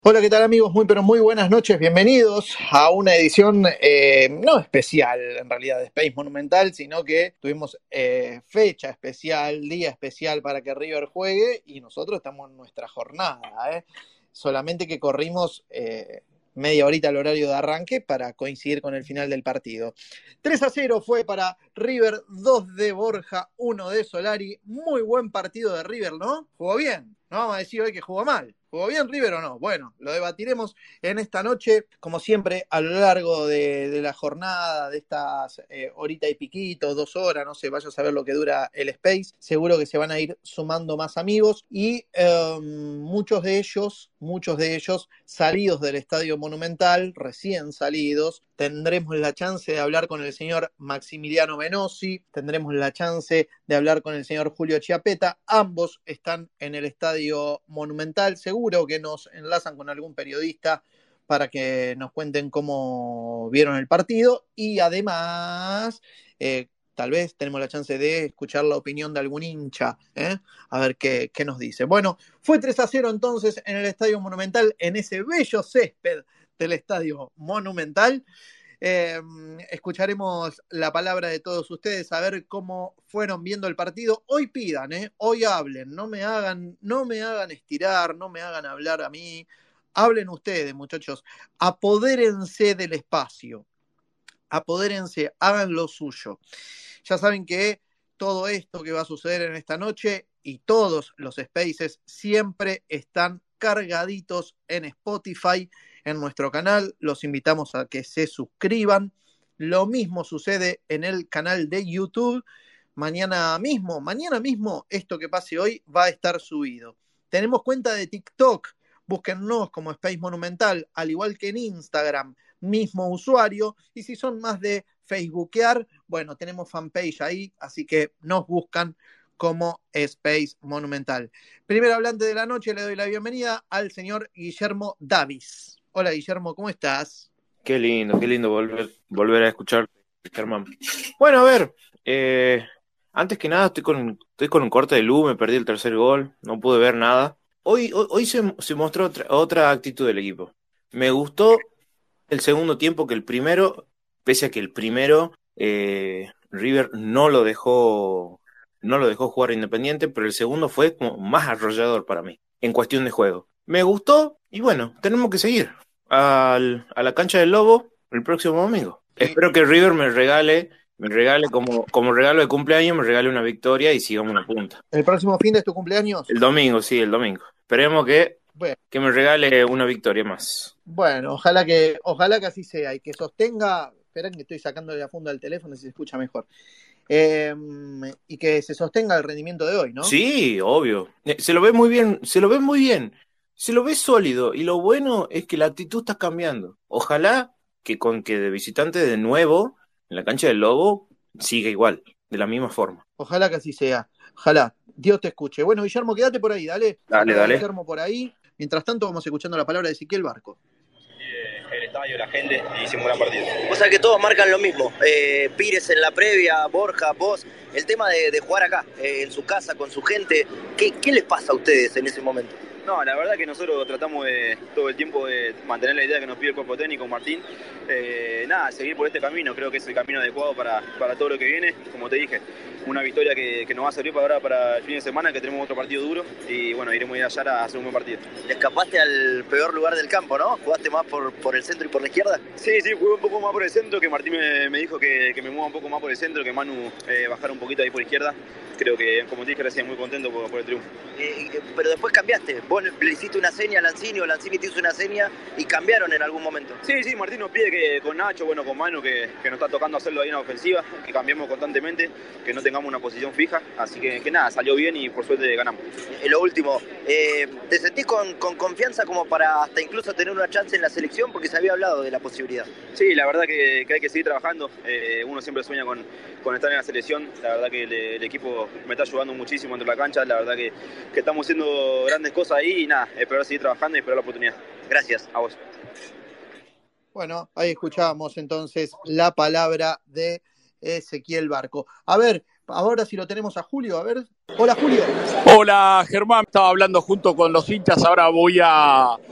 Hola, ¿qué tal amigos? Muy pero muy buenas noches, bienvenidos a una edición no especial en realidad de Space Monumental, sino que tuvimos fecha especial, día especial para que River juegue y nosotros estamos en nuestra jornada, solamente que corrimos media horita al horario de arranque para coincidir con el final del partido. 3-0 fue para River, 2 de Borja, 1 de Solari, muy buen partido de River, ¿no? Jugó bien, no vamos a decir hoy que jugó mal. ¿Jugó bien River o no? Bueno, lo debatiremos en esta noche, como siempre, a lo largo de la jornada, de estas horita y piquito, 2 horas, no sé, vaya a saber lo que dura el Space. Seguro que se van a ir sumando más amigos y muchos de ellos salidos del Estadio Monumental, recién salidos. Tendremos la chance de hablar con el señor Maximiliano Menossi, tendremos la chance de hablar con el señor Julio Chiapetta. Ambos están en el Estadio Monumental. Seguro que nos enlazan con algún periodista para que nos cuenten cómo vieron el partido y además tal vez tenemos la chance de escuchar la opinión de algún hincha, a ver qué nos dice. Bueno, fue 3-0 entonces en el Estadio Monumental, en ese bello césped del Estadio Monumental. Escucharemos la palabra de todos ustedes, a ver cómo fueron viendo el partido. Hoy pidan, hoy hablen, no me hagan estirar, no me hagan hablar a mí. Hablen ustedes, muchachos, apodérense del espacio, apodérense, hagan lo suyo. Ya saben que todo esto que va a suceder en esta noche y todos los spaces siempre están cargaditos en Spotify, en nuestro canal. Los invitamos a que se suscriban. Lo mismo sucede en el canal de YouTube. Mañana mismo, esto que pase hoy va a estar subido. Tenemos cuenta de TikTok. Búsquennos como Space Monumental, al igual que en Instagram, mismo usuario. Y si son más de Facebookear, bueno, tenemos fanpage ahí, así que nos buscan como Space Monumental. Primer hablante de la noche, le doy la bienvenida al señor Guillermo Davis. Hola Guillermo, ¿cómo estás? Qué lindo volver a escuchar, Germán. Bueno, a ver, antes que nada estoy con un corte de luz, me perdí el tercer gol, no pude ver nada. Hoy se mostró otra actitud del equipo. Me gustó el segundo tiempo que el primero, pese a que el primero River no lo dejó jugar Independiente, pero el segundo fue como más arrollador para mí, en cuestión de juego. Me gustó y bueno, tenemos que seguir a la cancha del Lobo el próximo domingo. Espero que River me regale como regalo de cumpleaños, me regale una victoria y sigamos una punta. ¿El próximo fin de tu cumpleaños? El domingo, sí, el domingo. Esperemos Bueno, que me regale una victoria más. bueno, ojalá que así sea y que sostenga. Esperen que estoy sacando la funda del teléfono si se escucha mejor. Y que se sostenga el rendimiento de hoy, ¿no? Sí, obvio. Se lo ve muy bien, se lo ve muy bien. Se lo ve sólido y lo bueno es que la actitud está cambiando. Ojalá que de visitante de nuevo en la cancha del Lobo siga igual, de la misma forma. Ojalá que así sea. Ojalá. Dios te escuche. Bueno, Guillermo, quédate por ahí, dale. Se Dale, queda dale. Guillermo por ahí. Mientras tanto, vamos escuchando la palabra de Ezequiel Barco. El estadio, la gente y hicimos un gran partido. O sea que todos marcan lo mismo. Pires en la previa, Borja, vos. El tema de jugar acá, en su casa, con su gente. ¿Qué les pasa a ustedes en ese momento? No, la verdad que nosotros tratamos todo el tiempo de mantener la idea que nos pide el cuerpo técnico, Martín. Seguir por este camino, creo que es el camino adecuado para todo lo que viene. Como te dije, una victoria que nos va a servir para el fin de semana, que tenemos otro partido duro. Y bueno, iremos allá a hacer un buen partido. Le escapaste al peor lugar del campo, ¿no? ¿Jugaste más por el centro y por la izquierda? Sí, jugué un poco más por el centro, que Martín me dijo que me mueva un poco más por el centro, que Manu bajara un poquito ahí por izquierda. Creo que, como te dije recién, muy contento por el triunfo. Pero después cambiaste. Vos le hiciste una seña a Lanzini o Lanzini te hizo una seña y cambiaron en algún momento. Sí, Martín nos pide que con Nacho, bueno, con Manu, que nos está tocando hacerlo ahí en la ofensiva, que cambiemos constantemente, que no tengamos una posición fija. Así que nada, salió bien y por suerte ganamos. Lo último, ¿te sentís con confianza como para hasta incluso tener una chance en la selección? Porque se había hablado de la posibilidad. Sí, la verdad que hay que seguir trabajando. Uno siempre sueña con estar en la selección. La verdad que el equipo me está ayudando muchísimo dentro de la cancha. La verdad que estamos haciendo grandes cosas ahí y nada, esperar seguir trabajando y esperar la oportunidad. Gracias. A vos. Bueno, ahí escuchábamos entonces la palabra de Ezequiel Barco. A ver, ahora si lo tenemos a Julio, a ver. Hola Julio. Hola Germán, estaba hablando junto con los hinchas, ahora voy a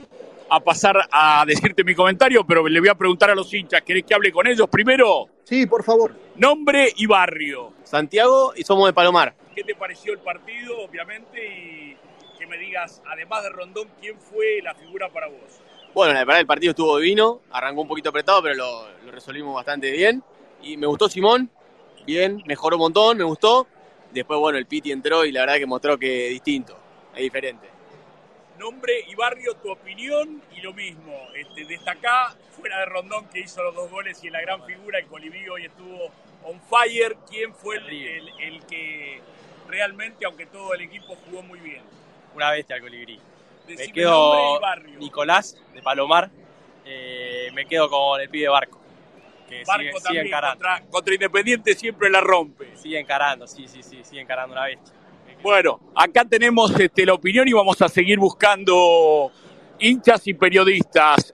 a pasar a decirte mi comentario, pero le voy a preguntar a los hinchas. ¿Querés que hable con ellos primero? Sí, por favor. Nombre y barrio. Santiago y somos de Palomar. ¿Qué te pareció el partido, obviamente? Y que me digas, además de Rondón, ¿quién fue la figura para vos? Bueno, la verdad el partido estuvo divino, arrancó un poquito apretado, pero lo resolvimos bastante bien. Y me gustó Simón, bien, mejoró un montón, me gustó. Después, bueno, el Piti entró y la verdad que mostró que es distinto, es diferente. Nombre y barrio, tu opinión y lo mismo. Destacá, fuera de Rondón que hizo los 2 goles y en la gran figura, el Colibrí hoy estuvo on fire. ¿Quién fue el que realmente, aunque todo el equipo jugó muy bien? Una bestia el Colibrí. Decime Me quedo nombre y barrio. Nicolás de Palomar. Me quedo con el pibe Barco. Que Barco sigue también encarando. contra Independiente siempre la rompe. Sigue encarando, sí, sigue encarando una bestia. Bueno, acá tenemos la opinión y vamos a seguir buscando hinchas y periodistas.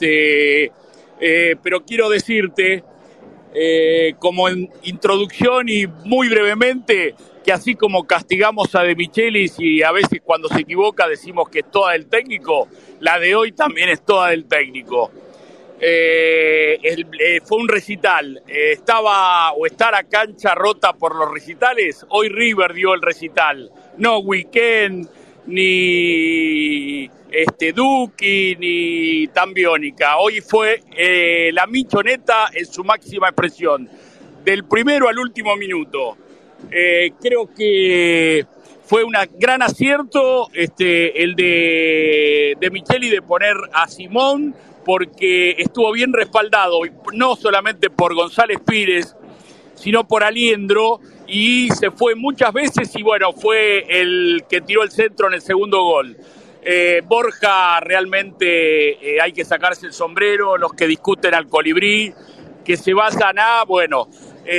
Pero quiero decirte, como en introducción y muy brevemente, que así como castigamos a De Michelis y a veces cuando se equivoca decimos que es toda del técnico, la de hoy también es toda del técnico. Fue un recital, está la cancha rota por los recitales. Hoy River dio el recital, no Weekend, ni Duki, ni Tambiónica. Hoy fue la Michoneta en su máxima expresión, del primero al último minuto. Creo que fue un gran acierto el de Micheli de poner a Simón, porque estuvo bien respaldado, no solamente por González Pires, sino por Aliendro, y se fue muchas veces y bueno, fue el que tiró el centro en el segundo gol. Borja realmente hay que sacarse el sombrero, los que discuten al Colibrí, que se basan a, bueno,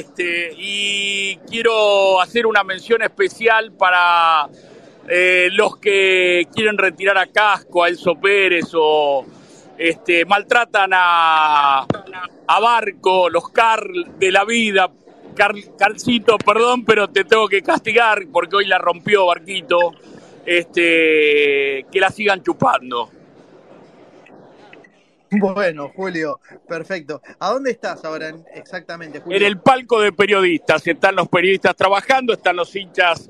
y quiero hacer una mención especial para los que quieren retirar a Casco, a Enzo Pérez o maltratan a Barco, los Carl de la vida. Carlcito, perdón, pero te tengo que castigar porque hoy la rompió Barquito. Que la sigan chupando. Bueno, Julio, perfecto. ¿A dónde estás ahora exactamente, Julio? En el palco de periodistas. Están los periodistas trabajando, están los hinchas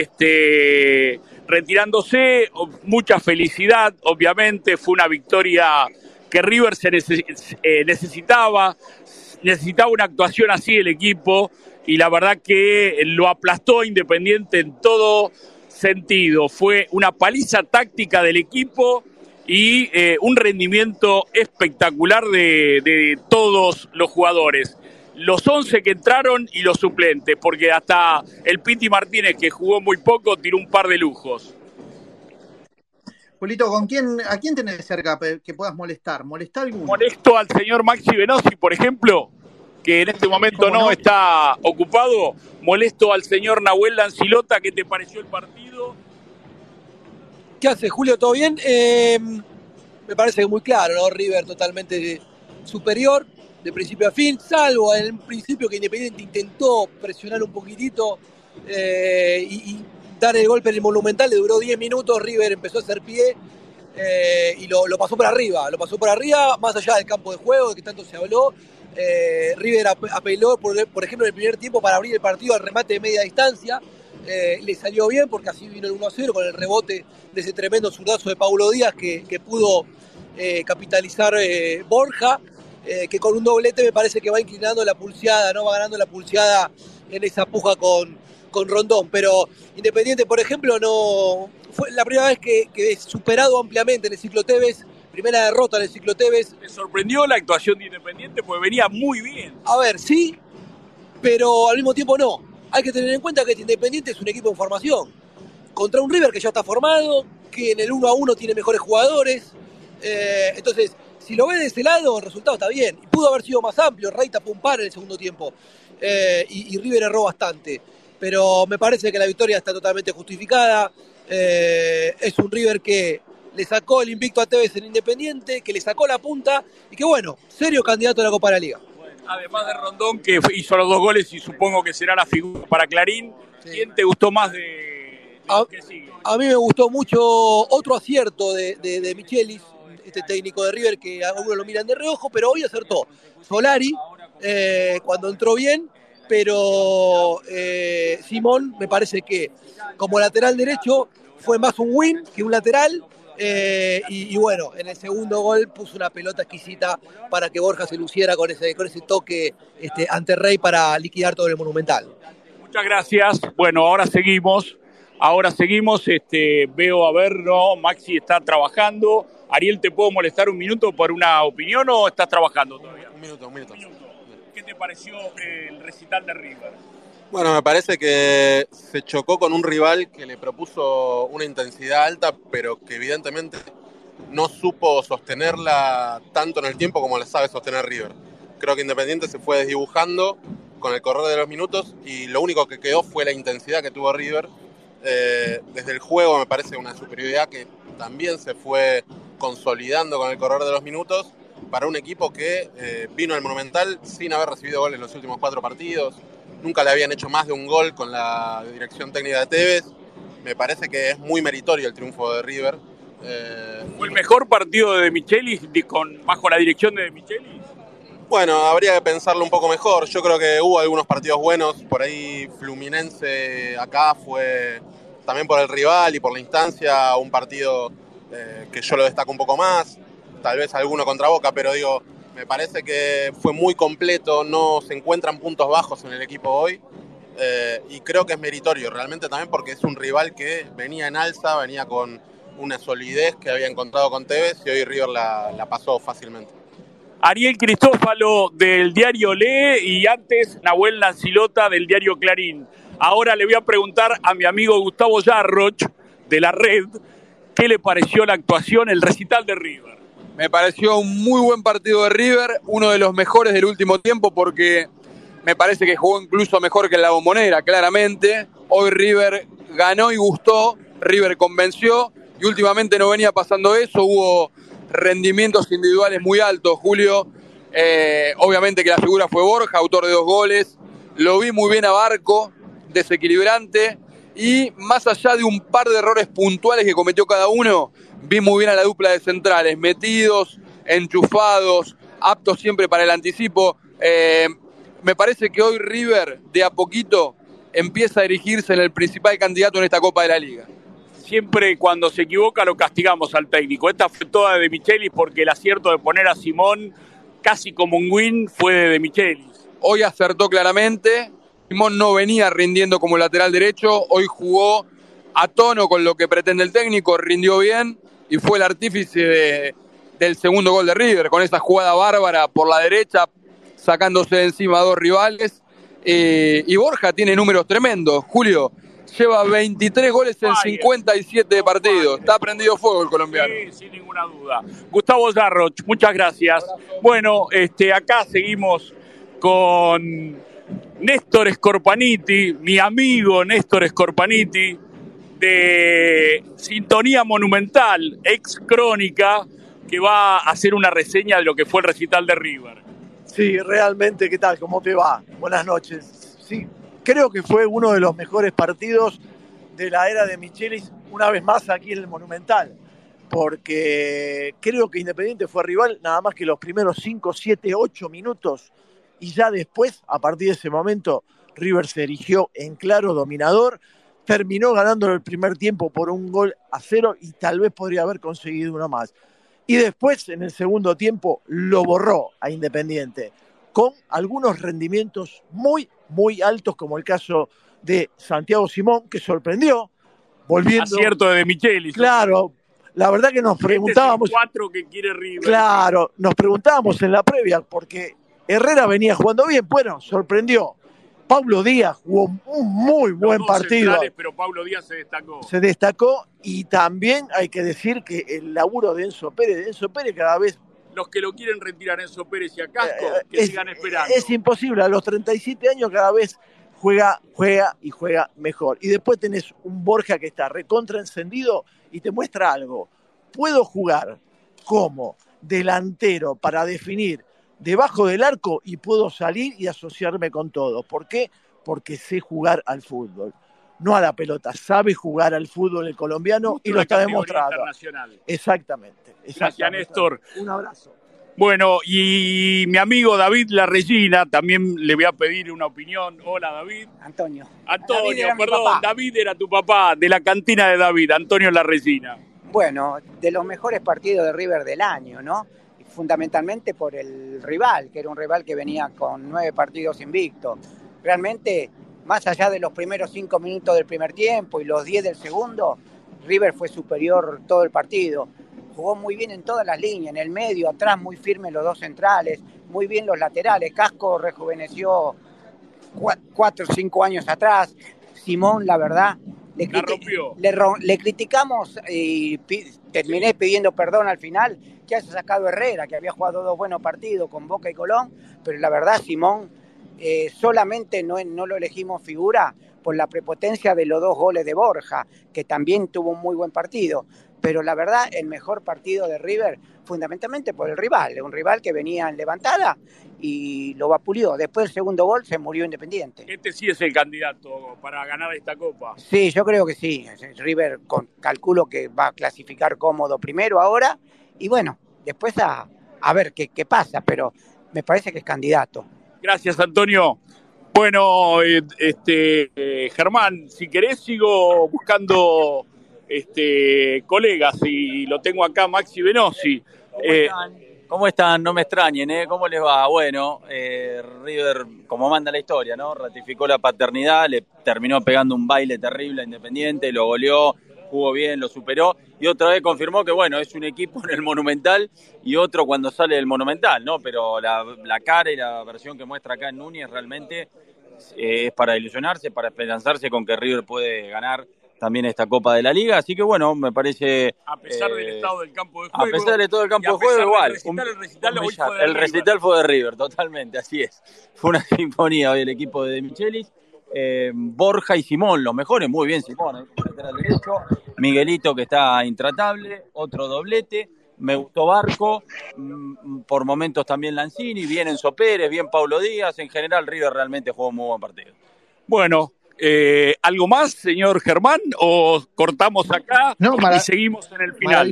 retirándose. Mucha felicidad, obviamente. Fue una victoria que River necesitaba. Necesitaba una actuación así el equipo. Y la verdad que lo aplastó Independiente en todo sentido. Fue una paliza táctica del equipo y un rendimiento espectacular de todos los jugadores. Los 11 que entraron y los suplentes, porque hasta el Piti Martínez, que jugó muy poco, tiró un par de lujos. Julito, ¿a quién tenés cerca que puedas molestar? ¿Molesta alguno? Molesto al señor Maxi Venosi, por ejemplo, que en este momento no está ocupado. Molesto al señor Nahuel Lancilota. ¿Qué te pareció el partido? ¿Qué hace, Julio? ¿Todo bien? Me parece que muy claro, ¿no? River totalmente superior de principio a fin, salvo en el principio que Independiente intentó presionar un poquitito y dar el golpe en el Monumental. Le duró 10 minutos, River empezó a hacer pie y lo pasó por arriba. Más allá del campo de juego, de que tanto se habló. River apeló, por ejemplo, en el primer tiempo para abrir el partido al remate de media distancia. Le salió bien porque así vino el 1-0 con el rebote de ese tremendo zurdazo de Paulo Díaz que pudo capitalizar Borja, que con un doblete me parece que va inclinando la pulseada, ¿no? Va ganando la pulseada en esa puja con Rondón. Pero Independiente, por ejemplo, no fue la primera vez que es superado ampliamente en el ciclo Tevez. Primera derrota en el ciclo Tevez. ¿Me sorprendió la actuación de Independiente? Porque venía muy bien. A ver, sí, pero al mismo tiempo no. Hay que tener en cuenta que Independiente es un equipo en formación. Contra un River que ya está formado, que en el 1-1 tiene mejores jugadores. Entonces, si lo ves de ese lado, el resultado está bien. Y pudo haber sido más amplio. Rey tapó un par en el segundo tiempo. Y River erró bastante. Pero me parece que la victoria está totalmente justificada. Es un River que le sacó el invicto a Tevez en Independiente, que le sacó la punta y que, bueno, serio candidato a la Copa de la Liga. Además de Rondón, que hizo los 2 goles y supongo que será la figura para Clarín, sí. ¿Quién te gustó más de los que sigue? A mí me gustó mucho otro acierto de Michelis, este técnico de River que a uno lo miran de reojo, pero hoy acertó. Solari, cuando entró bien, pero Simón me parece que como lateral derecho fue más un win que un lateral. Y bueno, en el segundo gol puso una pelota exquisita para que Borja se luciera con ese toque ante Rey para liquidar todo el Monumental. Muchas gracias. Bueno, ahora seguimos. Veo a ver, no, Maxi está trabajando. Ariel, ¿te puedo molestar un minuto por una opinión o estás trabajando todavía? Un minuto. ¿Qué te pareció el recital de River? Bueno, me parece que se chocó con un rival que le propuso una intensidad alta, pero que evidentemente no supo sostenerla tanto en el tiempo como la sabe sostener River. Creo que Independiente se fue desdibujando con el correr de los minutos y lo único que quedó fue la intensidad que tuvo River. Desde el juego me parece una superioridad que también se fue consolidando con el correr de los minutos para un equipo que vino al Monumental sin haber recibido goles en los últimos 4 partidos. Nunca le habían hecho más de un gol con la dirección técnica de Tevez. Me parece que es muy meritorio el triunfo de River. ¿Fue el mejor partido de De Michelis bajo la dirección de De Michelis? Bueno, habría que pensarlo un poco mejor. Yo creo que hubo algunos partidos buenos. Por ahí Fluminense acá fue, también por el rival y por la instancia, un partido que yo lo destaco un poco más. Tal vez alguno contra Boca, pero digo, me parece que fue muy completo. No se encuentran puntos bajos en el equipo hoy. Y creo que es meritorio realmente también porque es un rival que venía en alza, venía con una solidez que había encontrado con Tevez y hoy River la pasó fácilmente. Ariel Cristófalo del diario Lee y antes Nahuel Lancilota del diario Clarín. Ahora le voy a preguntar a mi amigo Gustavo Yarroch de la Red qué le pareció la actuación, el recital de River. Me pareció un muy buen partido de River, uno de los mejores del último tiempo porque me parece que jugó incluso mejor que en la Bombonera, claramente. Hoy River ganó y gustó, River convenció y últimamente no venía pasando eso, hubo rendimientos individuales muy altos, Julio. Obviamente que la figura fue Borja, autor de 2 goles. Lo vi muy bien a Barco, desequilibrante. Y más allá de un par de errores puntuales que cometió cada uno, vi muy bien a la dupla de centrales, metidos, enchufados, aptos siempre para el anticipo. Me parece que hoy River, de a poquito, empieza a erigirse en el principal candidato en esta Copa de la Liga. Siempre cuando se equivoca lo castigamos al técnico. Esta fue toda de Michelis porque el acierto de poner a Simón casi como un win fue de Michelis. Hoy acertó claramente. Simón no venía rindiendo como lateral derecho. Hoy jugó a tono con lo que pretende el técnico, rindió bien y fue el artífice del segundo gol de River con esa jugada bárbara por la derecha, sacándose de encima a 2 rivales. Y Borja tiene números tremendos, Julio. Lleva 23 goles en 57 partidos. Está prendido fuego el colombiano. Sí, sin ninguna duda. Gustavo Yarroch, muchas gracias. Bueno, acá seguimos con Néstor Scorpaniti, mi amigo Néstor Scorpaniti, de Sintonía Monumental, ex Crónica, que va a hacer una reseña de lo que fue el recital de River. Sí, realmente, ¿qué tal? ¿Cómo te va? Buenas noches. Sí, creo que fue uno de los mejores partidos de la era de Michelis, una vez más aquí en el Monumental, porque creo que Independiente fue rival nada más que los primeros 5, 7, 8 minutos, y ya después, a partir de ese momento, River se erigió en claro dominador, terminó ganando el primer tiempo por 1-0 y tal vez podría haber conseguido uno más. Y después, en el segundo tiempo, lo borró a Independiente, con algunos rendimientos muy, muy altos, como el caso de Santiago Simón, que sorprendió, volviendo... Acierto de Michelis. Claro, la verdad que nos preguntábamos... Este es el 4 que quiere River. Claro, nos preguntábamos en la previa, porque Herrera venía jugando bien, bueno, sorprendió. Paulo Díaz jugó un muy buen partido. Pero Paulo Díaz se destacó. Se destacó y también hay que decir que el laburo de Enzo Pérez cada vez... Los que lo quieren retirar Enzo Pérez y a Casco, que sigan esperando. Es imposible, a los 37 años cada vez juega mejor. Y después tenés un Borja que está recontra encendido y te muestra algo. Puedo jugar como delantero para definir debajo del arco y puedo salir y asociarme con todos. ¿Por qué? Porque sé jugar al fútbol. no a la pelota, sabe jugar al fútbol el colombiano y lo está demostrando. Exactamente. Gracias, Néstor. Un abrazo. Bueno, y mi amigo David La Regina, también le voy a pedir una opinión. Hola, David. Antonio, perdón, David era tu papá, de la cantina de David, Antonio La Regina. Bueno, de los mejores partidos de River del año, ¿no? Fundamentalmente por el rival, que era un rival que venía con 9 partidos invictos. Realmente, más allá de los primeros 5 minutos del primer tiempo y los 10 del segundo, River fue superior todo el partido. Jugó muy bien en todas las líneas, en el medio, atrás muy firme los dos centrales, muy bien los laterales. Casco rejuveneció 4 o 5 años atrás. Simón, la verdad, le criticamos y terminé pidiendo perdón al final, que haya sacado Herrera, que había jugado 2 buenos partidos con Boca y Colón, pero la verdad Simón solamente no lo elegimos figura por la prepotencia de los 2 goles de Borja, que también tuvo un muy buen partido. Pero la verdad, el mejor partido de River, fundamentalmente por el rival, un rival que venía en levantada y lo vapuleó. Después del segundo gol se murió Independiente. Este sí es el candidato para ganar esta Copa. Sí, yo creo que sí. River calculo que va a clasificar cómodo primero ahora y bueno, después a ver qué pasa, pero me parece que es candidato. Gracias, Antonio. Bueno, Germán, si querés sigo buscando colegas y lo tengo acá, Maxi Venosi. ¿Cómo están? No me extrañen, ¿eh? ¿Cómo les va? Bueno, River, como manda la historia, ¿no? Ratificó la paternidad, le terminó pegando un baile terrible a Independiente, lo goleó, jugó bien, lo superó y otra vez confirmó que, bueno, es un equipo en el Monumental y otro cuando sale del Monumental, ¿no? Pero la cara y la versión que muestra acá en Núñez realmente es para ilusionarse, para esperanzarse con que River puede ganar también esta Copa de la Liga, así que bueno, me parece... A pesar del estado del campo de juego. A pesar del estado del campo de juego, igual. El recital fue de River, totalmente, así es. Fue una sinfonía hoy el equipo de Michelis. Borja y Simón, los mejores, muy bien Simón, lateral derecho. Miguelito, que está intratable, otro doblete. Me gustó Barco, por momentos también Lanzini, bien Enzo Pérez, bien Paulo Díaz. En general, River realmente jugó un muy buen partido. Bueno, ¿algo más, señor Germán? ¿O cortamos acá y seguimos en el final?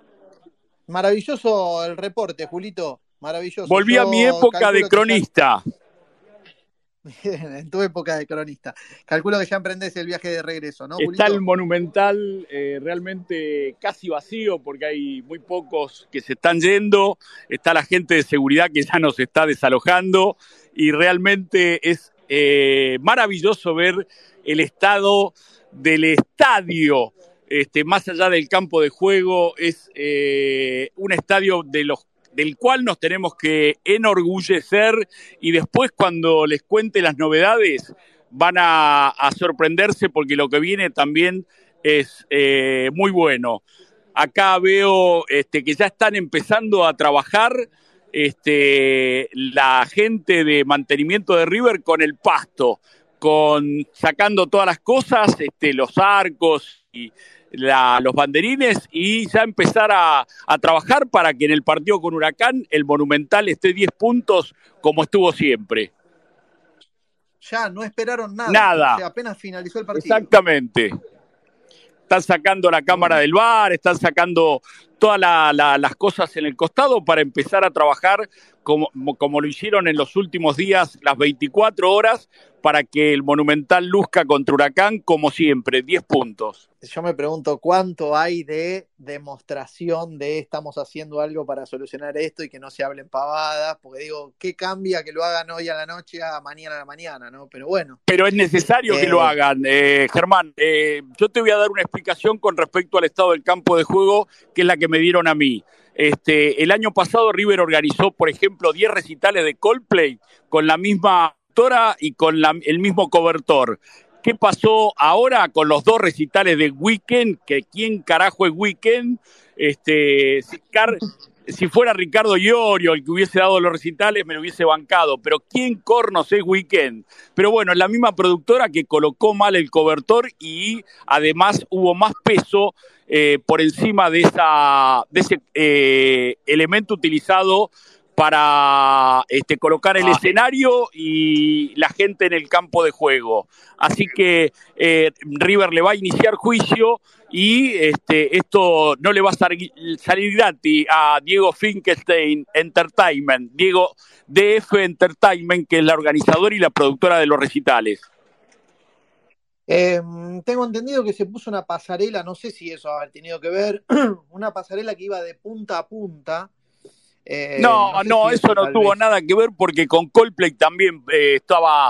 Maravilloso el reporte, Julito. Maravilloso. Volví a mi época de cronista. En tu época de cronista. Calculo que ya emprendés el viaje de regreso, ¿no, Julito? Está el Monumental realmente casi vacío porque hay muy pocos que se están yendo. Está la gente de seguridad que ya nos está desalojando y realmente es maravilloso ver el estado del estadio, más allá del campo de juego. Es un estadio del cual nos tenemos que enorgullecer y después cuando les cuente las novedades van a sorprenderse porque lo que viene también es muy bueno. Acá veo que ya están empezando a trabajar la gente de mantenimiento de River con el pasto, sacando todas las cosas, los arcos y los banderines y ya empezar a trabajar para que en el partido con Huracán el Monumental esté 10 puntos como estuvo siempre. Ya, no esperaron nada. Nada. O sea, apenas finalizó el partido. Exactamente. Están sacando la cámara del VAR, están sacando todas las cosas en el costado para empezar a trabajar como lo hicieron en los últimos días, las 24 horas, para que el Monumental luzca contra Huracán como siempre, 10 puntos. Yo me pregunto cuánto hay de demostración de estamos haciendo algo para solucionar esto y que no se hablen pavadas, porque digo, ¿qué cambia que lo hagan hoy a la noche a mañana a la mañana, ¿no? Pero bueno. Pero es necesario que lo hagan, Germán. Yo te voy a dar una explicación con respecto al estado del campo de juego, que es la que me dieron a mí. El año pasado River organizó, por ejemplo, 10 recitales de Coldplay con la misma autora y con el mismo cobertor. ¿Qué pasó ahora con los 2 recitales de Weekend? Que ¿quién carajo es Weekend? Si fuera Ricardo Iorio el que hubiese dado los recitales, me lo hubiese bancado. Pero ¿quién cornos es Weekend? Pero bueno, es la misma productora que colocó mal el cobertor y además hubo más peso por encima de ese elemento utilizado para colocar el escenario y la gente en el campo de juego. Así que River le va a iniciar juicio y esto no le va a salir gratis a Diego Finkelstein Entertainment, Diego DF Entertainment, que es la organizadora y la productora de los recitales. Tengo entendido que se puso una pasarela, no sé si eso ha tenido que ver, una pasarela que iba de punta a punta. No, si eso no tuvo nada que ver porque con Coldplay también estaba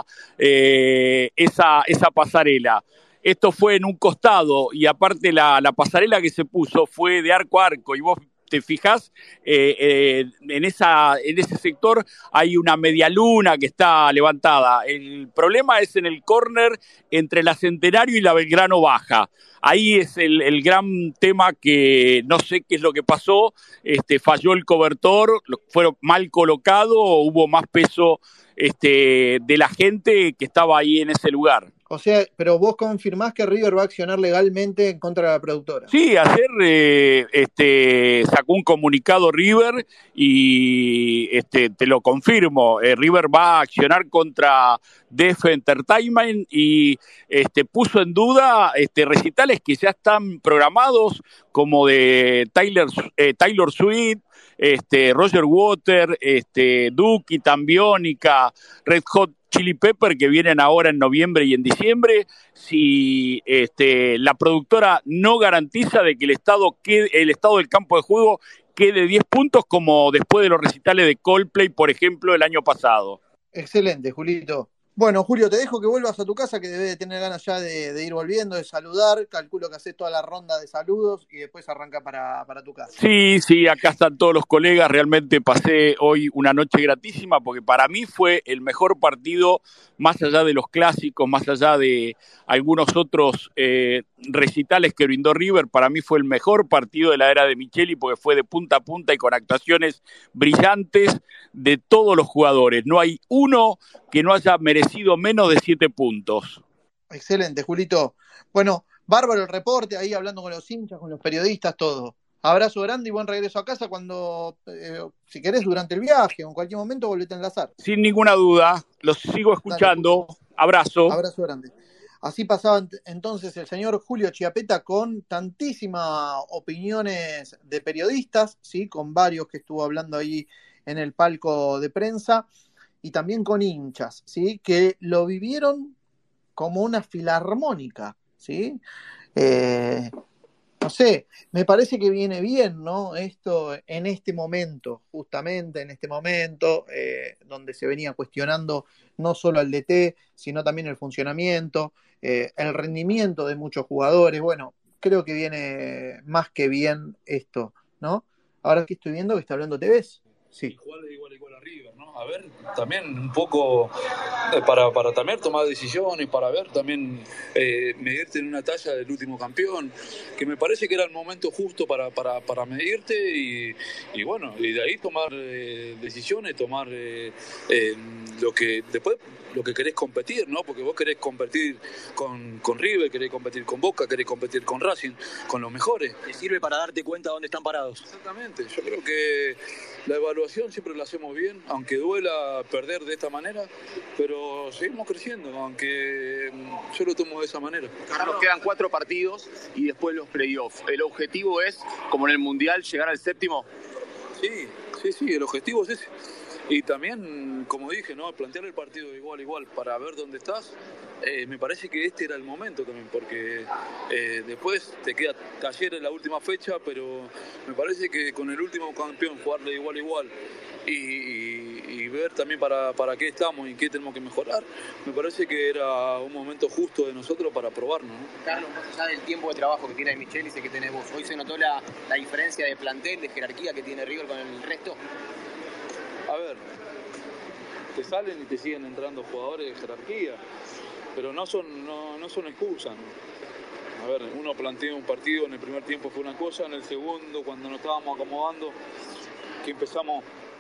esa pasarela. Esto fue en un costado y aparte la pasarela que se puso fue de arco a arco y vos te fijás, en ese sector hay una media luna que está levantada. El problema es en el córner entre la Centenario y la Belgrano Baja. Ahí es el gran tema que no sé qué es lo que pasó. Falló el cobertor, fue mal colocado o hubo más peso de la gente que estaba ahí en ese lugar. O sea, pero vos confirmás que River va a accionar legalmente en contra de la productora. Sí, ayer sacó un comunicado River y te lo confirmo. River va a accionar contra DF Entertainment y puso en duda recitales que ya están programados como de Taylor Swift, Roger Water, Duki, Tambiónica, Red Hot Chili Pepper, que vienen ahora en noviembre y en diciembre, si la productora no garantiza de que el estado del campo de juego quede 10 puntos como después de los recitales de Coldplay, por ejemplo, el año pasado. Excelente, Julito. Bueno, Julio, te dejo que vuelvas a tu casa, que debes de tener ganas ya de ir volviendo, de saludar. Calculo que haces toda la ronda de saludos y después arranca para tu casa. Sí, acá están todos los colegas. Realmente pasé hoy una noche gratísima porque para mí fue el mejor partido, más allá de los clásicos, más allá de algunos otros recitales que brindó River. Para mí fue el mejor partido de la era de Micheli porque fue de punta a punta y con actuaciones brillantes de todos los jugadores. No hay uno que no haya merecido menos de 7 puntos. Excelente, Julito. Bueno, bárbaro el reporte, ahí hablando con los hinchas, con los periodistas, todo. Abrazo grande y buen regreso a casa cuando, si querés, durante el viaje o en cualquier momento volvete a enlazar. Sin ninguna duda, los sigo escuchando. Dale, abrazo. Abrazo grande. Así pasaba entonces el señor Julio Chiappetta con tantísimas opiniones de periodistas, ¿sí? Con varios que estuvo hablando ahí en el palco de prensa. Y también con hinchas, ¿sí? Que lo vivieron como una filarmónica, ¿sí? No sé, me parece que viene bien, ¿no? Esto en este momento, justamente en este momento, donde se venía cuestionando no solo al DT, sino también el funcionamiento, el rendimiento de muchos jugadores. Bueno, creo que viene más que bien esto, ¿no? Ahora que estoy viendo que está hablando TVS. Sí. Jugar de igual a igual a River, ¿no? A ver, también un poco para también tomar decisiones, para ver también medirte en una talla del último campeón, que me parece que era el momento justo para medirte y bueno, y de ahí tomar decisiones, tomar lo que después lo que querés competir, ¿no? Porque vos querés competir con River, querés competir con Boca, querés competir con Racing, con los mejores. ¿Te sirve para darte cuenta dónde están parados? Exactamente, yo creo que la evaluación siempre la hacemos bien, aunque duela perder de esta manera, pero seguimos creciendo, aunque yo lo tomo de esa manera. Ahora nos quedan 4 partidos y después los playoffs. ¿El objetivo es, como en el Mundial, llegar al 7º? Sí, el objetivo es ese. Y también, como dije, ¿no? Plantear el partido de igual a igual para ver dónde estás. Me parece que este era el momento también, porque después te queda Talleres en la última fecha, pero me parece que con el último campeón jugarle de igual a igual y ver también para qué estamos y qué tenemos que mejorar, me parece que era un momento justo de nosotros para probarnos, ¿no? Carlos, más allá del tiempo de trabajo que tiene Micheli y que tenés vos, ¿hoy se notó la diferencia de plantel, de jerarquía que tiene River con el resto? A ver, te salen y te siguen entrando jugadores de jerarquía, pero no son excusas, ¿no? A ver, uno plantea un partido, en el primer tiempo fue una cosa, en el segundo, cuando nos estábamos acomodando, que empezamos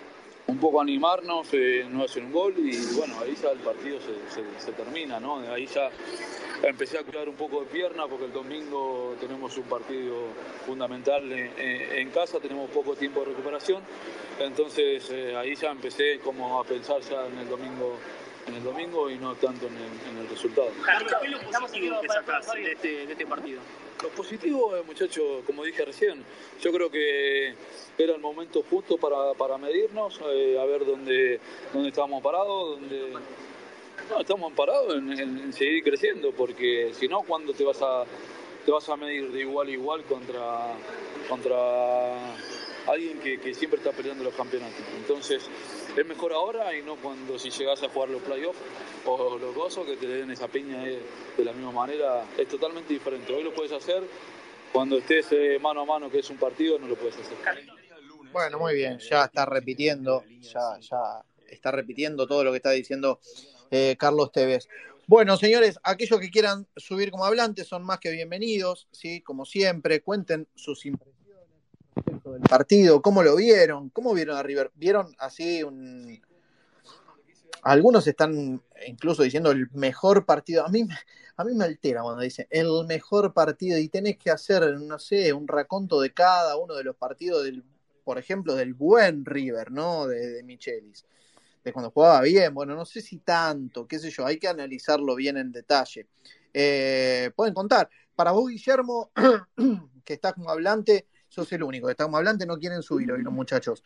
un poco animarnos, no hacer un gol y bueno, ahí ya el partido se termina, ¿no? Ahí ya empecé a cuidar un poco de pierna porque el domingo tenemos un partido fundamental en casa, tenemos poco tiempo de recuperación, entonces ahí ya empecé como a pensar ya en el domingo y no tanto en el resultado. ¿Qué es lo positivo que sacás de este partido? Lo positivo, muchachos, como dije recién, yo creo que era el momento justo para medirnos, a ver dónde estábamos parados, no, estamos parados en seguir creciendo, porque si no, ¿cuándo te vas a medir de igual a igual contra alguien que siempre está peleando los campeonatos? Entonces, es mejor ahora y no si llegas a jugar los playoffs o los gozos, que te den esa piña de la misma manera. Es totalmente diferente. Hoy lo puedes hacer, cuando estés mano a mano, que es un partido, no lo puedes hacer. Bueno, muy bien, ya está repitiendo todo lo que está diciendo Carlos Tevez. Bueno, señores, aquellos que quieran subir como hablantes son más que bienvenidos, ¿sí? Como siempre, cuenten sus impresiones respecto del partido, cómo lo vieron, cómo vieron a River. ¿Vieron así Algunos están incluso diciendo el mejor partido. A mí me altera cuando dicen el mejor partido y tenés que hacer, no sé, un raconto de cada uno de los partidos, por ejemplo, del buen River, ¿no? De Michelis. De cuando jugaba bien, bueno, no sé si tanto, qué sé yo, hay que analizarlo bien en detalle. Pueden contar. Para vos, Guillermo, que estás como hablante, sos el único que está como hablante, no quieren subir hoy los muchachos.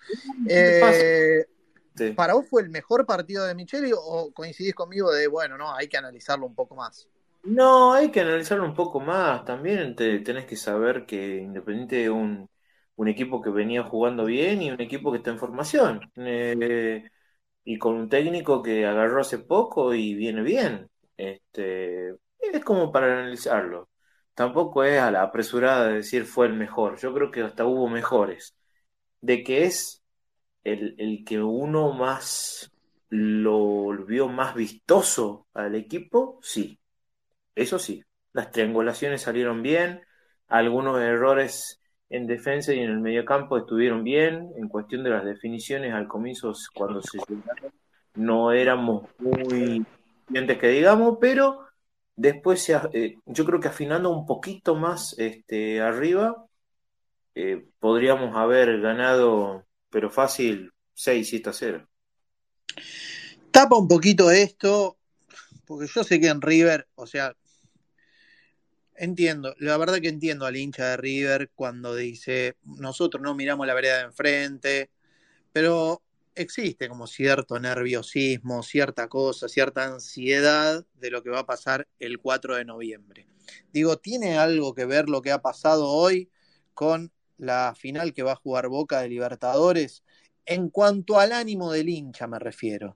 Sí. ¿Para vos fue el mejor partido de Micheli o coincidís conmigo de, bueno, no, hay que analizarlo un poco más? No, hay que analizarlo un poco más. También tenés que saber que Independiente es un equipo que venía jugando bien y un equipo que está en formación. Y con un técnico que agarró hace poco y viene bien. Es como para analizarlo. Tampoco es a la apresurada de decir fue el mejor. Yo creo que hasta hubo mejores. De que es el que uno más lo vio más vistoso al equipo, sí. Eso sí. Las triangulaciones salieron bien. Algunos errores en defensa y en el mediocampo estuvieron bien. En cuestión de las definiciones, al comienzo, cuando se llegaron, no éramos muy clientes que digamos, pero después yo creo que afinando un poquito más arriba, podríamos haber ganado, pero fácil, 6-7-0. Tapa un poquito esto, porque yo sé que en River, o sea, entiendo, la verdad que entiendo al hincha de River cuando dice, nosotros no miramos la vereda de enfrente, pero existe como cierto nerviosismo, cierta cosa, cierta ansiedad de lo que va a pasar el 4 de noviembre. Digo, ¿tiene algo que ver lo que ha pasado hoy con la final que va a jugar Boca de Libertadores? En cuanto al ánimo del hincha me refiero.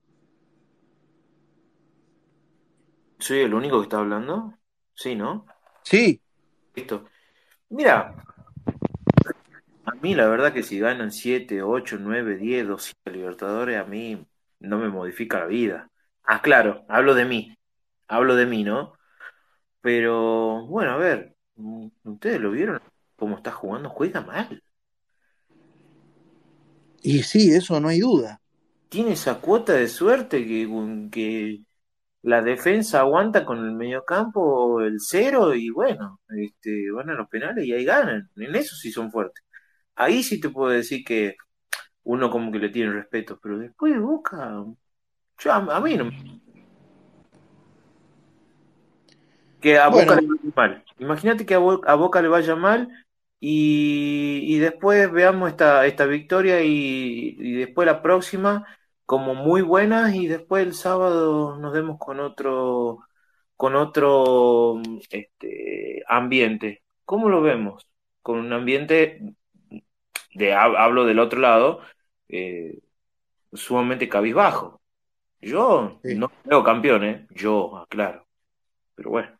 ¿Soy el único que está hablando? Sí, ¿no? Sí. Listo. Mira, a mí la verdad que si ganan 7, 8, 9, 10, 12 Libertadores, a mí no me modifica la vida. Ah, claro, hablo de mí, ¿no? Pero, bueno, a ver, ¿ustedes lo vieron? ¿Cómo está jugando? Juega mal. Y sí, eso no hay duda. Tiene esa cuota de suerte que la defensa aguanta con el mediocampo el 0 y bueno, van a los penales y ahí ganan. En eso sí son fuertes. Ahí sí te puedo decir que uno como que le tiene respeto, pero después Boca, a mí no. Que a Boca le vaya mal. Imagínate que a Boca le vaya mal y después veamos esta victoria y después la próxima como muy buena y después el sábado nos vemos con otro ambiente. ¿Cómo lo vemos? Con un ambiente hablo del otro lado, sumamente cabizbajo. Yo no creo campeón, yo aclaro. Pero bueno.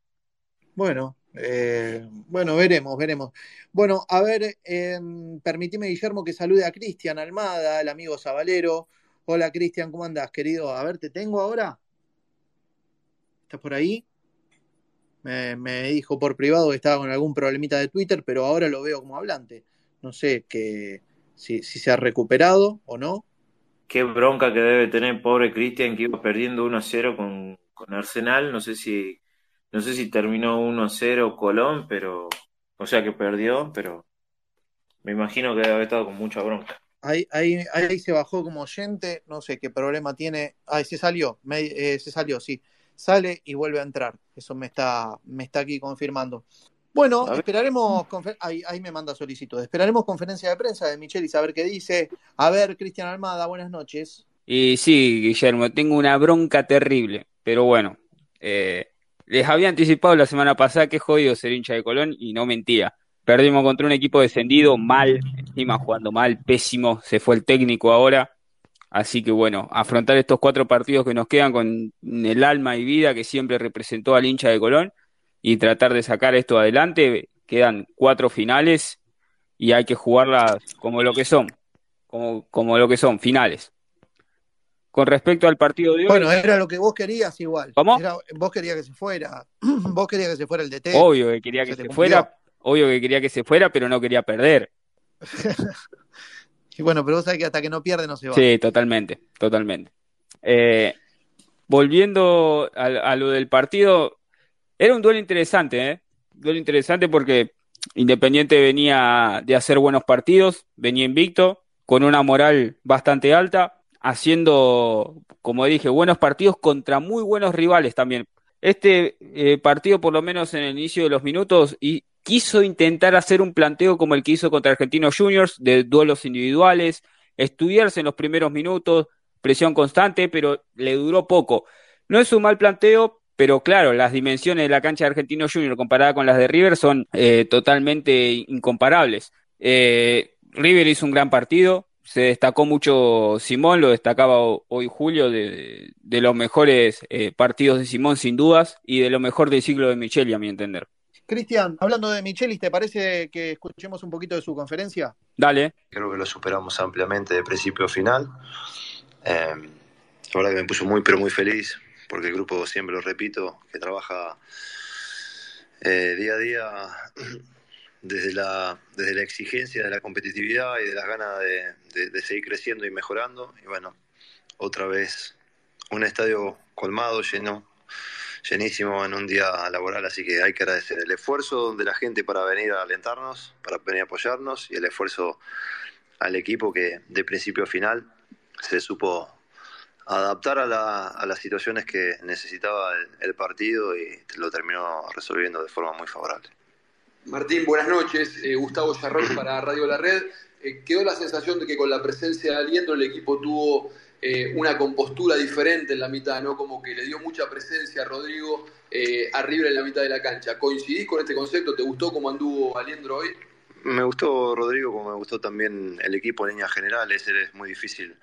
Bueno, veremos. Bueno, a ver, permitime, Guillermo, que salude a Cristian Almada, el amigo Zabalero. Hola, Cristian, ¿cómo andás, querido? A ver, ¿te tengo ahora? ¿Estás por ahí? Me dijo por privado que estaba con algún problemita de Twitter, pero ahora lo veo como hablante. No sé si se ha recuperado o no. Qué bronca que debe tener pobre Cristian, que iba perdiendo 1-0 con Arsenal. No sé si terminó 1-0 Colón, pero, o sea que perdió, pero me imagino que debe haber estado con mucha bronca. Ahí se bajó como oyente, no sé qué problema tiene. Ahí se salió, se salió, sí. Sale y vuelve a entrar. Eso me está aquí confirmando. Bueno, esperaremos. Ahí me manda solicitud. Esperaremos conferencia de prensa de Michelis a ver qué dice. A ver, Cristian Almada, buenas noches. Y sí, Guillermo, tengo una bronca terrible, pero bueno, les había anticipado la semana pasada que jodido ser hincha de Colón y no mentía. Perdimos contra un equipo descendido, mal, encima jugando mal, pésimo, se fue el técnico ahora. Así que bueno, afrontar estos 4 partidos que nos quedan con el alma y vida que siempre representó al hincha de Colón y tratar de sacar esto adelante. Quedan 4 finales y hay que jugarlas como lo que son, como lo que son, finales. Con respecto al partido de hoy... Bueno, era lo que vos querías igual. ¿Cómo? Vos querías que se fuera. Vos querías que se fuera el DT. Obvio que quería que se fuera. Obvio que quería que se fuera, pero no quería perder. Y bueno, pero vos sabés que hasta que no pierde no se va. Sí, totalmente. Volviendo a lo del partido, era un duelo interesante, ¿eh? Duelo interesante porque Independiente venía de hacer buenos partidos, venía invicto, con una moral bastante alta, haciendo, como dije, buenos partidos contra muy buenos rivales también. Este partido, por lo menos en el inicio de los minutos, quiso intentar hacer un planteo como el que hizo contra Argentinos Juniors, de duelos individuales, estudiarse en los primeros minutos, presión constante, pero le duró poco. No es un mal planteo, pero claro, las dimensiones de la cancha de Argentinos Juniors comparada con las de River son totalmente incomparables. River hizo un gran partido, se destacó mucho Simón, lo destacaba hoy Julio, de los mejores partidos de Simón sin dudas, y de lo mejor del ciclo de Micheli, a mi entender. Cristian, hablando de Michelis, ¿te parece que escuchemos un poquito de su conferencia? Dale. Creo que lo superamos ampliamente de principio a final. La verdad que me puso muy, pero muy feliz, porque el grupo, siempre lo repito, que trabaja día a día desde la exigencia de la competitividad y de las ganas de seguir creciendo y mejorando. Y bueno, otra vez un estadio colmado, llenísimo en un día laboral, así que hay que agradecer el esfuerzo de la gente para venir a alentarnos, para venir a apoyarnos, y el esfuerzo al equipo que de principio a final se supo adaptar a las situaciones que necesitaba el partido y lo terminó resolviendo de forma muy favorable. Martín, buenas noches. Gustavo Yarrón para Radio La Red. Quedó la sensación de que con la presencia de Aliendro el equipo tuvo una compostura diferente en la mitad, ¿no? Como que le dio mucha presencia a Rodrigo a River en la mitad de la cancha. ¿Coincidís con este concepto? ¿Te gustó cómo anduvo Aliendro hoy? Me gustó Rodrigo, como me gustó también el equipo en líneas generales. Es muy difícil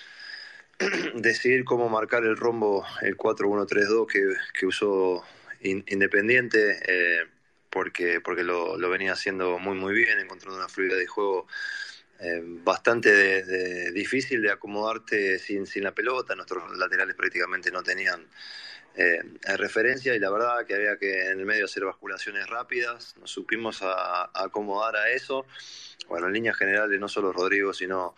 decidir cómo marcar el rombo, el 4-1-3-2 que usó Independiente, porque lo venía haciendo muy muy bien, encontrando una fluidez de juego bastante difícil de acomodarte sin la pelota. Nuestros laterales prácticamente no tenían referencia, y la verdad que había que en el medio hacer basculaciones rápidas. Nos supimos a acomodar a eso. Bueno, en líneas generales, no solo Rodrigo, sino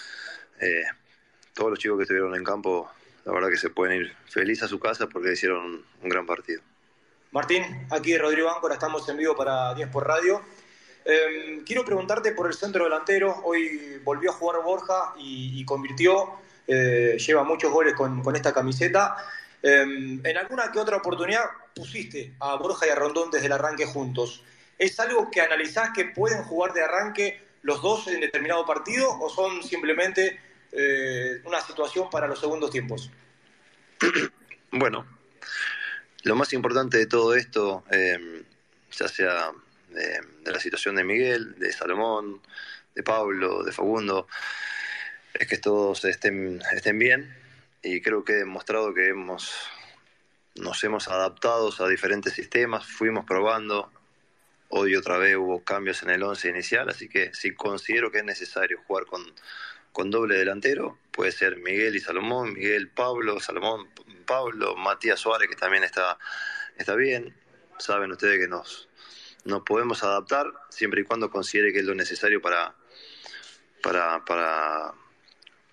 todos los chicos que estuvieron en campo, la verdad que se pueden ir felices a su casa porque hicieron un gran partido. Martín, aquí Rodrigo Áncora, estamos en vivo para 10 por Radio. Quiero preguntarte por el centro delantero. Hoy volvió a jugar Borja y convirtió, lleva muchos goles con esta camiseta. En alguna que otra oportunidad pusiste a Borja y a Rondón desde el arranque juntos. ¿Es algo que analizás que pueden jugar de arranque los dos en determinado partido o son simplemente una situación para los segundos tiempos? Bueno, lo más importante de todo esto, ya sea de la situación de Miguel, de Salomón, de Pablo, de Facundo, es que todos estén bien, y creo que he demostrado que nos hemos adaptado a diferentes sistemas, fuimos probando. Hoy otra vez hubo cambios en el 11 inicial, así que si considero que es necesario jugar con doble delantero, puede ser Miguel y Salomón, Miguel, Pablo, Salomón, Pablo, Matías Suárez, que también está bien. Saben ustedes que nos podemos adaptar siempre y cuando considere que es lo necesario para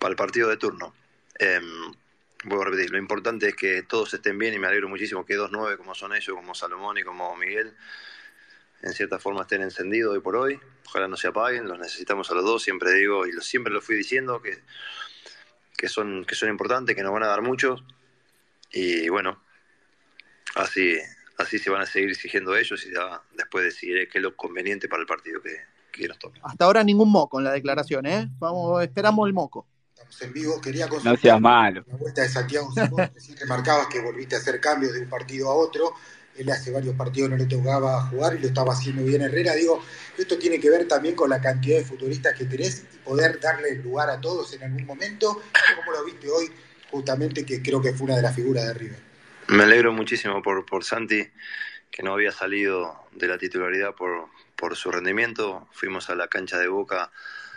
para el partido de turno. Vuelvo a repetir, lo importante es que todos estén bien y me alegro muchísimo que 2-9 como son ellos, como Salomón y como Miguel, en cierta forma estén encendidos hoy por hoy. Ojalá no se apaguen, los necesitamos a los dos, siempre digo, y siempre lo fui diciendo, que son importantes, que nos van a dar mucho. Y bueno, así se van a seguir exigiendo ellos y ya después decidiré qué es lo conveniente para el partido que nos toque. Hasta ahora ningún moco en la declaración, ¿eh? Esperamos el moco. Estamos en vivo, quería No consultar seas malo. la vuelta de Santiago Simón. Recién remarcabas que volviste a hacer cambios de un partido a otro. Él hace varios partidos no le tocaba jugar y lo estaba haciendo bien Herrera. Digo, esto tiene que ver también con la cantidad de futbolistas que tenés y poder darle lugar a todos en algún momento. ¿Cómo lo viste hoy? Justamente, que creo que fue una de las figuras de River. Me alegro muchísimo por Santi, que no había salido de la titularidad por su rendimiento. Fuimos a la cancha de Boca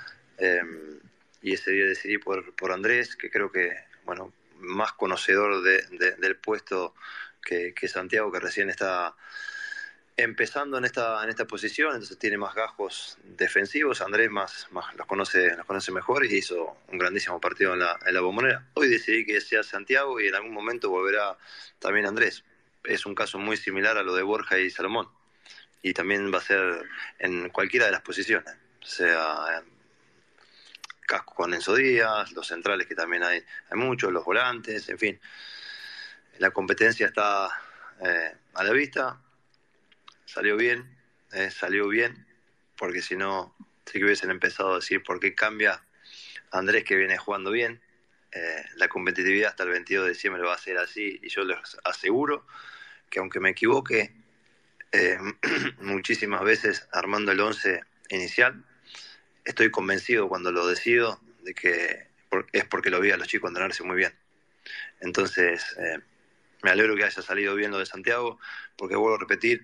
y ese día decidí por Andrés, que creo que, bueno, más conocedor del puesto que Santiago, que recién está empezando en esta posición, entonces tiene más gajos defensivos. Andrés más los conoce mejor y hizo un grandísimo partido en la Bombonera. Hoy decidí que sea Santiago y en algún momento volverá también Andrés. Es un caso muy similar a lo de Borja y Salomón, y también va a ser en cualquiera de las posiciones, sea Casco con Enzo Díaz, los centrales, que también hay muchos, los volantes, en fin. La competencia está a la vista. Salió bien, porque si no, sí que hubiesen empezado a decir por qué cambia Andrés, que viene jugando bien. La competitividad hasta el 22 de diciembre va a ser así, y yo les aseguro que aunque me equivoque muchísimas veces armando el 11 inicial, estoy convencido cuando lo decido de que es porque lo vi a los chicos entrenarse muy bien. Entonces, me alegro que haya salido bien lo de Santiago, porque vuelvo a repetir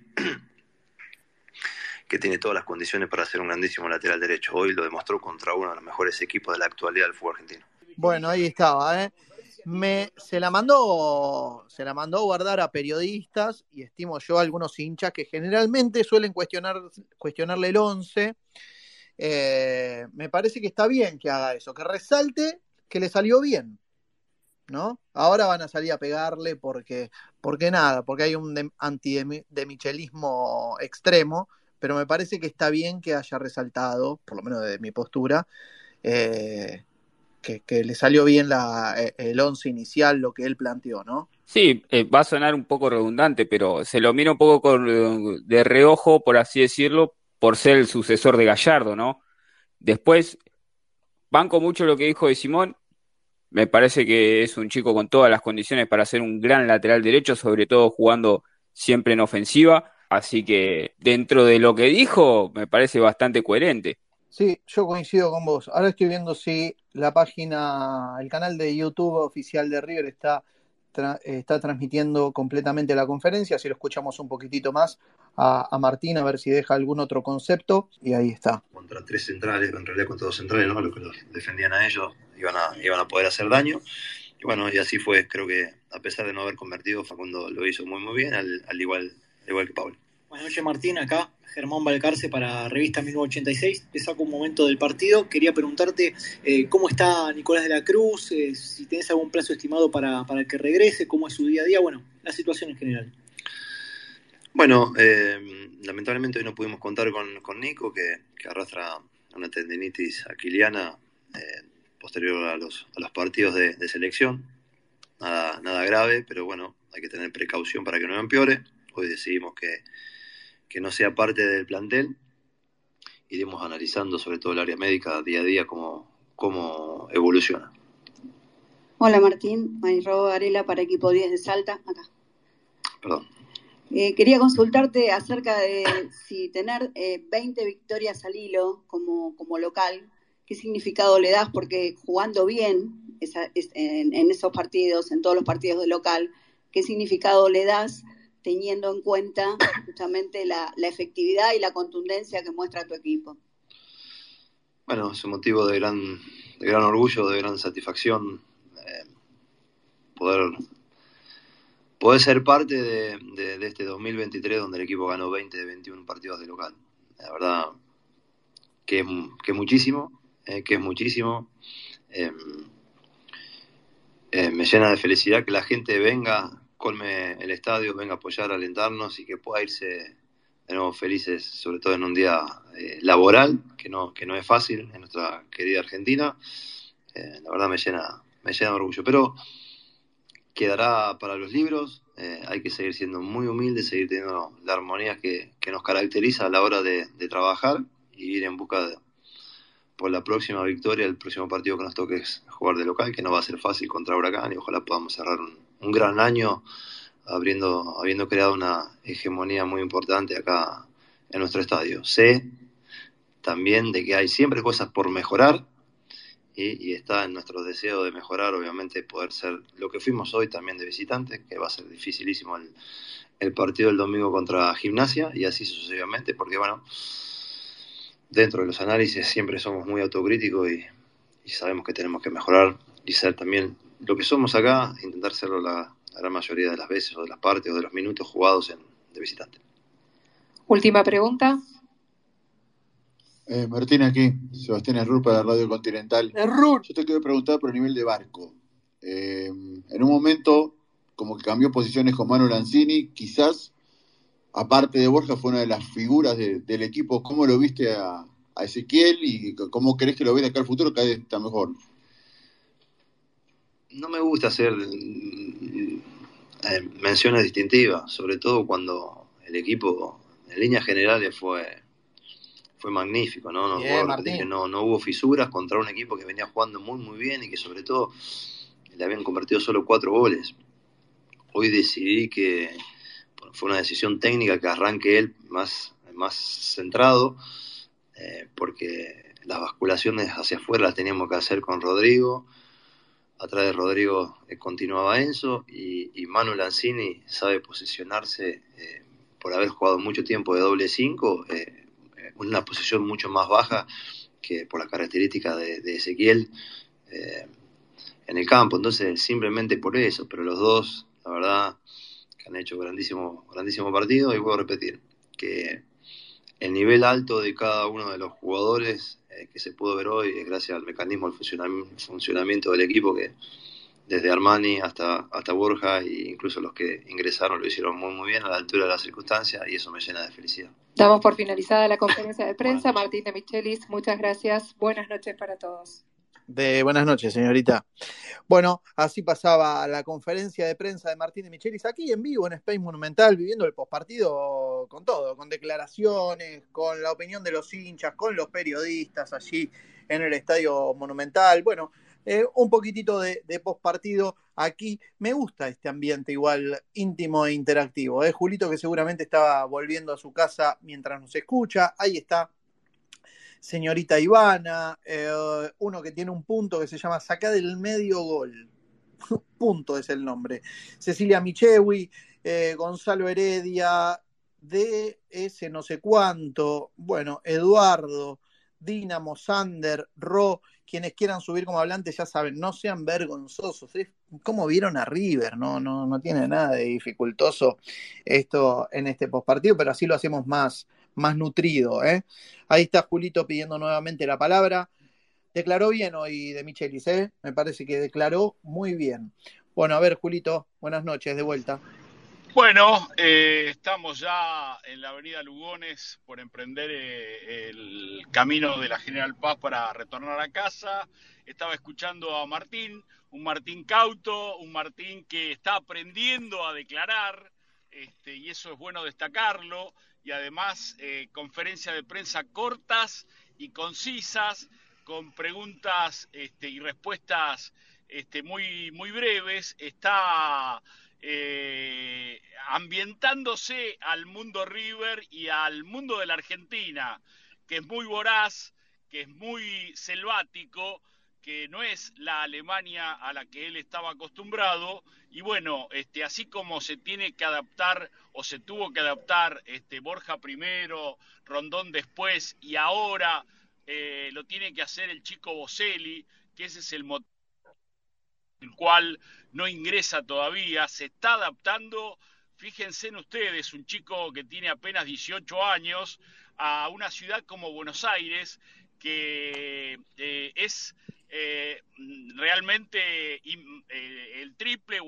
que tiene todas las condiciones para ser un grandísimo lateral derecho. Hoy lo demostró contra uno de los mejores equipos de la actualidad del fútbol argentino. Bueno, ahí estaba, ¿eh? Se la mandó a guardar a periodistas, y estimo yo a algunos hinchas que generalmente suelen cuestionarle el 11. Me parece que está bien que haga eso, que resalte que le salió bien, ¿no? Ahora van a salir a pegarle porque hay un anti-demichelismo extremo, pero me parece que está bien que haya resaltado, por lo menos desde mi postura, que le salió bien el 11 inicial, lo que él planteó, ¿no? Sí, va a sonar un poco redundante, pero se lo mira un poco de reojo, por así decirlo, por ser el sucesor de Gallardo, ¿no? Después, banco mucho lo que dijo de Simón. Me parece que es un chico con todas las condiciones para ser un gran lateral derecho, sobre todo jugando siempre en ofensiva. Así que dentro de lo que dijo, me parece bastante coherente. Sí, yo coincido con vos. Ahora estoy viendo si el canal de YouTube oficial de River está transmitiendo completamente la conferencia. Si lo escuchamos un poquitito más a Martín, a ver si deja algún otro concepto. Y ahí está. Contra tres centrales, en realidad contra dos centrales, ¿no? Los que los defendían a ellos iban a poder hacer daño. Y bueno, y así fue. Creo que a pesar de no haber convertido, Facundo lo hizo muy muy bien, al igual que Pablo. Buenas noches, Martín. Acá Germán Balcarce para Revista 1986. Te saco un momento del partido. Quería preguntarte cómo está Nicolás de la Cruz, si tenés algún plazo estimado para que regrese, cómo es su día a día, bueno, la situación en general. Bueno, lamentablemente hoy no pudimos contar con Nico, que arrastra una tendinitis aquiliana posterior a los partidos de selección. Nada grave, pero bueno, hay que tener precaución para que no empeore. Hoy decidimos que no sea parte del plantel, iremos analizando sobre todo el área médica día a día cómo evoluciona. Hola Martín, Mayró Varela para Equipo 10 de Salta, acá. Perdón. Quería consultarte acerca de si tener 20 victorias al hilo como local, ¿qué significado le das? Porque jugando bien en esos partidos, en todos los partidos de local, ¿qué significado le das teniendo en cuenta justamente la efectividad y la contundencia que muestra tu equipo? Bueno, es un motivo de gran orgullo, de gran satisfacción poder ser parte de este 2023 donde el equipo ganó 20 de 21 partidos de local. La verdad que es muchísimo, me llena de felicidad que la gente venga, colme el estadio, venga a apoyar, a alentarnos y que pueda irse de nuevo felices, sobre todo en un día laboral, que no es fácil en nuestra querida Argentina. La verdad me llena de orgullo, pero quedará para los libros. Hay que seguir siendo muy humildes, seguir teniendo la armonía que nos caracteriza a la hora de trabajar y ir en busca por la próxima victoria, el próximo partido que nos toque es jugar de local, que no va a ser fácil contra Huracán, y ojalá podamos cerrar un gran año habiendo creado una hegemonía muy importante acá en nuestro estadio. Sé también de que hay siempre cosas por mejorar, y está en nuestro deseo de mejorar, obviamente, poder ser lo que fuimos hoy también de visitantes, que va a ser dificilísimo el partido del domingo contra Gimnasia, y así sucesivamente, porque bueno, dentro de los análisis siempre somos muy autocríticos y sabemos que tenemos que mejorar y ser también lo que somos acá, intentar serlo la gran mayoría de las veces, o de las partes, o de los minutos jugados de visitante. Última pregunta. Martín, aquí, Sebastián Herrur para Radio Continental. Yo te quiero preguntar por el nivel de Barco. En un momento, como que cambió posiciones con Manu Lanzini, quizás, aparte de Borja, fue una de las figuras del equipo. ¿Cómo lo viste a Ezequiel y cómo crees que lo ves de acá al futuro? Cada vez está mejor. No me gusta hacer menciones distintivas, sobre todo cuando el equipo, en líneas generales, fue magnífico, ¿no? Bien, No hubo fisuras contra un equipo que venía jugando muy muy bien y que sobre todo le habían convertido solo 4 goles. Hoy decidí que fue una decisión técnica que arranque él más centrado, porque las basculaciones hacia afuera las teníamos que hacer con Rodrigo. Atrás de Rodrigo continuaba Enzo, y Manu Lanzini sabe posicionarse, por haber jugado mucho tiempo de doble 5, una posición mucho más baja que por las características de Ezequiel en el campo. Entonces, simplemente por eso, pero los dos, la verdad, que han hecho grandísimo partido, y voy a repetir que el nivel alto de cada uno de los jugadores que se pudo ver hoy es gracias al mecanismo, al funcionamiento del equipo, que desde Armani hasta Borja, e incluso los que ingresaron, lo hicieron muy muy bien a la altura de las circunstancias, y eso me llena de felicidad. Damos por finalizada la conferencia de prensa. Martín de Michelis, muchas gracias. Buenas noches para todos. Buenas noches, señorita. Bueno, así pasaba la conferencia de prensa de Martín de Michelis, aquí en vivo en Space Monumental, viviendo el postpartido con todo, con declaraciones, con la opinión de los hinchas, con los periodistas allí en el Estadio Monumental. Bueno, un poquitito de postpartido aquí. Me gusta este ambiente igual íntimo e interactivo. Julito, que seguramente estaba volviendo a su casa mientras nos escucha. Ahí está señorita Ivana, uno que tiene un punto que se llama Sacá del Medio Gol. Punto es el nombre. Cecilia Michewi, Gonzalo Heredia, DS no sé cuánto, bueno, Eduardo, Dinamo, Sander, Ro, quienes quieran subir como hablantes ya saben, no sean vergonzosos. Es como vieron a River, no tiene nada de dificultoso esto en este postpartido, pero así lo hacemos más nutrido. Ahí está Julito pidiendo nuevamente la palabra. Declaró bien hoy de Michelis, me parece que declaró muy bien. Bueno, a ver, Julito, buenas noches, de vuelta. Bueno, estamos ya en la avenida Lugones por emprender el camino de la General Paz para retornar a casa. Estaba escuchando a Martín, un Martín cauto, un Martín que está aprendiendo a declarar, y eso es bueno destacarlo, y además conferencia de prensa cortas y concisas, con preguntas y respuestas muy, muy breves. Está ambientándose al mundo River y al mundo de la Argentina, que es muy voraz, que es muy selvático, que no es la Alemania a la que él estaba acostumbrado. Y bueno, así como se tiene que adaptar, o se tuvo que adaptar Borja primero, Rondón después, y ahora lo tiene que hacer el chico Boselli, que ese es el motivo el cual no ingresa todavía, se está adaptando. Fíjense en ustedes, un chico que tiene apenas 18 años, a una ciudad como Buenos Aires, que es realmente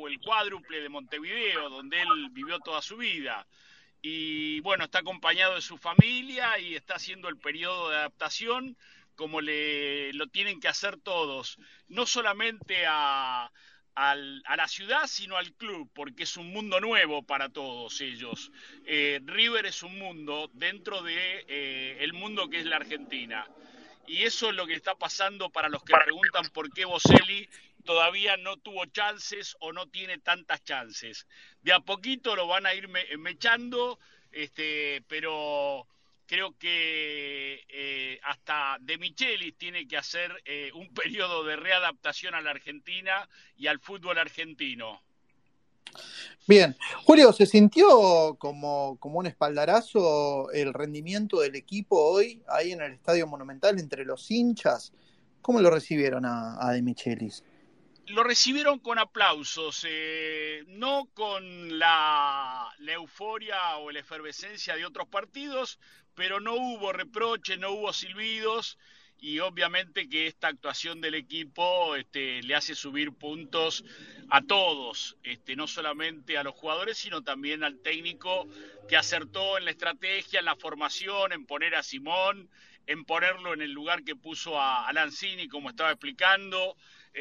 o el cuádruple de Montevideo, donde él vivió toda su vida. Y bueno, está acompañado de su familia y está haciendo el periodo de adaptación como lo tienen que hacer todos, no solamente a la ciudad, sino al club, porque es un mundo nuevo para todos ellos. River es un mundo dentro de el mundo que es la Argentina. Y eso es lo que está pasando para los que preguntan por qué Boselli todavía no tuvo chances o no tiene tantas chances. De a poquito lo van a ir mechando, pero creo que hasta De Michelis tiene que hacer un periodo de readaptación a la Argentina y al fútbol argentino. Bien, Julio, ¿se sintió como un espaldarazo el rendimiento del equipo hoy ahí en el Estadio Monumental entre los hinchas? ¿Cómo lo recibieron a De Michelis? Lo recibieron con aplausos, no con la euforia o la efervescencia de otros partidos, pero no hubo reproches, no hubo silbidos. Y obviamente que esta actuación del equipo le hace subir puntos a todos, no solamente a los jugadores, sino también al técnico que acertó en la estrategia, en la formación, en poner a Simón, en ponerlo en el lugar que puso a Lanzini, como estaba explicando,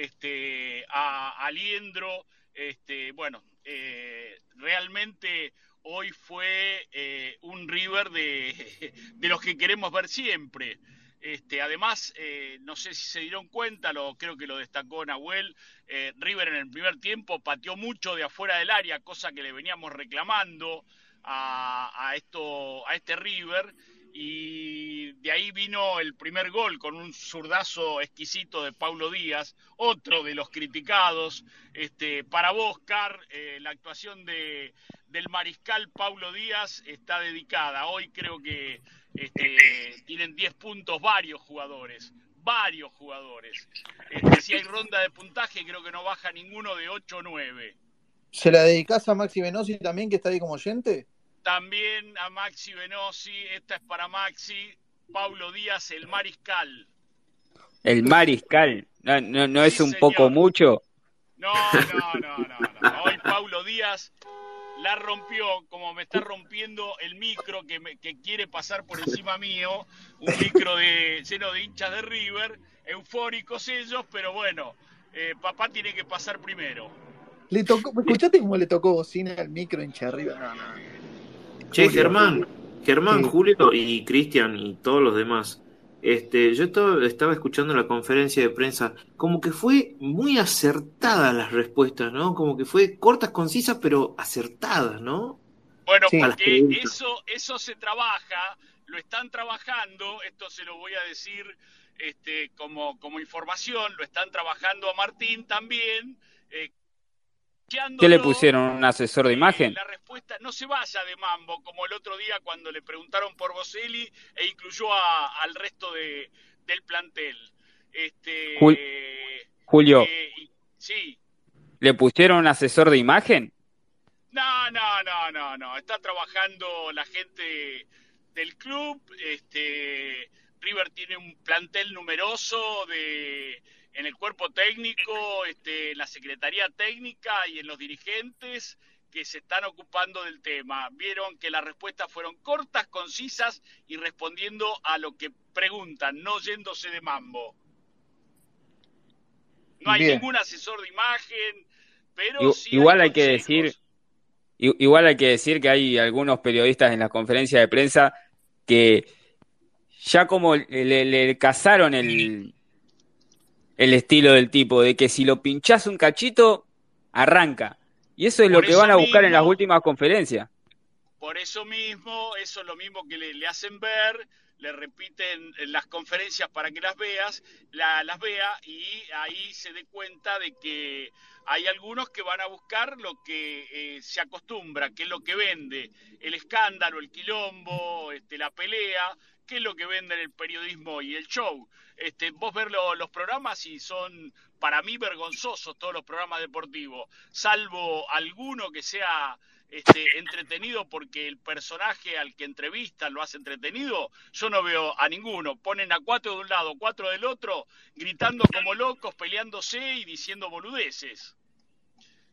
a Aliendro. Realmente hoy fue un River de los que queremos ver siempre. Además, no sé si se dieron cuenta, creo que lo destacó Nahuel, River en el primer tiempo pateó mucho de afuera del área, cosa que le veníamos reclamando a este River, y de ahí vino el primer gol con un zurdazo exquisito de Paulo Díaz, otro de los criticados. Para vos, Car, la actuación del mariscal Paulo Díaz está dedicada. Hoy creo que tienen 10 puntos varios jugadores. Si hay ronda de puntaje, creo que no baja ninguno de 8 o 9. ¿Se la dedicás a Maxi Venosi también, que está ahí como oyente? También a Maxi Venosi, esta es para Maxi. Paulo Díaz, el mariscal. El mariscal, ¿no es un señor. Poco mucho? No. Hoy Paulo Díaz la rompió, como me está rompiendo el micro que quiere pasar por encima mío, un micro lleno de hinchas de River, eufóricos ellos, pero bueno, papá tiene que pasar primero. ¿Escuchaste cómo le tocó bocina al micro hincha de River? No. Che, Julio. Germán, Sí. Julio y Cristian y todos los demás. Yo estaba escuchando la conferencia de prensa, como que fue muy acertada las respuestas, ¿no? Como que fue cortas, concisas, pero acertadas, ¿no? Bueno, Sí. porque eso se trabaja, lo están trabajando, esto se lo voy a decir como información, lo están trabajando a Martín también. ¿Qué le pusieron? ¿Un asesor de imagen? La respuesta no se vaya de mambo, como el otro día cuando le preguntaron por Boselli e incluyó al resto del plantel. Julio, Sí. ¿le pusieron un asesor de imagen? No. Está trabajando la gente del club. River tiene un plantel numeroso en el cuerpo técnico, en la secretaría técnica y en los dirigentes que se están ocupando del tema. Vieron que las respuestas fueron cortas, concisas y respondiendo a lo que preguntan, no yéndose de mambo. No hay Bien. ningún asesor de imagen, pero sí Igual hay hay que decir que hay algunos periodistas en la conferencia de prensa que ya como le cazaron el estilo del tipo, de que si lo pinchás un cachito, arranca. Y eso es lo que van a buscar en las últimas conferencias. Por eso mismo, eso es lo mismo que le hacen ver, le repiten en las conferencias para que las vea, y ahí se dé cuenta de que hay algunos que van a buscar lo que se acostumbra, que es lo que vende, el escándalo, el quilombo, la pelea, que es lo que vende en el periodismo y el show. Vos ver los programas y son, para mí, vergonzosos todos los programas deportivos, salvo alguno que sea entretenido porque el personaje al que entrevistan lo hace entretenido. Yo no veo a ninguno. Ponen a 4 de un lado, 4 del otro, gritando como locos, peleándose y diciendo boludeces.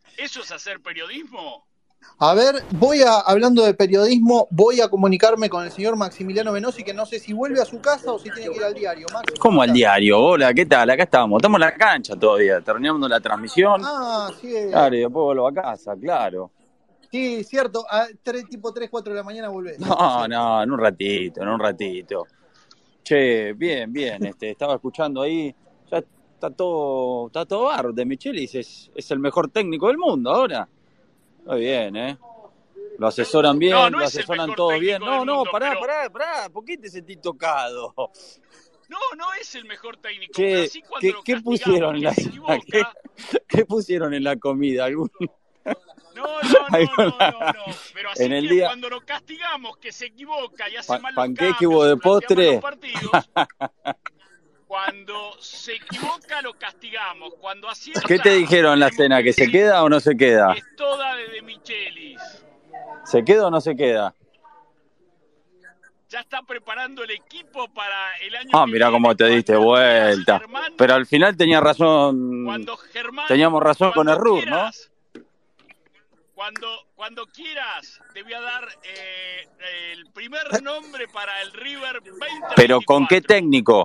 ¿Eso es hacer periodismo? A ver, hablando de periodismo, voy a comunicarme con el señor Maximiliano Venosi, que no sé si vuelve a su casa o si tiene que ir al diario. Maxi, ¿Cómo al diario? Hola, ¿qué tal? Acá estamos en la cancha todavía, terminando la transmisión. Ah, sí. Claro, y después vuelvo a casa, claro. Sí, cierto, tipo 3, 4 de la mañana volvés. No, en un ratito. Che, bien, estaba escuchando ahí, ya está todo barro. De Michelis es el mejor técnico del mundo ahora. Muy bien, Lo asesoran bien, No lo es el asesoran mejor todo técnico bien. del mundo, Pará, pero- ¿por qué te sentís tocado? No es el mejor técnico, pero Che, así cuando lo ¿qué castigamos, pusieron en que la se equivoca... ¿Qué pusieron en la comida? No, pero así En el que día, cuando lo castigamos, que se equivoca y hace mal los panqueque cambios, hubo de y plantea mal los postre. partidos, cuando se equivoca lo castigamos, cuando acierta... ¿Qué te dijeron en la cena? ¿Que se queda o no se queda? Es toda de Michelis. ¿Se queda o no se queda? Ya está preparando el equipo para el año que Mirá viene. cómo te diste vuelta. Germán, Pero al final tenía razón. Teníamos razón con Errur, ¿no? Cuando quieras, te voy a dar el primer nombre para el River 2024. ¿Pero con qué técnico?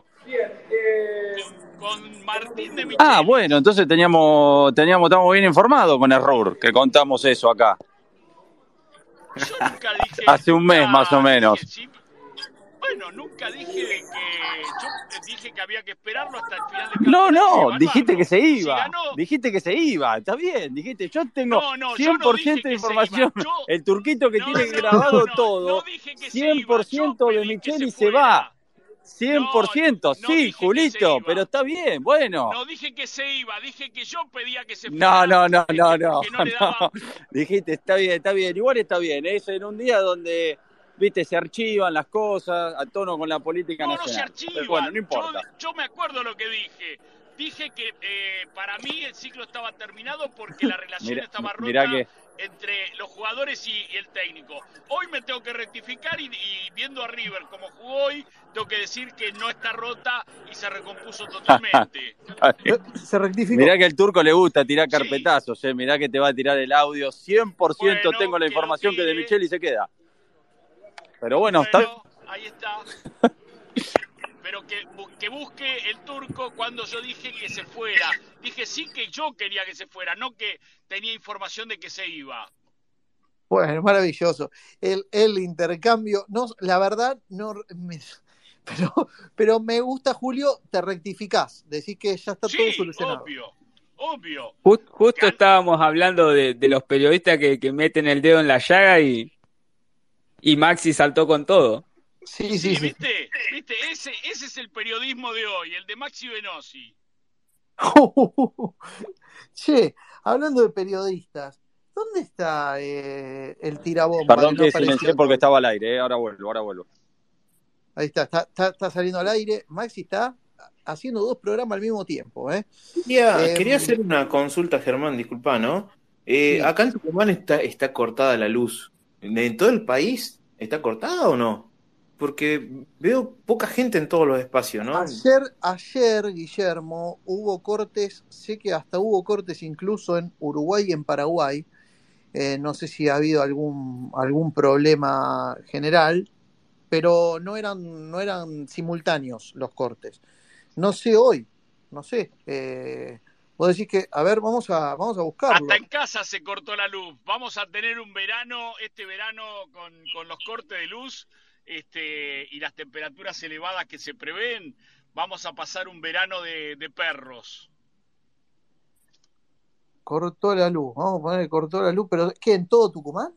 Con Martín de Michelis. Bueno, entonces estamos bien informados con Errur, que contamos eso acá. Yo nunca dije... Hace un mes más o menos. Bueno, nunca dije que... Yo dije que había que esperarlo hasta el final del campeonato. No, dijiste que se iba. Si ganó... Dijiste que se iba, está bien. Dijiste, yo tengo No, 100% yo no dije de información. Yo... El turquito que tiene grabado todo. No dije que 100% de Michelis se va. 100%, sí, Julito, pero está bien, bueno. No dije que se iba, dije que yo pedía que se fuera. No. Dijiste, está bien, igual está bien. Es en un día donde, viste, se archivan las cosas a tono con la política nacional. No se archivan. Pero bueno, no importa. Yo me acuerdo lo que dije. Dije que para mí el ciclo estaba terminado porque la relación estaba rota entre los jugadores y el técnico. Hoy me tengo que rectificar y viendo a River como jugó hoy, tengo que decir que no está rota y se recompuso totalmente. Se rectificó. Mirá que al turco le gusta tirar carpetazos, mirá que te va a tirar el audio. 100% tengo la información que de Michelis se queda. Pero bueno, ahí está. Pero que busque el turco cuando yo dije que se fuera. Dije sí que yo quería que se fuera, no que tenía información de que se iba. Bueno, maravilloso. El intercambio, no, la verdad, no, pero me gusta, Julio, te rectificás, decís que ya está todo solucionado. Obvio. Justo estábamos hablando de los periodistas que meten el dedo en la llaga y Maxi saltó con todo. Sí. ¿Viste? Ese es el periodismo de hoy, el de Maxi Venosi. Che, hablando de periodistas, ¿dónde está el tirabomba? Perdón que silencié porque estaba al aire, ahora vuelvo. Ahí está saliendo al aire. Maxi está haciendo 2 programas al mismo tiempo. Quería hacer una consulta, Germán, disculpa, ¿no? Sí. Acá en Tucumán está cortada la luz. ¿En todo el país está cortada o no? Porque veo poca gente en todos los espacios, ¿no? Ayer, Guillermo, hubo cortes, sé que hasta hubo cortes incluso en Uruguay y en Paraguay. No sé si ha habido algún problema general, pero no eran simultáneos los cortes. No sé hoy, no sé. Vos decís que, a ver, vamos a buscarlo. Hasta en casa se cortó la luz. Vamos a tener este verano con los cortes de luz. Y las temperaturas elevadas que se prevén, vamos a pasar un verano de perros. Cortó la luz, vamos a poner cortó la luz, pero ¿qué, en todo Tucumán?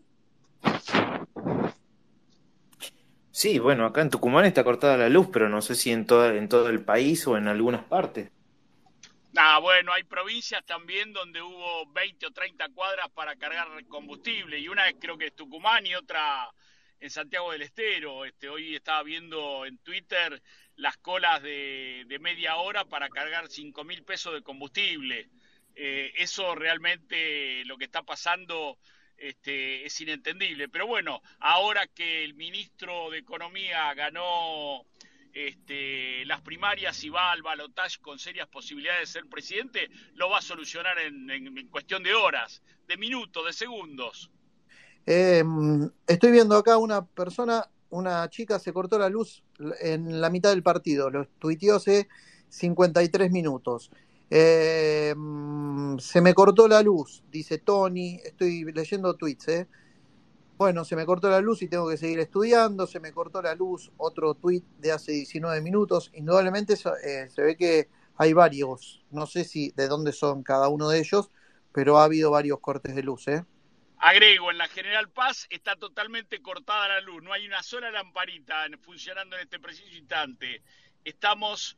Sí, bueno, acá en Tucumán está cortada la luz, pero no sé si en todo el país o en algunas partes. Bueno, hay provincias también donde hubo 20 o 30 cuadras para cargar combustible, y una creo que es Tucumán y otra en Santiago del Estero. Hoy estaba viendo en Twitter las colas de media hora para cargar 5.000 pesos de combustible. Eso realmente lo que está pasando es inentendible. Pero bueno, ahora que el ministro de Economía ganó las primarias y va al balotaje con serias posibilidades de ser presidente, lo va a solucionar en cuestión de horas, de minutos, de segundos. Estoy viendo acá una chica se cortó la luz en la mitad del partido, lo tuiteó hace 53 minutos. Se me cortó la luz, dice Tony, estoy leyendo tweets, Bueno, se me cortó la luz y tengo que seguir estudiando, se me cortó la luz, otro tweet de hace 19 minutos, indudablemente se ve que hay varios, no sé si de dónde son cada uno de ellos, pero ha habido varios cortes de luz, Agrego, en la General Paz está totalmente cortada la luz, no hay una sola lamparita funcionando en este preciso instante. Estamos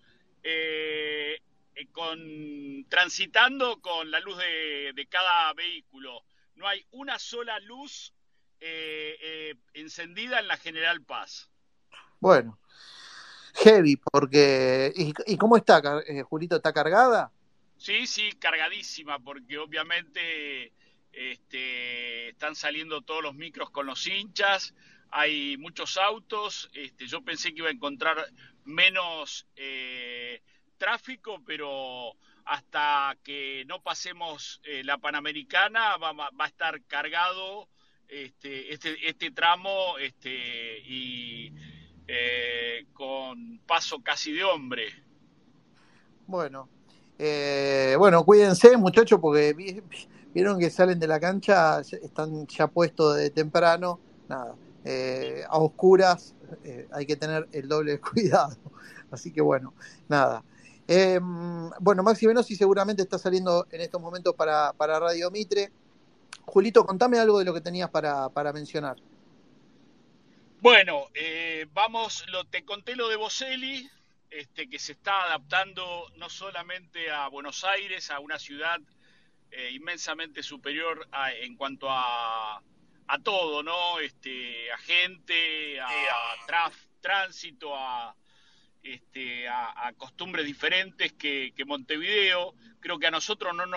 transitando con la luz de cada vehículo. No hay una sola luz encendida en la General Paz. Bueno, heavy, porque... ¿Y cómo está, Julito? ¿Está cargada? Sí, cargadísima, porque obviamente están saliendo todos los micros con los hinchas, hay muchos autos, yo pensé que iba a encontrar menos tráfico, pero hasta que no pasemos la Panamericana va a estar cargado este tramo y con paso casi de hombre. Bueno, cuídense, muchachos, porque vieron que salen de la cancha, están ya puestos de temprano, nada, a oscuras, hay que tener el doble de cuidado, así que bueno, nada. Maxi Venosi seguramente está saliendo en estos momentos para Radio Mitre. Julito, contame algo de lo que tenías para mencionar. Bueno, te conté lo de Boselli, que se está adaptando no solamente a Buenos Aires, a una ciudad inmensamente superior en cuanto a todo, ¿no? A gente, a tránsito, a costumbres diferentes que Montevideo. Creo que a nosotros no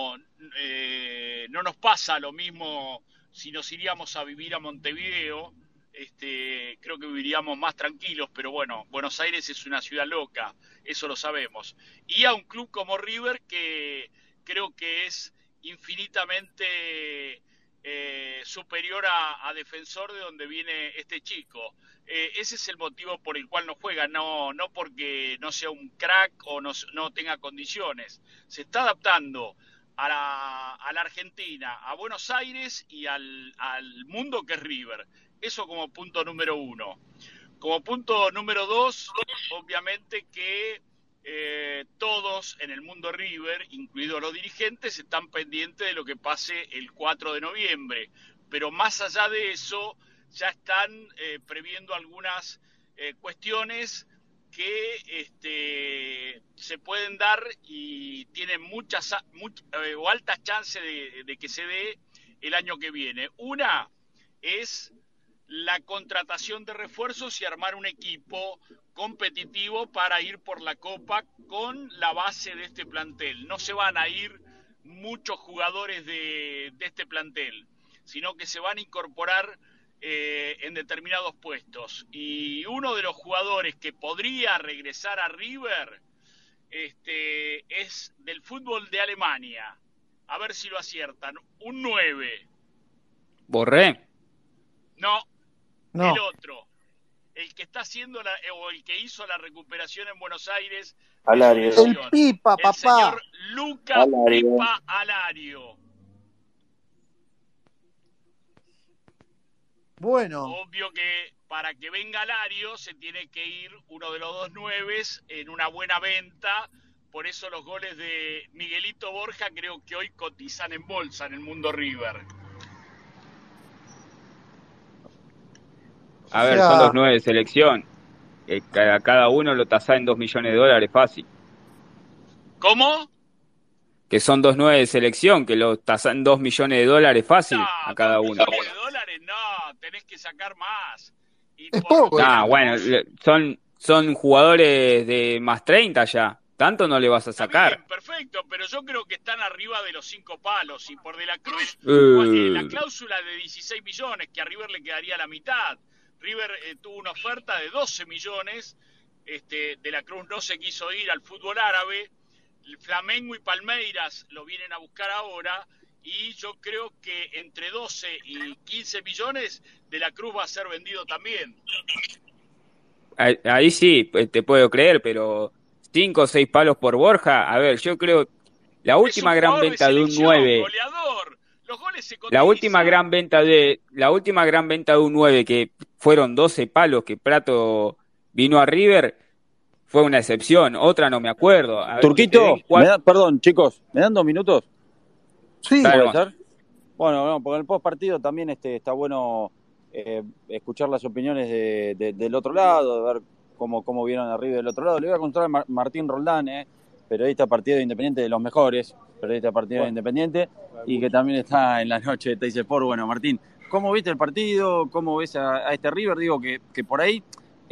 nos pasa lo mismo si nos iríamos a vivir a Montevideo. Creo que viviríamos más tranquilos, pero bueno, Buenos Aires es una ciudad loca, eso lo sabemos. Y a un club como River que creo que es infinitamente superior a Defensor, de donde viene este chico. Ese es el motivo por el cual no juega, no porque no sea un crack o no tenga condiciones. Se está adaptando a la Argentina, a Buenos Aires y al mundo que es River. Eso como punto número 1. Como punto número 2, obviamente que todos en el mundo River, incluidos los dirigentes, están pendientes de lo que pase el 4 de noviembre. Pero más allá de eso, ya están previendo algunas cuestiones que se pueden dar y tienen o altas chances de que se dé el año que viene. Una es la contratación de refuerzos y armar un equipo competitivo para ir por la Copa con la base de este plantel. No se van a ir muchos jugadores de este plantel, sino que se van a incorporar en determinados puestos. Y uno de los jugadores que podría regresar a River es del fútbol de Alemania. A ver si lo aciertan. Un 9. ¿Borré? No. No. El otro, el que está haciendo el que hizo la recuperación en Buenos Aires. Alario. El Pipa, papá. El señor Luca Pipa Alario. Bueno. Obvio que para que venga Alario se tiene que ir uno de los dos 9 en una buena venta. Por eso los goles de Miguelito Borja creo que hoy cotizan en bolsa en el mundo River. A ver, son los 9 de selección. Cada uno lo tasá en $2 millones fácil. ¿Cómo? Que son 2 9 de selección, que lo tasá en $2 millones fácil a cada uno. $2 millones, no, tenés que sacar más. Es poco. Bueno, son jugadores de más 30 ya. Tanto no le vas a sacar. Bien, perfecto, pero yo creo que están arriba de los 5 palos. Y por De la Cruz, la cláusula de 16 millones, que a River le quedaría la mitad. River tuvo una oferta de 12 millones De la Cruz no se quiso ir al fútbol árabe, el Flamengo y Palmeiras lo vienen a buscar ahora, y yo creo que entre 12 y 15 millones De la Cruz va a ser vendido también. Ahí sí, te puedo creer, pero 5 o 6 palos por Borja, a ver, yo creo la última gran venta de un 9, goleador. Los goles se la última gran venta de un 9 que fueron 12 palos que Prato vino a River fue una excepción, otra no me acuerdo. A ver, Turquito, perdón, chicos, ¿me dan 2 minutos? Sí, claro. ¿Puede ser? Bueno, no, porque en el post partido también está bueno escuchar las opiniones del otro lado, de ver cómo vieron a River del otro lado. Le voy a contar a Martín Roldán, periodista partido de Independiente, de los mejores, periodista partido de Independiente, y que también está en la noche de Teis Sport. Bueno, Martín, ¿cómo viste el partido? ¿Cómo ves a este River? Digo que por ahí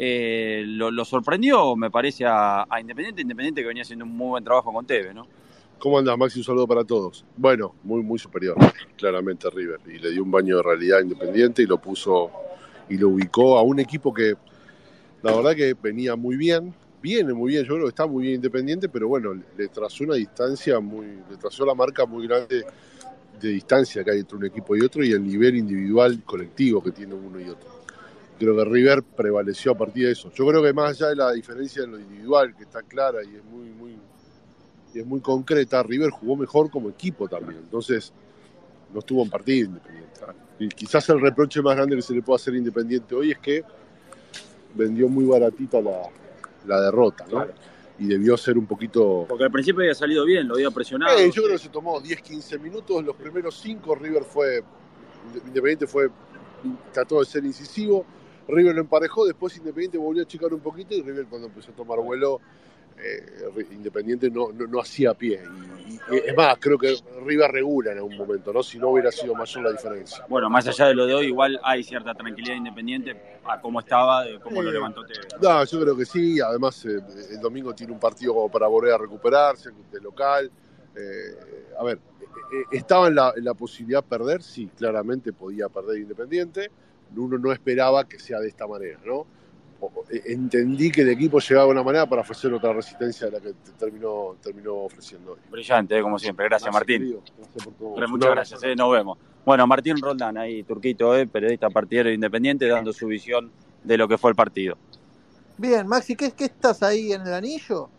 lo sorprendió, me parece, a Independiente que venía haciendo un muy buen trabajo con Tevez, ¿no? ¿Cómo andás, Maxi? Un saludo para todos. Bueno, muy superior, claramente River. Y le dio un baño de realidad a Independiente y lo puso y lo ubicó a un equipo que la verdad que venía muy bien, viene muy bien, yo creo que está muy bien Independiente, pero bueno, le trazó una distancia le trazó la marca muy grande de distancia que hay entre un equipo y otro y el nivel individual colectivo que tiene uno y otro. Creo que River prevaleció a partir de eso. Yo creo que más allá de la diferencia en lo individual, que está clara y es muy concreta, River jugó mejor como equipo también. Entonces, no estuvo en partido Independiente. Y quizás el reproche más grande que se le puede hacer a Independiente hoy es que vendió muy baratita la derrota, ¿no? Claro. Y debió ser un poquito... Porque al principio había salido bien, lo había presionado. Yo creo que se tomó 10-15 minutos, los primeros 5 Independiente trató de ser incisivo, River lo emparejó, después Independiente volvió a achicar un poquito y River cuando empezó a tomar vuelo, Independiente no hacía pie. Y es más, creo que River regula en algún momento, ¿no? Si no hubiera sido mayor la diferencia. Bueno, más allá de lo de hoy, igual hay cierta tranquilidad Independiente a cómo estaba, de cómo lo levantó Tevez. No, yo creo que sí. Además, el domingo tiene un partido como para volver a recuperarse de local. A ver, estaba en la posibilidad de perder, sí, claramente podía perder Independiente. Uno no esperaba que sea de esta manera, ¿no? Entendí que el equipo llegaba de una manera para ofrecer otra resistencia de la que terminó ofreciendo hoy. Brillante, como siempre. Gracias, Martín. Gracias por todo. Muchas gracias, nos vemos. Bueno, Martín Roldán, ahí, Turquito, periodista partidario Independiente, dando su visión de lo que fue el partido. Bien, Maxi, ¿qué estás ahí en el anillo?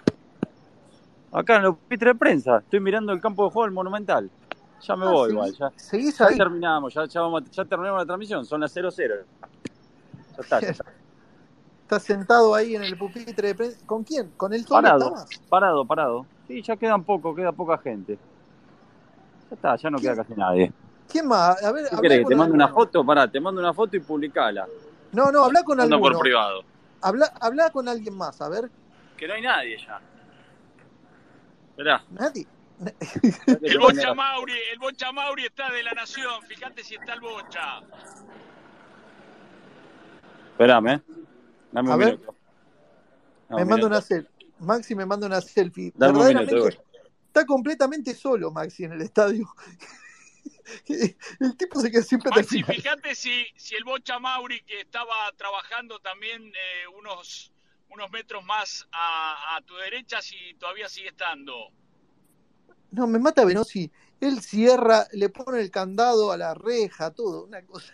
Acá en los pupitres de prensa, estoy mirando el campo de juego del Monumental. Ya me voy igual, ya. ¿Seguís ahí? Ya terminamos, ya terminamos la transmisión, son las 00. Ya está. ¿Estás sentado ahí en el pupitre de prensa? ¿Con quién? ¿Con el Sol? Parado. Sí, ya queda poca gente. Ya está, ya no queda casi nadie. ¿Quién más? A ver, ¿qué querés? ¿Te mando una foto? Te mando una foto y publicala. No, habla con alguno. por privado. Habla con alguien más, a ver. Que no hay nadie ya. Esperá. ¿Nadie? El Bocha Mauri está de la Nación, fíjate si está el Bocha. Espérame, dame a un ver, minuto. Me manda una selfie. Maxi me manda una selfie. Dame verdaderamente un minuto. Está completamente solo Maxi en el estadio. El tipo se queda siempre Maxi, fíjate si el Bocha Mauri, que estaba trabajando también unos metros más a tu derecha, si todavía sigue estando. No, me mata Venosi. Él cierra, le pone el candado a la reja, todo, una cosa.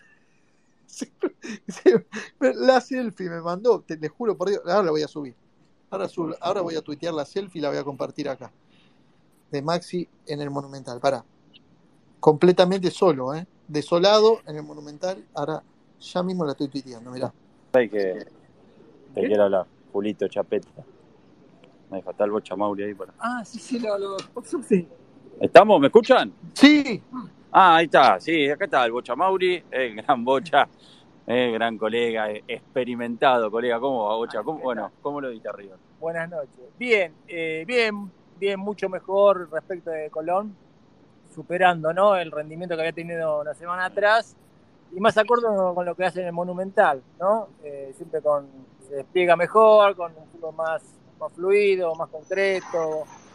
La selfie me mandó, le juro por Dios. Ahora la voy a subir. Ahora voy a tuitear la selfie y la voy a compartir acá. De Maxi en el Monumental. Pará. Completamente solo, desolado en el Monumental. Ahora ya mismo la estoy tuiteando, mirá. Hay que te quiero hablar. Julito Chapeta. Me falta el Bocha Mauri ahí para. Sí, sí. ¿Estamos? ¿Me escuchan? Sí. Ahí está, sí, acá está el Bocha Mauri, el gran Bocha, gran colega, experimentado colega. ¿Cómo va, Bocha? ¿Cómo lo viste arriba? Buenas noches. Bien, mucho mejor respecto de Colón, superando, ¿no?, el rendimiento que había tenido una semana atrás y más acorde con lo que hace en el Monumental, ¿no? Siempre se despliega mejor, con un fútbol más fluido, más concreto,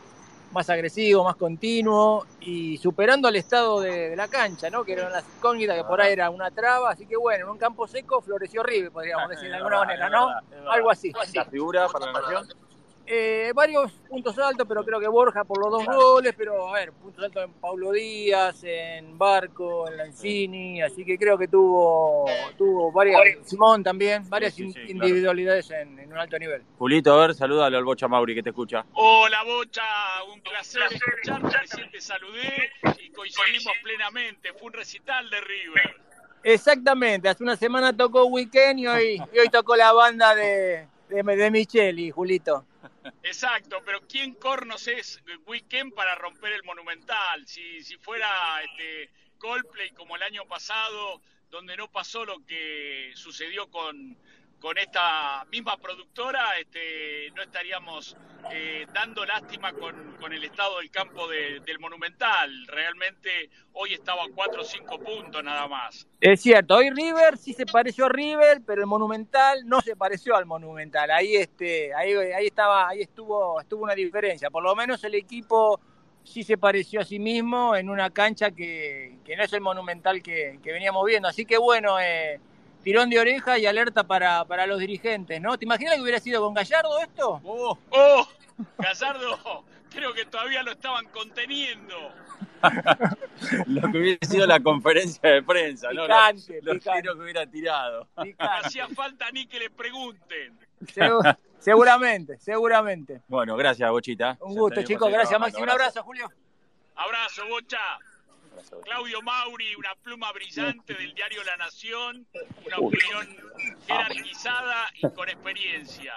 más agresivo, más continuo y superando el estado de la cancha, ¿no? Que eran las incógnitas, que por ahí era una traba, así que bueno, en un campo seco floreció River, podríamos decir de alguna manera, ¿no? Algo así. ¿La figura para la Nación? Varios puntos altos, pero creo que Borja por los 2 goles, pero a ver, puntos altos en Paulo Díaz, en Barco, en Lanzini, así que creo que tuvo varias, Simón también, varias individualidades claro. en un alto nivel. Julito, a ver, salúdalo al Bocha Mauri que te escucha. Hola Bocha, un placer escucharte, recién te saludé y coincidimos plenamente, fue un recital de River. Exactamente, hace una semana tocó Weekend y hoy tocó la banda de Micheli, Julito. Exacto, pero ¿quién cornos es Weekend para romper el Monumental? Si fuera Coldplay como el año pasado, donde no pasó lo que sucedió con esta misma productora, no estaríamos dando lástima con el estado del campo del Monumental. Realmente hoy estaba a 4 o 5 puntos nada más. Es cierto, hoy River sí se pareció a River, pero el Monumental no se pareció al Monumental. Ahí estuvo una diferencia. Por lo menos el equipo sí se pareció a sí mismo en una cancha que no es el Monumental que veníamos viendo. Así que bueno, tirón de oreja y alerta para los dirigentes, ¿no? ¿Te imaginas que hubiera sido con Gallardo esto? ¡Oh! Gallardo, creo que todavía lo estaban conteniendo. Lo que hubiera sido la conferencia de prensa, picante, ¿no? Los tiros que hubiera tirado. No hacía falta ni que le pregunten. Seguramente. Bueno, gracias, Bochita. Un gusto, chicos. Gracias, Maxi. Un abrazo, Julio. Abrazo, Bocha. Claudio Mauri, una pluma brillante del diario La Nación, una opinión jerarquizada y con experiencia.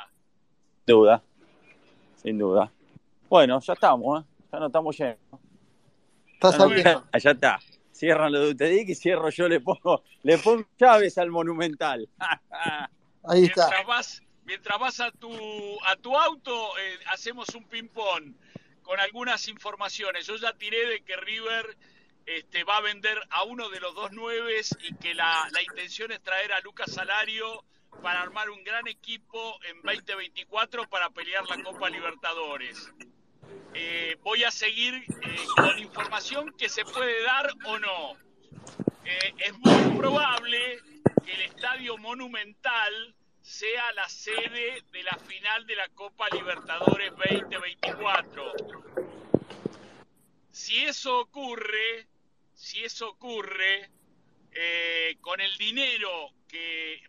Sin duda. Bueno, ya estamos, ya no estamos llenos. Está saliendo. Allá está. Cierran lo de Utedic y cierro yo, le pongo llaves al Monumental. Ahí está. Mientras vas a tu auto, hacemos un ping-pong con algunas informaciones. Yo ya tiré de que River va a vender a uno de los 2 9s y que la intención es traer a Lucas Salario para armar un gran equipo en 2024 para pelear la Copa Libertadores. Voy a seguir con información que se puede dar o no. Es muy probable que el Estadio Monumental sea la sede de la final de la Copa Libertadores 2024. Si eso ocurre, con el dinero que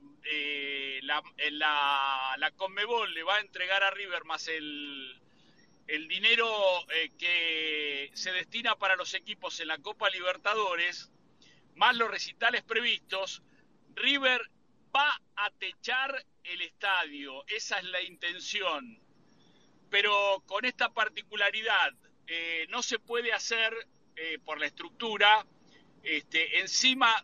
la Conmebol le va a entregar a River más el dinero que se destina para los equipos en la Copa Libertadores, más los recitales previstos, River va a techar el estadio. Esa es la intención. Pero con esta particularidad, no se puede hacer por la estructura encima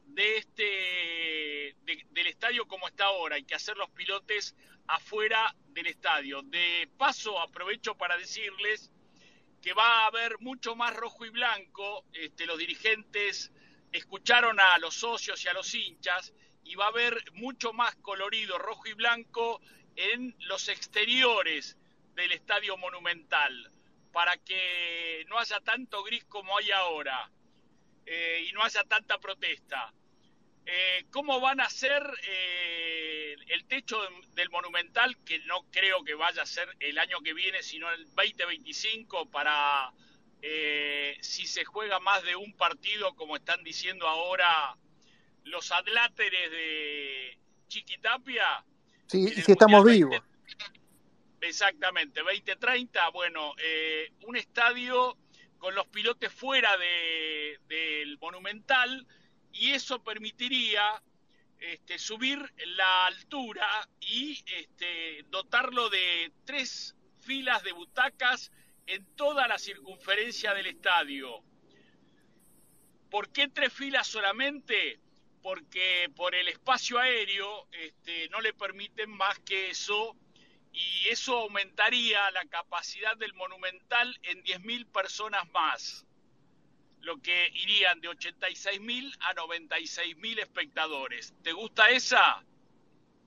del estadio como está ahora. Hay que hacer los pilotes afuera del estadio. De paso, aprovecho para decirles que va a haber mucho más rojo y blanco. Los dirigentes escucharon a los socios y a los hinchas, y va a haber mucho más colorido rojo y blanco en los exteriores del Estadio Monumental, para que no haya tanto gris como hay ahora y no haya tanta protesta. ¿Cómo van a ser el techo del Monumental? Que no creo que vaya a ser el año que viene, sino el 2025, para si se juega más de un partido, como están diciendo ahora los adláteres de Chiquitapia. Sí, si estamos vivos. Exactamente, 2030, bueno, un estadio con los pilotes fuera del Monumental, y eso permitiría subir la altura y dotarlo de 3 filas de butacas en toda la circunferencia del estadio. ¿Por qué 3 filas solamente? Porque por el espacio aéreo no le permiten más que eso, y eso aumentaría la capacidad del Monumental en 10.000 personas más, lo que irían de 86.000 a 96.000 espectadores. ¿Te gusta esa?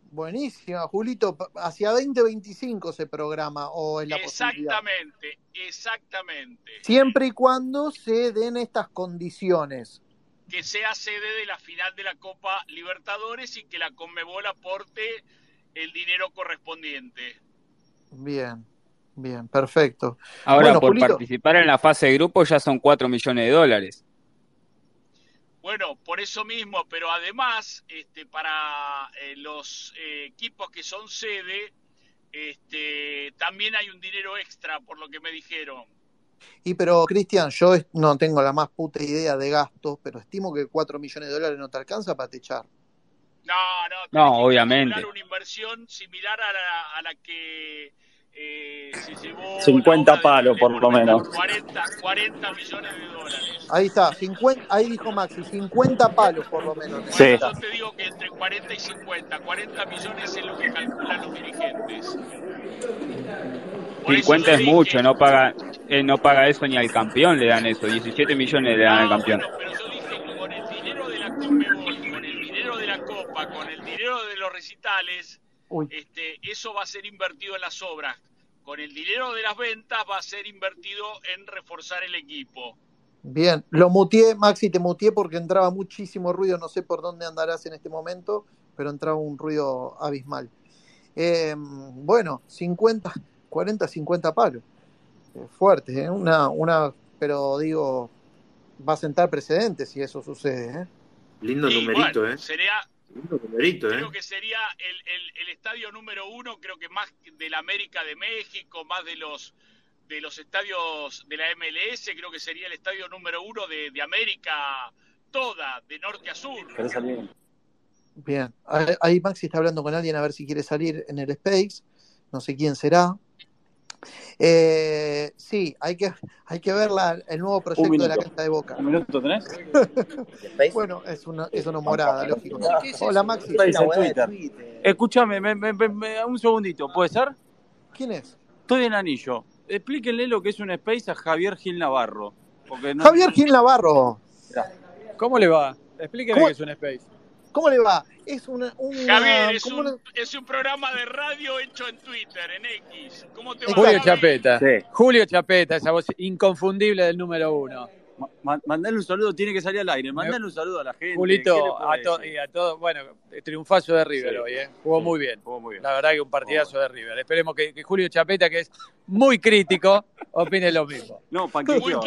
Buenísima, Julito. Hacia 2025 se programa o es la posibilidad. Exactamente. Siempre y cuando se den estas condiciones. Que sea sede de la final de la Copa Libertadores y que la Conmebol aporte el dinero correspondiente. Bien, perfecto. Ahora, bueno, por Julito, participar en la fase de grupo ya son $4 millones. Bueno, por eso mismo, pero además, para los equipos que son sede, también hay un dinero extra, por lo que me dijeron. pero Cristian, yo no tengo la más puta idea de gastos, pero estimo que $4 millones no te alcanza para techar. No, obviamente. Una inversión similar a la que se llevó 50 palos por lo menos. 40 millones de dólares. Ahí está, ahí dijo Maxi, 50 palos por lo menos. Sí. Yo te digo que entre 40 y 50, 40 millones es lo que calculan los dirigentes. 50 es mucho, no paga eso ni al campeón le dan eso, 17 millones le dan al campeón. Pero yo dije que con el dinero de la Conmebol, con el dinero de la Copa, con el dinero de los recitales, eso va a ser invertido en las obras. Con el dinero de las ventas va a ser invertido en reforzar el equipo. Bien, lo muteé, Maxi, te muteé porque entraba muchísimo ruido, no sé por dónde andarás en este momento, pero entraba un ruido abismal. Bueno, 40, 50 palos. Fuerte, ¿eh? Pero digo, va a sentar precedentes si eso sucede, ¿eh? Lindo numerito, bueno, Lindo numerito, creo que sería el estadio número 1, creo que más de la América de México, más de los estadios de la MLS, creo que sería el estadio número 1 de América toda, de norte a sur. Bien, ahí Maxi está hablando con alguien a ver si quiere salir en el Space, no sé quién será. Sí, hay que ver el nuevo proyecto de la cancha de Boca. ¿Un minuto tenés? Bueno, es una morada, lógico. Hola, Maxi. Escúchame, un segundito, ¿puede ser? ¿Quién es? Estoy en Anillo. Explíquenle lo que es un Space a Javier Gil Navarro. Javier Gil Navarro. ¿Cómo le va? Explíqueme qué es un Space. ¿Cómo le va? Javier, es un programa de radio hecho en Twitter, en X. ¿Cómo te va? Julio Chapeta. Sí. Julio Chapeta, esa voz inconfundible del número 1. Mandale un saludo, tiene que salir al aire. Mandale un saludo a la gente. Julito, a todos. Bueno, triunfazo de River hoy, ¿eh? Jugó muy bien. La verdad que un partidazo de River. Esperemos que Julio Chapeta, que es muy crítico, opine lo mismo. No, panquequeo.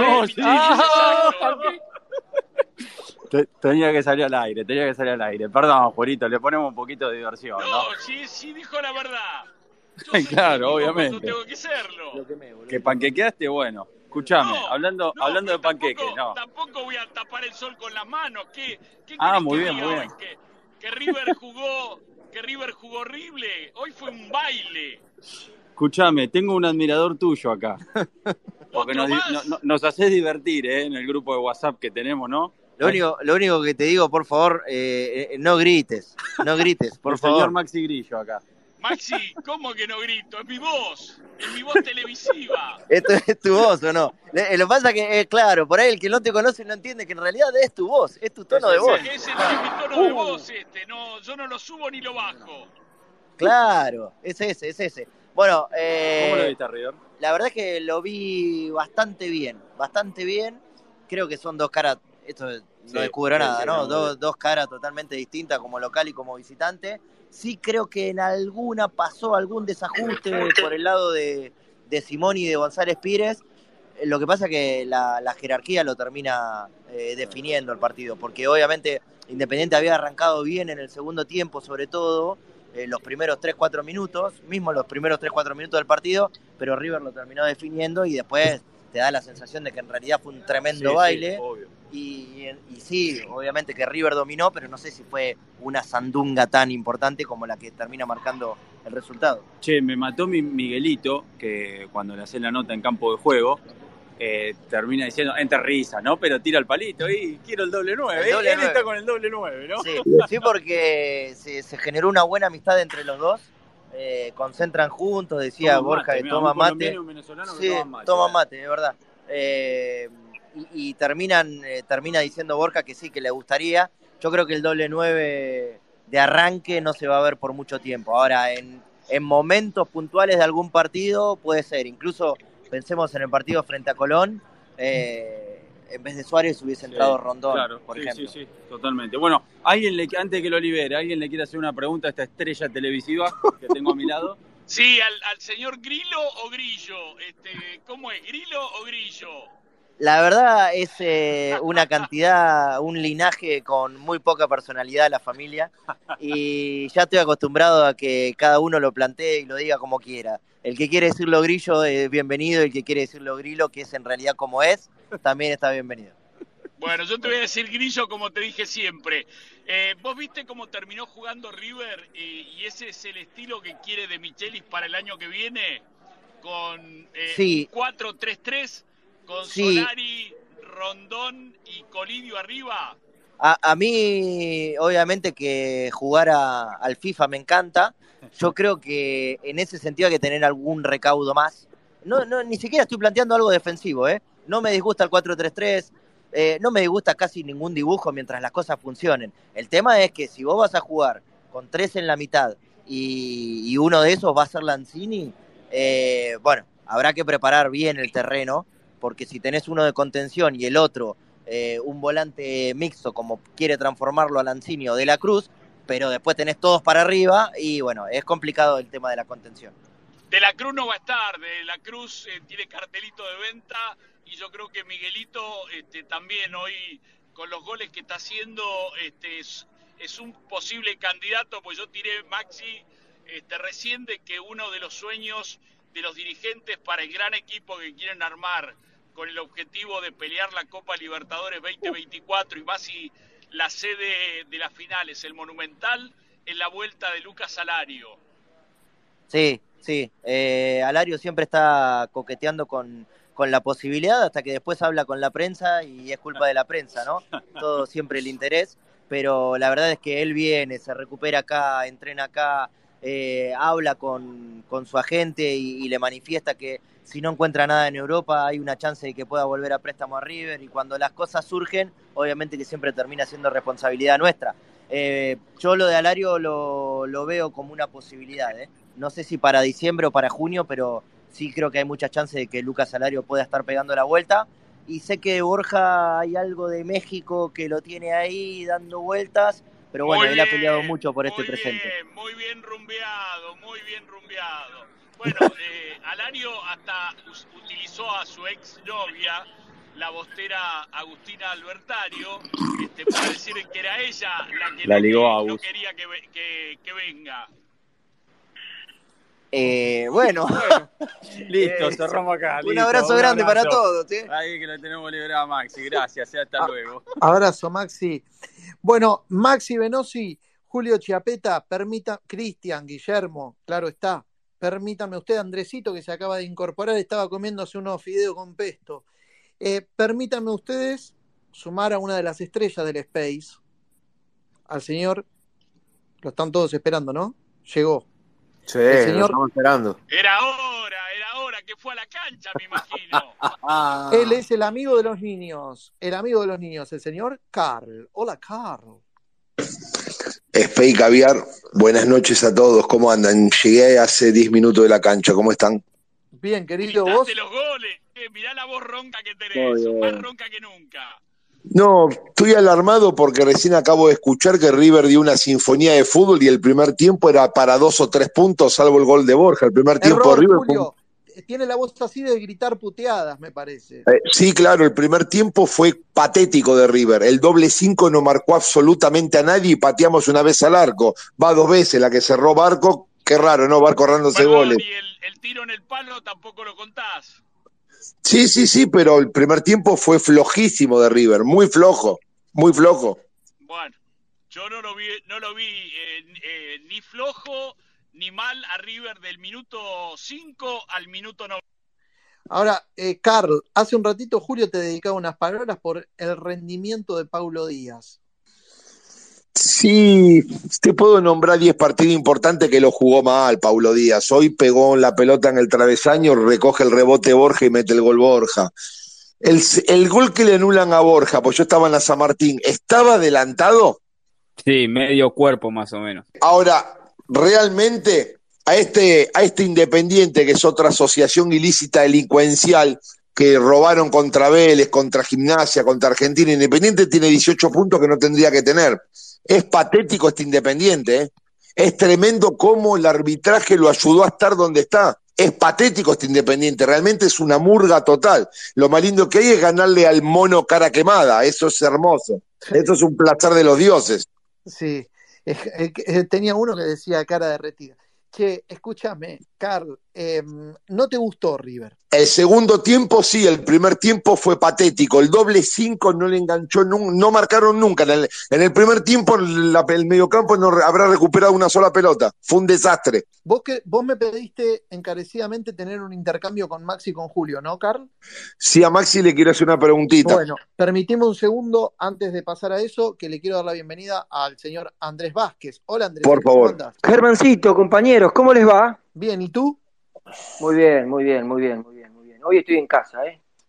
Tenía que salir al aire. Perdón, Julito, le ponemos un poquito de diversión, ¿no? Sí, dijo la verdad. Claro, obviamente. No tengo que serlo. Que panquequeaste, bueno. Escuchame, hablando de panqueques, no. Tampoco voy a tapar el sol con las manos. ¿Qué muy bien. Que River jugó horrible. Hoy fue un baile. Escuchame, tengo un admirador tuyo acá. Porque nos haces divertir, en el grupo de WhatsApp que tenemos, ¿no? Lo único que te digo, por favor, no grites, por favor. Señor Maxi Grillo acá. Maxi, ¿cómo que no grito? Es mi voz televisiva. ¿Esto es tu voz o no? Lo que pasa que, claro, por ahí el que no te conoce no entiende que en realidad es tu voz, es tu tono de voz. Es mi tono de voz yo no lo subo ni lo bajo. Claro, es ese. Bueno, ¿cómo lo viste, River? La verdad es que lo vi bastante bien. Creo que son dos caras, esto no descubro nada, ¿no? Dos caras totalmente distintas como local y como visitante. Sí creo que en alguna pasó algún desajuste por el lado de Simón y de González Pires. Lo que pasa es que la jerarquía lo termina definiendo el partido, porque obviamente Independiente había arrancado bien en el segundo tiempo, sobre todo los primeros 3-4 minutos, del partido, pero River lo terminó definiendo y después te da la sensación de que en realidad fue un tremendo baile. Sí, obvio. Y sí, obviamente que River dominó, pero no sé si fue una sandunga tan importante como la que termina marcando el resultado. Che, me mató mi Miguelito, que cuando le hace la nota en campo de juego, termina diciendo, entre risa, ¿no? Pero tira el palito y quiero el doble 9. Él está con el doble 9, ¿no? Sí, porque se generó una buena amistad entre los dos. Concentran juntos, decía Borja, que toma mate. Sí, toma mate, de verdad. Y termina diciendo Borja que sí, que le gustaría. Yo creo que el doble 9 de arranque no se va a ver por mucho tiempo. Ahora, en momentos puntuales de algún partido puede ser. Incluso pensemos en el partido frente a Colón, en vez de Suárez hubiese entrado Rondón, claro, por sí, ejemplo. Sí, totalmente. Bueno, antes de que lo libere, ¿alguien le quiere hacer una pregunta a esta estrella televisiva que tengo a mi lado? Sí, al señor Grillo o Grillo. ¿Cómo es? ¿Grillo o Grillo? La verdad es una cantidad, un linaje con muy poca personalidad la familia, y ya estoy acostumbrado a que cada uno lo plantee y lo diga como quiera. El que quiere decirlo Grillo es bienvenido, el que quiere decirlo Grillo, que es en realidad como es, también está bienvenido. Bueno, yo te voy a decir Grillo como te dije siempre. ¿Vos viste cómo terminó jugando River y ese es el estilo que quiere De Michelis para el año que viene? Con Sí. 4-3-3, con Sí. Solari, Rondón y Colidio arriba. A mí, obviamente, que jugar al FIFA me encanta. Yo creo que en ese sentido hay que tener algún recaudo más. No, ni siquiera estoy planteando algo defensivo, ¿eh? No me disgusta el 4-3-3, no me disgusta casi ningún dibujo mientras las cosas funcionen. El tema es que si vos vas a jugar con 3 en la mitad y uno de esos va a ser Lanzini, bueno, habrá que preparar bien el terreno, porque si tenés uno de contención y el otro un volante mixto, como quiere transformarlo a Lanzini o De la Cruz, pero después tenés todos para arriba y bueno, es complicado el tema de la contención. De la Cruz no va a estar, De la Cruz tiene cartelito de venta y yo creo que Miguelito también hoy con los goles que está haciendo es un posible candidato, pues yo tiré, Maxi, recién de que uno de los sueños de los dirigentes para el gran equipo que quieren armar con el objetivo de pelear la Copa Libertadores 2024 y más si la sede de las finales, el Monumental, es la vuelta de Lucas Alario. Sí. Alario siempre está coqueteando con la posibilidad, hasta que después habla con la prensa y es culpa de la prensa, ¿no? Todo siempre el interés, pero la verdad es que él viene, se recupera acá, entrena acá, habla con su agente y le manifiesta que si no encuentra nada en Europa hay una chance de que pueda volver a préstamo a River, y cuando las cosas surgen, obviamente que siempre termina siendo responsabilidad nuestra. Yo lo de Alario lo veo como una posibilidad, no sé si para diciembre o para junio, pero sí creo que hay muchas chances de que Lucas Alario pueda estar pegando la vuelta, y sé que Borja hay algo de México que lo tiene ahí dando vueltas, pero bueno, él ha peleado mucho por este presente. Muy bien rumbeado. Bueno, Alario hasta utilizó a su ex novia, la bostera Agustina Albertario, para decir que era ella la que no quería que venga. Bueno. Listo, cerramos acá. Un abrazo grande para todos. Ahí que lo tenemos liberado a Maxi. Gracias, hasta luego. Abrazo, Maxi. Bueno, Maxi Venosi, Julio Chiapeta, Cristian, Guillermo, claro está. Permítame usted, Andresito, que se acaba de incorporar, estaba comiéndose unos fideos con pesto. Permítanme ustedes sumar a una de las estrellas del Space, al señor, lo están todos esperando, ¿no? Llegó. Sí, lo estamos esperando. Era hora que fue a la cancha, me imagino. Él es el amigo de los niños, el señor Carl. Hola, Carl. Spey Caviar, buenas noches a todos, ¿cómo andan? Llegué hace 10 minutos de la cancha, ¿cómo están? Bien, querido, vos. Los goles, mirá la voz ronca que tenés, más ronca que nunca. No, estoy alarmado porque recién acabo de escuchar que River dio una sinfonía de fútbol y el primer tiempo era para 2 o 3 puntos, salvo el gol de Borja. El primer tiempo Error, de River Julio. Tiene la voz así de gritar puteadas, me parece. Sí, claro, el primer tiempo fue patético de River. El doble 5 no marcó absolutamente a nadie y pateamos una vez al arco. Va 2 veces la que cerró Barco. Qué raro, ¿no? Barco ahorrándose goles. Y el tiro en el palo tampoco lo contás. Sí, pero el primer tiempo fue flojísimo de River. Muy flojo. Bueno, yo no lo vi ni flojo ni mal a River del minuto 5 al minuto 90. Ahora, Carl, hace un ratito Julio te dedicaba unas palabras por el rendimiento de Paulo Díaz. Sí, te puedo nombrar 10 partidos importantes que lo jugó mal Paulo Díaz. Hoy pegó la pelota en el travesaño, recoge el rebote Borja y mete el gol Borja. El gol que le anulan a Borja, pues yo estaba en la San Martín, ¿estaba adelantado? Sí, medio cuerpo más o menos. Ahora, realmente a este Independiente, que es otra asociación ilícita delincuencial, que robaron contra Vélez, contra Gimnasia, contra Argentina, Independiente tiene 18 puntos que no tendría que tener. Es patético este Independiente, ¿eh? Es tremendo cómo el arbitraje lo ayudó a estar donde está. Es patético este Independiente, realmente es una murga total. Lo más lindo que hay es ganarle al mono cara quemada, eso es hermoso. Esto es un placer de los dioses. Sí, tenía uno que decía cara derretida. Che, escúchame, Carl, ¿no te gustó River? El segundo tiempo sí, el primer tiempo fue patético. El doble 5 no le enganchó, no marcaron nunca. En el primer tiempo el mediocampo no habrá recuperado una sola pelota. Fue un desastre. Vos me pediste encarecidamente tener un intercambio con Maxi y con Julio, ¿no, Carl? Sí, a Maxi le quiero hacer una preguntita. Bueno, permitime un segundo antes de pasar a eso, que le quiero dar la bienvenida al señor Andrés Vázquez. Hola, Andrés. Por favor. ¿Cómo andás? Germancito, compañeros, ¿cómo les va? Bien, ¿y tú? Muy bien, muy bien, muy bien, muy bien, muy bien. Hoy estoy en casa,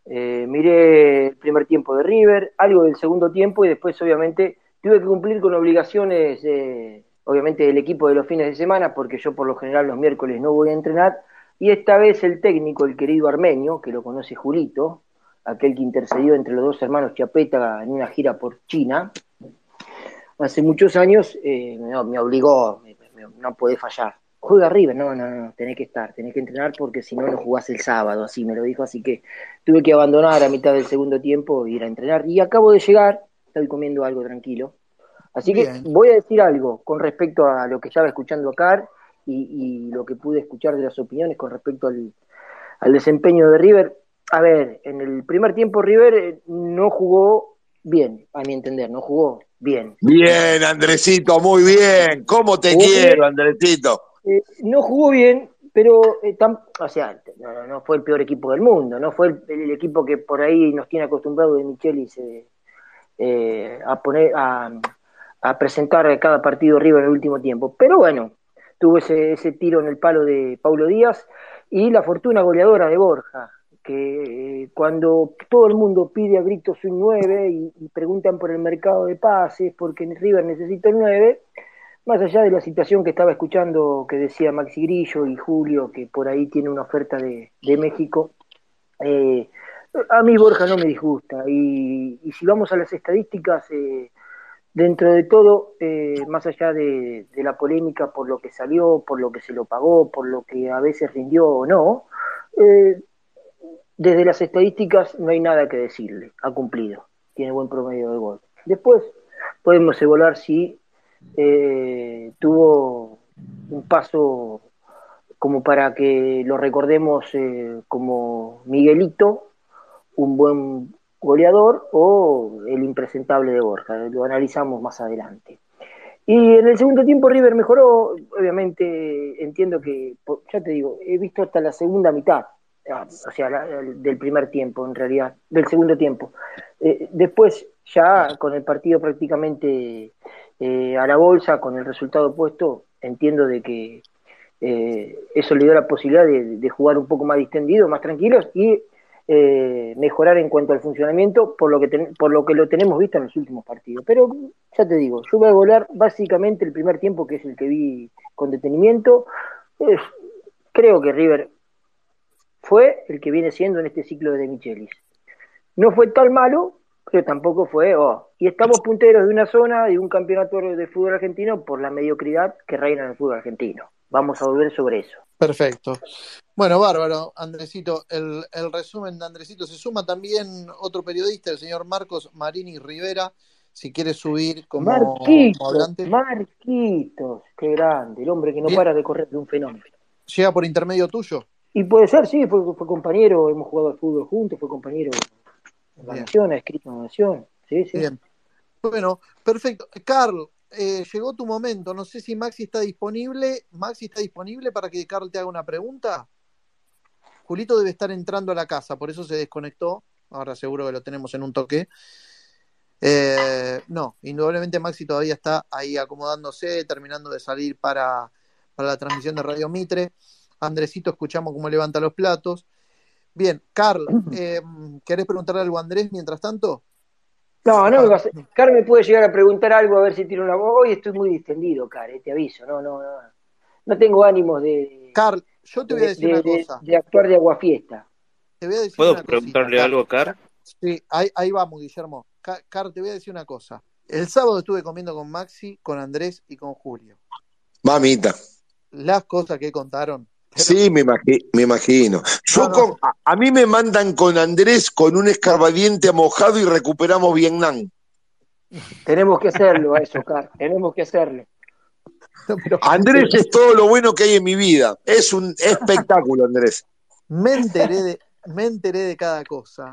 miré el primer tiempo de River, algo del segundo tiempo y después obviamente tuve que cumplir con obligaciones, obviamente del equipo de los fines de semana, porque yo por lo general los miércoles no voy a entrenar, y esta vez el técnico, el querido Armenio, que lo conoce Julito, aquel que intercedió entre los dos hermanos Chiapeta en una gira por China, hace muchos años, me obligó, no podés fallar. Juega River, no, tenés que entrenar porque si no, no jugás el sábado, así me lo dijo, así que tuve que abandonar a mitad del segundo tiempo e ir a entrenar, y acabo de llegar, estoy comiendo algo tranquilo, así Bien. que voy a decir algo con respecto a lo que estaba escuchando acá y lo que pude escuchar de las opiniones con respecto al desempeño de River. A ver, en el primer tiempo River no jugó bien, a mi entender, no jugó bien. Bien, Andresito, muy bien. ¿Cómo te quiero, Andresito? No jugó bien, pero no fue el peor equipo del mundo, no fue el equipo que por ahí nos tiene acostumbrado de Michelis a presentar cada partido River en el último tiempo. Pero bueno, tuvo ese tiro en el palo de Paulo Díaz y la fortuna goleadora de Borja, que cuando todo el mundo pide a gritos un 9 y preguntan por el mercado de pases porque River necesita el 9, más allá de la situación que estaba escuchando que decía Maxi Grillo y Julio, que por ahí tiene una oferta de México, a mí Borja no me disgusta, y si vamos a las estadísticas, dentro de todo, más allá de la polémica por lo que salió, por lo que se lo pagó, por lo que a veces rindió o no, desde las estadísticas no hay nada que decirle, ha cumplido, tiene buen promedio de gol. Después podemos evaluar si tuvo un paso como para que lo recordemos como Miguelito, un buen goleador, o el impresentable de Borja. Lo analizamos más adelante. Y en el segundo tiempo River mejoró, obviamente entiendo que, ya te digo, he visto hasta la segunda mitad, o sea, del primer tiempo, en realidad, del segundo tiempo. Después, ya con el partido prácticamente a la bolsa, con el resultado puesto, entiendo de que eso le dio la posibilidad de jugar un poco más distendido, más tranquilos, y mejorar en cuanto al funcionamiento por lo que lo tenemos visto en los últimos partidos. Pero ya te digo, yo voy a volar básicamente el primer tiempo, que es el que vi con detenimiento. Creo que River fue el que viene siendo en este ciclo de Michelis. No fue tan malo, pero tampoco fue y estamos punteros de una zona, de un campeonato de fútbol argentino, por la mediocridad que reina en el fútbol argentino. Vamos a volver sobre eso. Perfecto. Bueno, bárbaro, Andresito. El resumen de Andresito. Se suma también otro periodista, el señor Marcos Marini Rivera, si quiere subir como hablante. Marquitos, qué grande, el hombre que no para de correr, de un fenómeno. ¿Llega por intermedio tuyo? Y puede ser, sí, fue compañero, hemos jugado al fútbol juntos, fue compañero en la Nación, ha escrito en la Nación. Sí. Bien. Bueno, perfecto. Carl, llegó tu momento. No sé si Maxi está disponible. ¿Maxi está disponible para que Carl te haga una pregunta? Julito debe estar entrando a la casa, por eso se desconectó. Ahora seguro que lo tenemos en un toque. No, indudablemente Maxi todavía está ahí acomodándose, terminando de salir para la transmisión de Radio Mitre. Andresito, escuchamos cómo levanta los platos. Bien, Carl, ¿querés preguntarle algo a Andrés mientras tanto? No, no me pasa. Car me puede llegar a preguntar algo a ver si tiene una voz. Hoy estoy muy distendido, Car, te aviso. No tengo ánimos Carl, yo te voy a decir una cosa. de actuar de aguafiesta. Te voy a decir ¿Puedo una cosita, preguntarle Carl. algo a Car? Sí, ahí vamos, Guillermo. Carl, te voy a decir una cosa. El sábado estuve comiendo con Maxi, con Andrés y con Julio. Mamita. Las cosas que contaron. Sí, me imagino. A mí me mandan con Andrés con un escarbadiente mojado y recuperamos Vietnam. Tenemos que hacerlo a eso, Car. Tenemos que hacerlo. Andrés es todo lo bueno que hay en mi vida. Es un espectáculo, Andrés. Me enteré de cada cosa.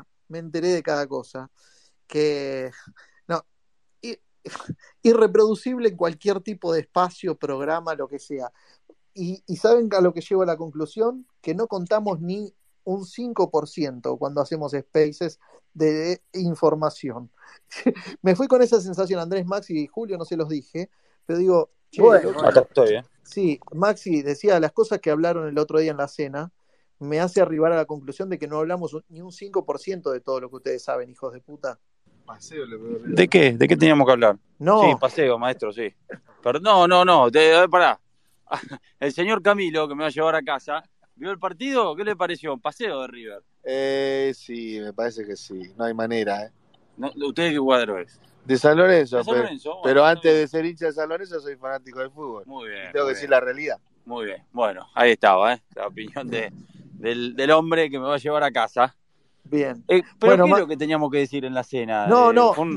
Que no, irreproducible en cualquier tipo de espacio, programa, lo que sea. Y ¿saben a lo que llego a la conclusión? Que no contamos ni un 5% cuando hacemos spaces de información. Me fui con esa sensación, Andrés, Maxi y Julio, no se los dije, pero digo, Acá estoy, ¿eh? Sí, Maxi decía las cosas que hablaron el otro día en la cena, me hace arribar a la conclusión de que no hablamos ni un 5% de todo lo que ustedes saben, hijos de puta. ¿De qué? ¿De qué teníamos que hablar? No. Sí, paseo, maestro, sí. Pero no. Pará. El señor Camilo, que me va a llevar a casa, ¿vio el partido? ¿Qué le pareció? Paseo de River. Sí, me parece que sí. No hay manera, ¿eh? No, ¿usted qué cuadro es? De San Lorenzo, ¿De San Lorenzo? pero Bueno, antes de ser hincha de San Lorenzo soy fanático del fútbol. Muy bien. Y tengo que decir la realidad. Muy bien. Bueno, ahí estaba, ¿eh? La opinión del hombre que me va a llevar a casa. Bien. Pero Bueno, ¿qué es lo que teníamos que decir en la cena? No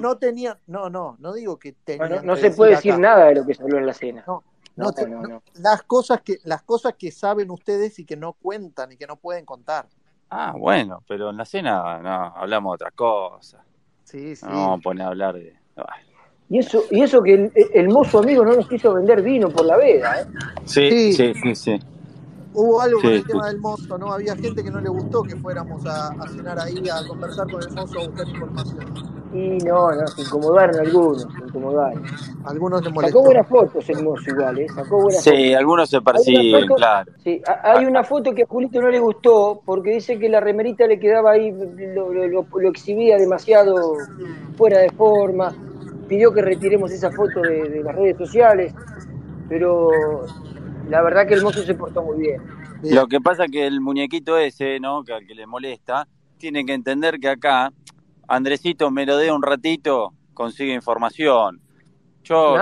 digo que tenían Bueno, no que se puede decir acá. nada de lo que se habló en la cena. No. Las cosas que saben ustedes y que no cuentan y que no pueden contar. Ah, bueno, pero en la cena no, hablamos de otras cosas. Sí. No vamos a poner a hablar de... Y eso que el mozo amigo no nos quiso vender vino por la veda, ¿eh? Sí. Hubo algo con Sí, el tema del mozo, ¿no? Había gente que no le gustó que fuéramos a cenar ahí, a conversar con el mozo, a buscar información. Y no, se incomodaron algunos, Algunos le molestó. Sacó buenas fotos el mozo igual, ¿eh? Sacó buenas fotos. Sí, algunos se persiguen, claro. Sí, hay una foto que a Julito no le gustó porque dice que la remerita le quedaba ahí, lo exhibía demasiado fuera de forma. Pidió que retiremos esa foto de las redes sociales, pero la verdad que el mozo se portó muy bien. Lo que pasa es que el muñequito ese, ¿no? Que al que le molesta, tiene que entender que acá Andresito melodea un ratito, consigue información. Yo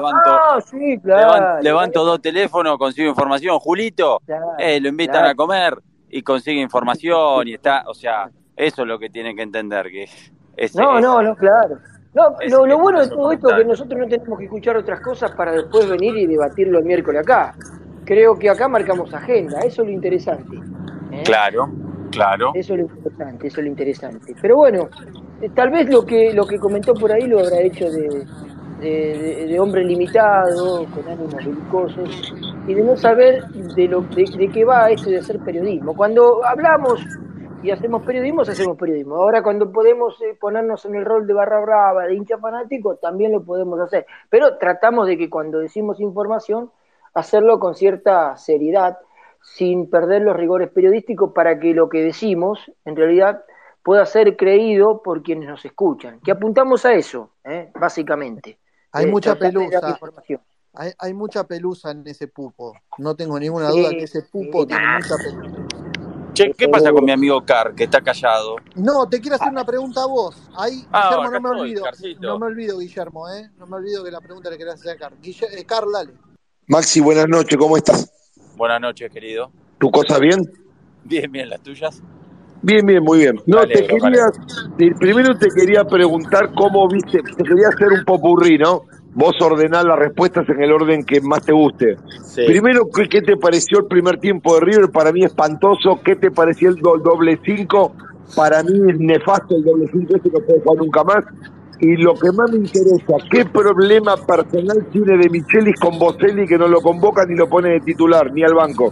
levanto 2 teléfonos, consigo información. Julito, lo invitan a comer y consigue información y está, o sea, eso es lo que tienen que entender. Que claro. No, lo bueno de todo esto es que nosotros no tenemos que escuchar otras cosas para después venir y debatirlo el miércoles acá. Creo que acá marcamos agenda, eso es lo interesante. Claro. Eso es lo interesante. Pero bueno, tal vez lo que comentó por ahí lo habrá hecho de hombre limitado, con ánimos belicosos, y de no saber de qué va esto de hacer periodismo. Cuando hablamos y hacemos periodismo. Ahora cuando podemos ponernos en el rol de barra brava, de hincha fanático, también lo podemos hacer. Pero tratamos de que cuando decimos información, hacerlo con cierta seriedad, sin perder los rigores periodísticos, para que lo que decimos, en realidad, pueda ser creído por quienes nos escuchan. Que apuntamos a eso, básicamente. Hay mucha pelusa. Hay mucha pelusa en ese pupo. No tengo ninguna duda que ese pupo tiene mucha pelusa. Che, ¿qué pasa con mi amigo Car, que está callado? No, te quiero hacer una pregunta a vos. Ahí, Guillermo, no me olvido, Guillermo, No me olvido que la pregunta le querés hacer a Car. Car, dale. Maxi, buenas noches, ¿cómo estás? Buenas noches, querido. ¿Tu cosa bien? Bien, ¿las tuyas? Bien, muy bien. No, primero te quería preguntar cómo viste, te quería hacer un popurrí, ¿no? Vos ordenás las respuestas en el orden que más te guste. Sí. Primero, ¿qué te pareció el primer tiempo de River? Para mí espantoso. ¿Qué te pareció el doble 5? Para mí es nefasto el doble 5, no puede jugar nunca más. Y lo que más me interesa, ¿qué problema personal tiene de Michelis con Boselli, que no lo convoca ni lo pone de titular, ni al banco?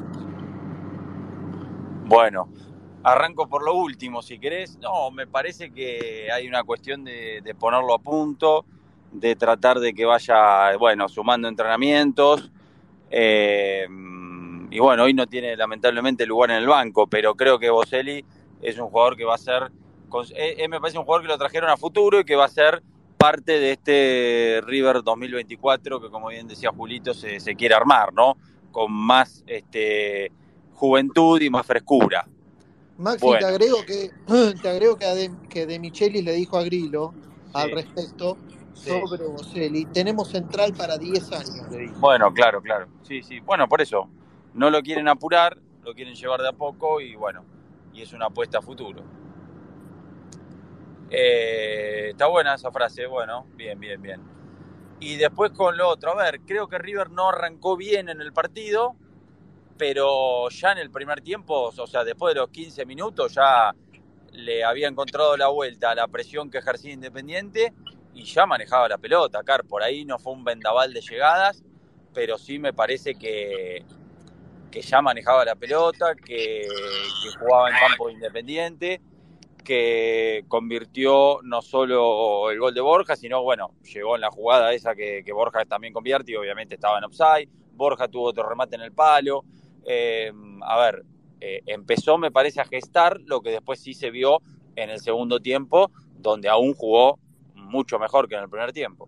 Bueno, arranco por lo último, si querés. No, me parece que hay una cuestión de ponerlo a punto, de tratar de que vaya, sumando entrenamientos. Y bueno, hoy no tiene lamentablemente lugar en el banco, pero creo que Boselli es un jugador que va a ser... me parece un jugador que lo trajeron a futuro y que va a ser parte de este River 2024 que, como bien decía Julito, se quiere armar, ¿no? Con más juventud y más frescura. Maxi, Bueno, te agrego que De Michelis le dijo a Grillo al respecto sobre Boselli, tenemos central para 10 años, le dijo. bueno, claro. Sí. Bueno, por eso. No lo quieren apurar, lo quieren llevar de a poco y bueno, y es una apuesta a futuro. Está buena esa frase, bueno, bien. Y después con lo otro, a ver, creo que River no arrancó bien en el partido, pero ya en el primer tiempo, o sea, después de los 15 minutos ya le había encontrado la vuelta a la presión que ejercía Independiente y ya manejaba la pelota. Car, por ahí no fue un vendaval de llegadas, pero sí me parece que ya manejaba la pelota, que jugaba en campo de Independiente, que convirtió no solo el gol de Borja, sino, bueno, llegó en la jugada esa que Borja también convierte y obviamente estaba en offside. Borja tuvo otro remate en el palo. Empezó, me parece, a gestar lo que después sí se vio en el segundo tiempo, donde aún jugó mucho mejor que en el primer tiempo.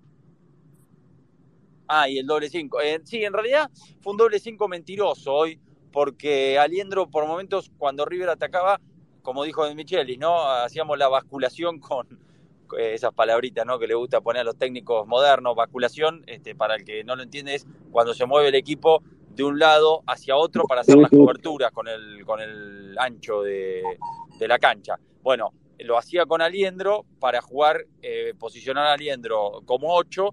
Y el doble 5. Sí, en realidad fue un doble 5 mentiroso hoy, porque Aliendro por momentos, cuando River atacaba, como dijo De Michelis, ¿no? Hacíamos la basculación con esas palabritas, ¿no? Que le gusta poner a los técnicos modernos. Basculación, para el que no lo entiende, es cuando se mueve el equipo de un lado hacia otro para hacer las coberturas con el ancho de la cancha. Bueno, lo hacía con Aliendro para jugar, posicionar a Aliendro como 8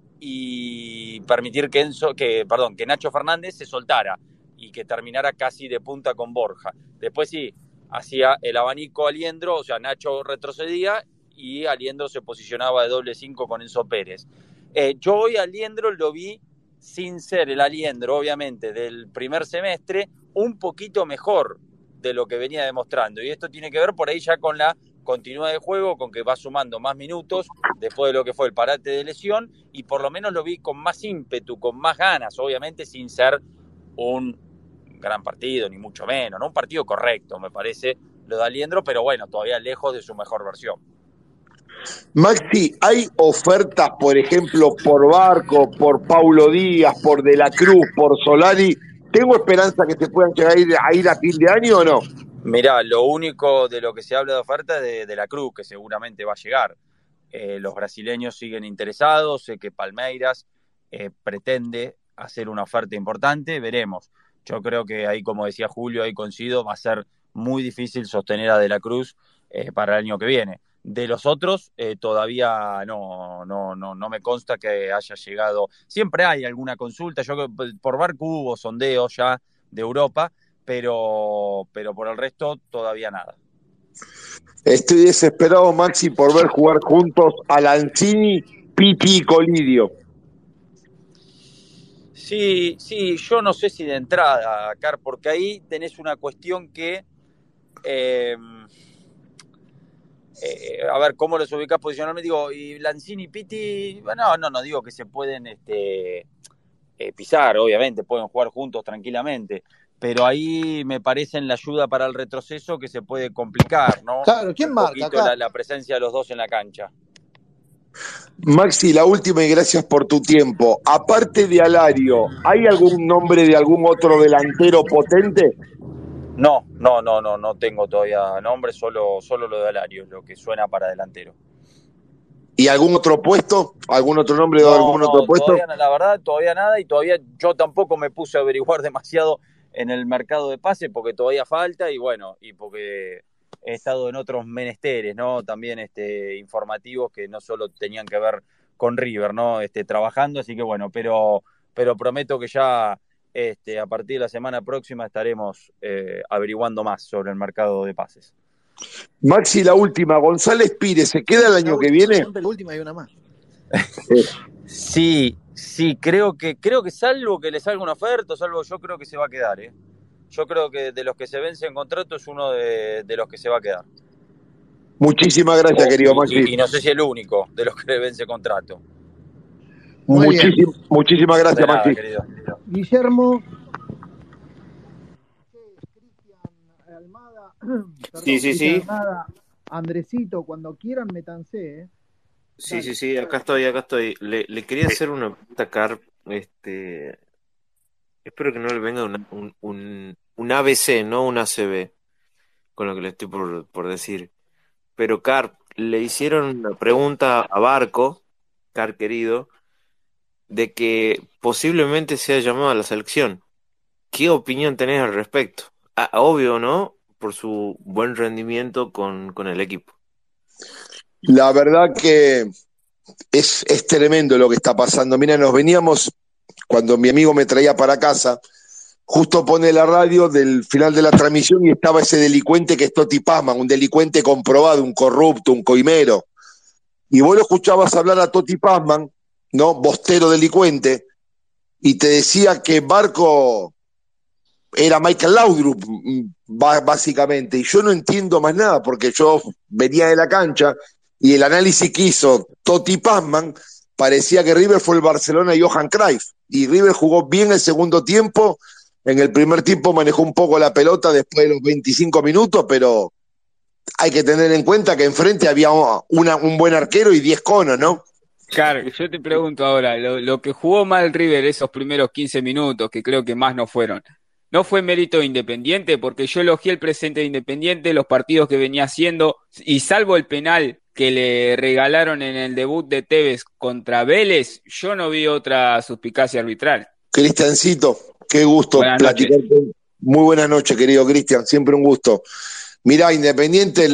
y permitir que Nacho Fernández se soltara y que terminara casi de punta con Borja. Después sí, hacía el abanico Aliendro, o sea, Nacho retrocedía y Aliendro se posicionaba de doble 5 con Enzo Pérez. Yo hoy Aliendro lo vi, sin ser el Aliendro, obviamente, del primer semestre, un poquito mejor de lo que venía demostrando. Y esto tiene que ver por ahí ya con la continuidad de juego, con que va sumando más minutos después de lo que fue el parate de lesión, y por lo menos lo vi con más ímpetu, con más ganas, obviamente sin ser un gran partido, ni mucho menos, ¿no? Un partido correcto, me parece, lo de Aliendro, pero bueno, todavía lejos de su mejor versión. Maxi, ¿hay ofertas, por ejemplo, por Barco, por Paulo Díaz, por De la Cruz, por Solari? ¿Tengo esperanza que se puedan llegar a ir a fin de año o no? Mirá, lo único de lo que se habla de oferta es de la Cruz, que seguramente va a llegar. Los brasileños siguen interesados, sé que Palmeiras pretende hacer una oferta importante, veremos. Yo creo que ahí, como decía Julio, ahí coincido, va a ser muy difícil sostener a De la Cruz para el año que viene. De los otros, todavía no me consta que haya llegado. Siempre hay alguna consulta. Yo por Barco hubo sondeos ya de Europa, pero por el resto todavía nada. Estoy desesperado, Maxi, por ver jugar juntos a Lanzini, Pitti y Colidio. Sí, yo no sé si de entrada, Car, porque ahí tenés una cuestión que... a ver, ¿cómo los ubicás posicionalmente? Digo, y Lanzini y Pitti, no digo que se pueden pisar, obviamente, pueden jugar juntos tranquilamente, pero ahí me parece en la ayuda para el retroceso que se puede complicar, ¿no? Claro, ¿quién marca un poquito acá? La presencia de los dos en la cancha. Maxi, la última y gracias por tu tiempo. Aparte de Alario, ¿hay algún nombre de algún otro delantero potente? No tengo todavía nombre, solo lo de Alario, lo que suena para delantero. ¿Y algún otro puesto? ¿Algún otro nombre de algún otro puesto? Todavía, la verdad, todavía nada, y todavía yo tampoco me puse a averiguar demasiado en el mercado de pases porque todavía falta y porque he estado en otros menesteres, ¿no? También informativos que no solo tenían que ver con River, ¿no? Trabajando, así que bueno, pero prometo que ya a partir de la semana próxima estaremos averiguando más sobre el mercado de pases. Maxi, la última, González Pires, ¿se queda el año que viene? Siempre la última y una más. Sí, creo que salvo que le salga una oferta, yo creo que se va a quedar, ¿eh? Yo creo que de los que se vence en contrato es uno de los que se va a quedar. Muchísimas gracias, querido Maxi. Y no sé si el único de los que le vence contrato. Muchísimas gracias, nada, Maxi. Querido. Guillermo. Sí. Almada, Andresito, cuando quieran, métanse, ¿eh? Sí, acá estoy. Le quería hacer una pregunta a Carp. Espero que no le venga un ABC, no un ACB, con lo que le estoy por decir. Pero Carp, le hicieron una pregunta a Barco, Carp querido, de que posiblemente sea llamado a la selección. ¿Qué opinión tenés al respecto? Obvio, ¿no? Por su buen rendimiento con el equipo. La verdad que es tremendo lo que está pasando. Mira, nos veníamos, cuando mi amigo me traía para casa, justo pone la radio del final de la transmisión y estaba ese delincuente que es Toti Pazman, un delincuente comprobado, un corrupto, un coimero. Y vos lo escuchabas hablar a Toti Pazman, ¿no? Bostero delincuente, y te decía que Barco era Michael Laudrup, básicamente. Y yo no entiendo más nada, porque yo venía de la cancha y el análisis que hizo Toti Pazman parecía que River fue el Barcelona y Johan Cruyff. Y River jugó bien el segundo tiempo. En el primer tiempo manejó un poco la pelota después de los 25 minutos, pero hay que tener en cuenta que enfrente había un buen arquero y 10 conos, ¿no? Claro, yo te pregunto ahora, lo que jugó mal River esos primeros 15 minutos, que creo que más no fueron, ¿no fue mérito de Independiente? Porque yo elogié el presente de Independiente, los partidos que venía haciendo, y salvo el penal que le regalaron en el debut de Tevez contra Vélez, yo no vi otra suspicacia arbitral. Cristiancito, qué gusto platicar. Muy buenas noches, querido Cristian, siempre un gusto. Mirá, Independiente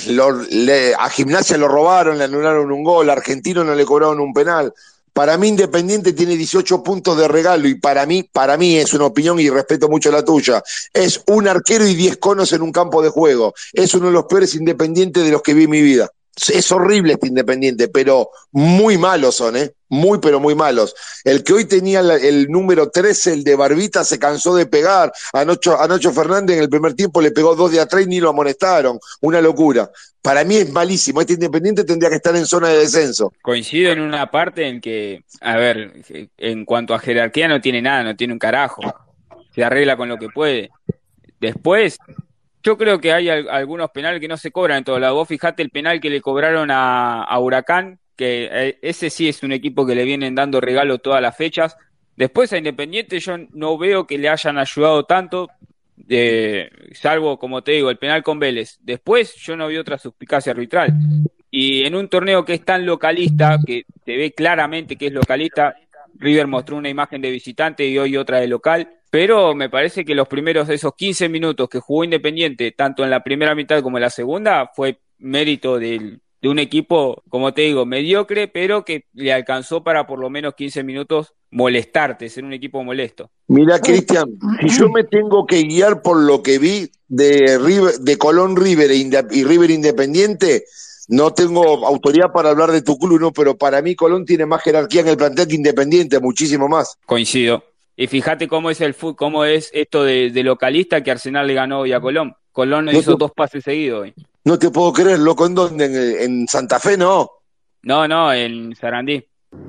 a Gimnasia lo robaron, le anularon un gol, a Argentino no le cobraron un penal. Para mí Independiente tiene 18 puntos de regalo y para mí es una opinión y respeto mucho la tuya. Es un arquero y 10 conos en un campo de juego. Es uno de los peores Independientes de los que vi en mi vida. Es horrible este Independiente, pero muy malos son, muy pero muy malos. El que hoy tenía el número 13, el de Barbita, se cansó de pegar. A Nacho Fernández en el primer tiempo le pegó 2 de atrás y ni lo amonestaron. Una locura. Para mí es malísimo. Este Independiente tendría que estar en zona de descenso. Coincido en una parte en que, a ver, en cuanto a jerarquía no tiene nada, no tiene un carajo. Se arregla con lo que puede. Después, yo creo que hay algunos penales que no se cobran en todos lados. Vos fijate el penal que le cobraron a Huracán, que ese sí es un equipo que le vienen dando regalo todas las fechas. Después a Independiente yo no veo que le hayan ayudado tanto, salvo, como te digo, el penal con Vélez. Después yo no vi otra suspicacia arbitral. Y en un torneo que es tan localista, que se ve claramente que es localista, River mostró una imagen de visitante y hoy otra de local. Pero me parece que los primeros de esos 15 minutos que jugó Independiente, tanto en la primera mitad como en la segunda, fue mérito de un equipo, como te digo, mediocre, pero que le alcanzó para por lo menos 15 minutos molestarte, ser un equipo molesto. Mirá, Cristian, si yo me tengo que guiar por lo que vi de Colón River y River Independiente, no tengo autoridad para hablar de tu club, ¿no? Pero para mí Colón tiene más jerarquía en el plantel que Independiente, muchísimo más. Coincido. Y fíjate cómo es el fútbol, cómo es esto de localista que Arsenal le ganó hoy a Colón. Colón hizo 2 pases seguidos hoy. No te puedo creer, loco, ¿en dónde? ¿En Santa Fe, no? No, en Sarandí.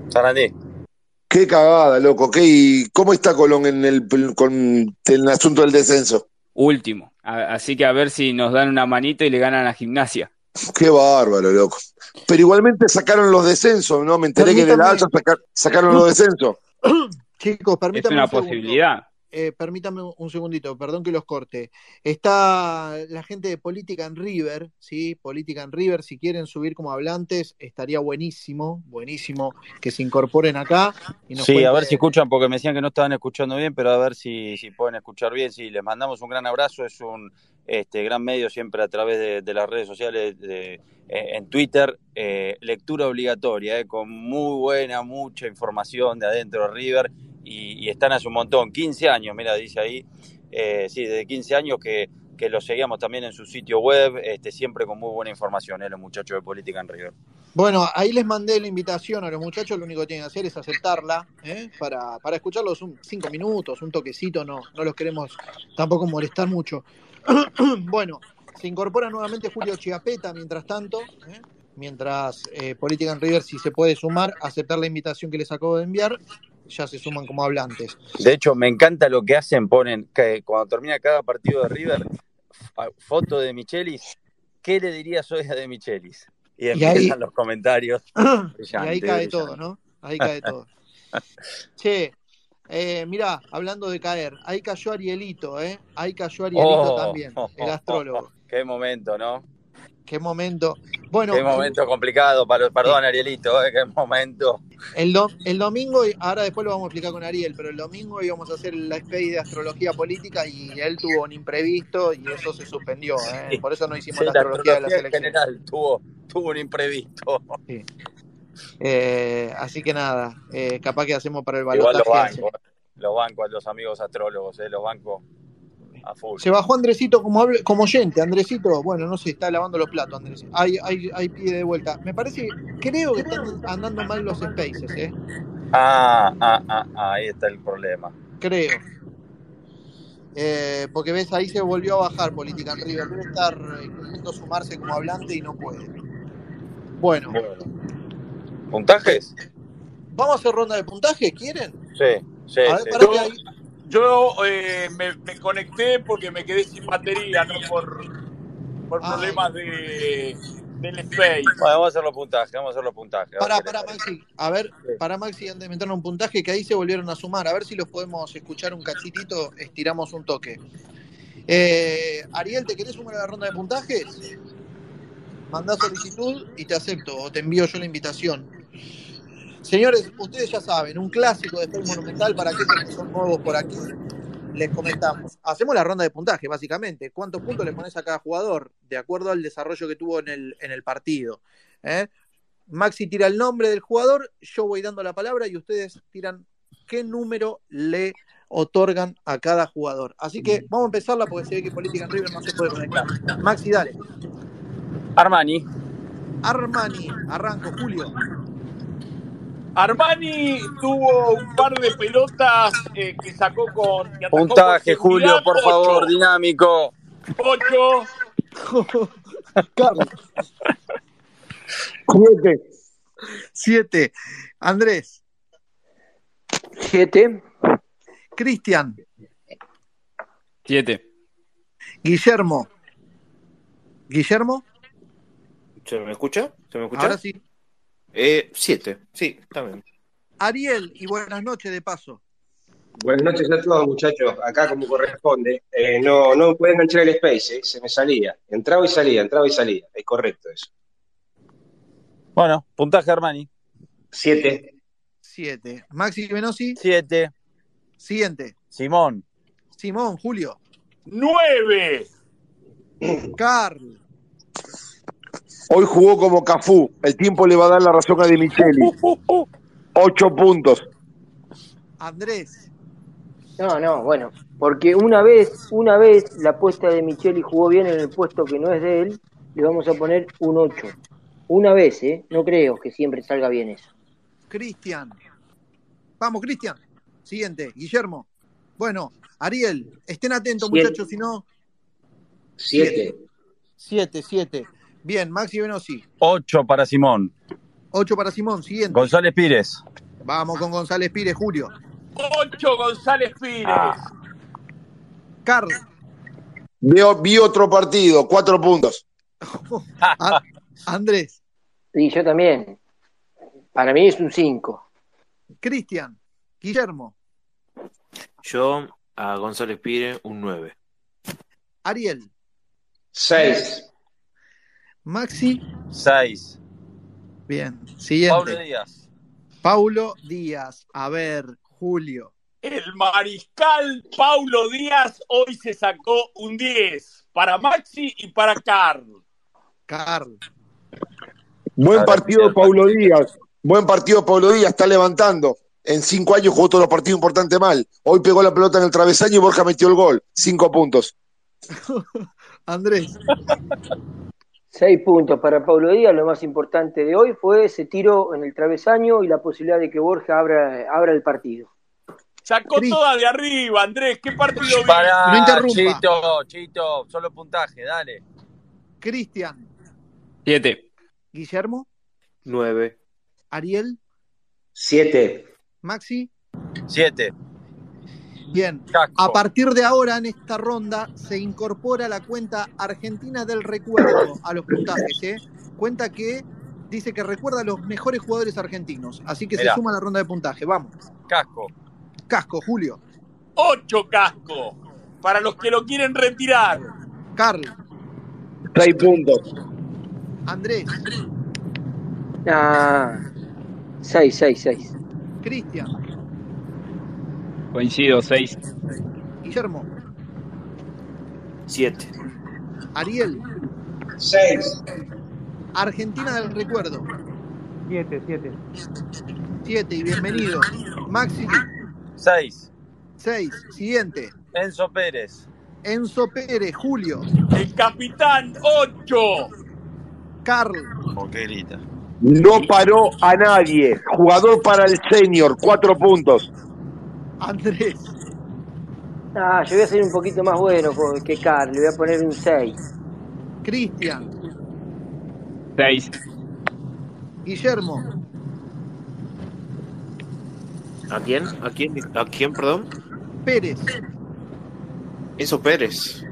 Qué cagada, loco. ¿Cómo está Colón con el asunto del descenso? Último. Así que a ver si nos dan una manito y le ganan a Gimnasia. Qué bárbaro, loco. Pero igualmente sacaron los descensos, ¿no? Me enteré que de la alza sacaron los descensos. Chicos, permítanme es una posibilidad. Permítame un segundito, perdón que los corte. Está la gente de Política en River, ¿sí? Política en River, si quieren subir como hablantes, estaría buenísimo que se incorporen acá. Y nos sí, a ver si escuchan, porque me decían que no estaban escuchando bien, pero a ver si pueden escuchar bien. Sí, les mandamos un gran abrazo, es un gran medio siempre a través de las redes sociales, en Twitter, lectura obligatoria, con mucha información de adentro de River. Y están hace un montón, 15 años, mira, dice ahí, sí, desde 15 años que lo seguíamos también en su sitio web, siempre con muy buena información, los muchachos de Política en River. Bueno, ahí les mandé la invitación a los muchachos, lo único que tienen que hacer es aceptarla, para escucharlos 5 minutos, un toquecito, no los queremos tampoco molestar mucho. Bueno, se incorpora nuevamente Julio Chiapeta, mientras tanto, mientras Política en River, si se puede sumar, aceptar la invitación que les acabo de enviar, ya se suman como hablantes. De hecho, me encanta lo que hacen, ponen que cuando termina cada partido de River, foto de Michelis. ¿Qué le dirías hoy a De Michelis? Y Y empiezan ahí, los comentarios. y Brillante, ahí cae brillante. todo, ¿no? Ahí cae todo. Che, mirá, hablando de caer, ahí cayó Arielito, ¿eh? Ahí cayó Arielito también, el astrólogo. Qué momento, ¿no? Qué momento. Bueno, Qué momento complicado. Perdón, Arielito, qué momento. el domingo, ahora después lo vamos a explicar con Ariel, pero el domingo íbamos a hacer la space de astrología política y él tuvo un imprevisto y eso se suspendió, ¿eh? Por eso no hicimos Sí, la la astrología de las astrología en elecciones. general tuvo un imprevisto. Sí. Así que nada, capaz que hacemos para el Igual balotaje. los banco a los amigos astrólogos, los banco a full. Se bajó Andresito como oyente. Andresito, bueno, no sé, está lavando los platos, Andresito. Ahí pide de vuelta. Me parece, creo que están andando mal los spaces, ¿eh? Ahí está el problema. Creo. Porque ves, ahí se volvió a bajar Política en River. Debe estar queriendo sumarse como hablante y no puede. Bueno. ¿Puntajes? ¿Vamos a hacer ronda de puntaje? ¿Quieren? Sí. A ver, pará que ahí. Yo me conecté porque me quedé sin batería, no por problemas del Space. Bueno, vamos a hacer los puntajes. Pará, Maxi. A ver, para Maxi, antes de meternos un puntaje, que ahí se volvieron a sumar. A ver si los podemos escuchar un cachitito, estiramos un toque. Ariel, ¿te querés sumar a la ronda de puntajes? Mandá solicitud y te acepto, o te envío yo la invitación. Señores, ustedes ya saben, un clásico de Space Monumental, para aquellos que son nuevos por aquí, les comentamos. Hacemos la ronda de puntaje, básicamente. ¿Cuántos puntos le pones a cada jugador? De acuerdo al desarrollo que tuvo en el partido. Maxi tira el nombre del jugador, yo voy dando la palabra y ustedes tiran qué número le otorgan a cada jugador. Así que vamos a empezarla porque se ve que Política en River no se puede conectar. Maxi, dale. Armani, arranco, Julio. Armani tuvo un par de pelotas que sacó con... que atacó puntaje, con seguridad. Julio, por favor, dinámico. 8. Carlos. 7. Andrés. 7. Cristian. 7. Guillermo. ¿Se me escucha? Ahora sí. 7, sí, también. Ariel, y buenas noches de paso. Buenas noches a todos, muchachos. Acá como corresponde. No pude enganchar el space, se me salía. Entraba y salía. Es correcto eso. Bueno, puntaje Armani. 7. Maxi Venosi. 7. Siguiente. Simón, Julio. 9. Carl. Hoy jugó como Cafú. El tiempo le va a dar la razón a De Micheli. 8 puntos. Andrés. No, bueno, porque una vez la apuesta de Micheli jugó bien en el puesto que no es de él, le vamos a poner un 8. Una vez, no creo que siempre salga bien eso. Cristian. Vamos, Cristian. Siguiente, Guillermo. Bueno, Ariel, estén atentos, 7. muchachos, si no... 7. 7. Bien, Maxi Venosi. 8 para Simón. 8 para Simón, siguiente. González Pires. Vamos con González Pires, Julio. 8 González Pires. Carlos. Vi otro partido, 4 puntos. Andrés. Y yo también. Para mí es un 5. Cristian. Guillermo. Yo a González Pires un 9. Ariel. 6. Maxi. 6. Bien, siguiente. Paulo Díaz. Paulo Díaz. A ver, Julio. El mariscal Paulo Díaz hoy se sacó un 10 para Maxi y para Carl. Buen partido Paulo Díaz. Está levantando. En 5 años jugó todos los partidos importantes mal. Hoy pegó la pelota en el travesaño y Borja metió el gol. 5 puntos. Andrés. 6 puntos para Paulo Díaz. Lo más importante de hoy fue ese tiro en el travesaño y la posibilidad de que Borja abra el partido. Sacó toda de arriba, Andrés. ¿Qué partido viste? Pará, no interrumpa. Chito, solo puntaje, dale. Cristian. 7. Guillermo. 9. Ariel. 7. Maxi. 7. Bien, a partir de ahora en esta ronda se incorpora la cuenta Argentina del Recuerdo a los puntajes, cuenta que dice que recuerda a los mejores jugadores argentinos, así que Mirá. se suma a la ronda de puntaje. Vamos. Casco. Casco, Julio. 8 Casco. Para los que lo quieren retirar. Carl. 6 puntos. Andrés. 6. Cristian. Coincido, 6. Guillermo. 7. Ariel. 6. Argentina del recuerdo. 7. 7 y bienvenido. Maxi. 6. 6. Siguiente. Enzo Pérez. Enzo Pérez. Julio. El capitán, 8. Carl. ¿Por qué grita? No paró a nadie. Jugador para el senior, 4 puntos. Andrés. Yo voy a ser un poquito más bueno que Carl, le voy a poner un 6. Cristian. 6. Guillermo. ¿A quién? ¿A quién, perdón? Pérez. Enzo Pérez.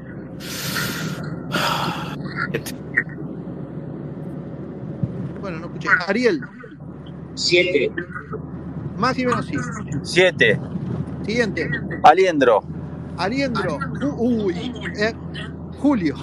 Bueno, no escuché. Ariel. 7. Maxi Venosí. 7. Siguiente. Aliendro. Aliendro. Julio.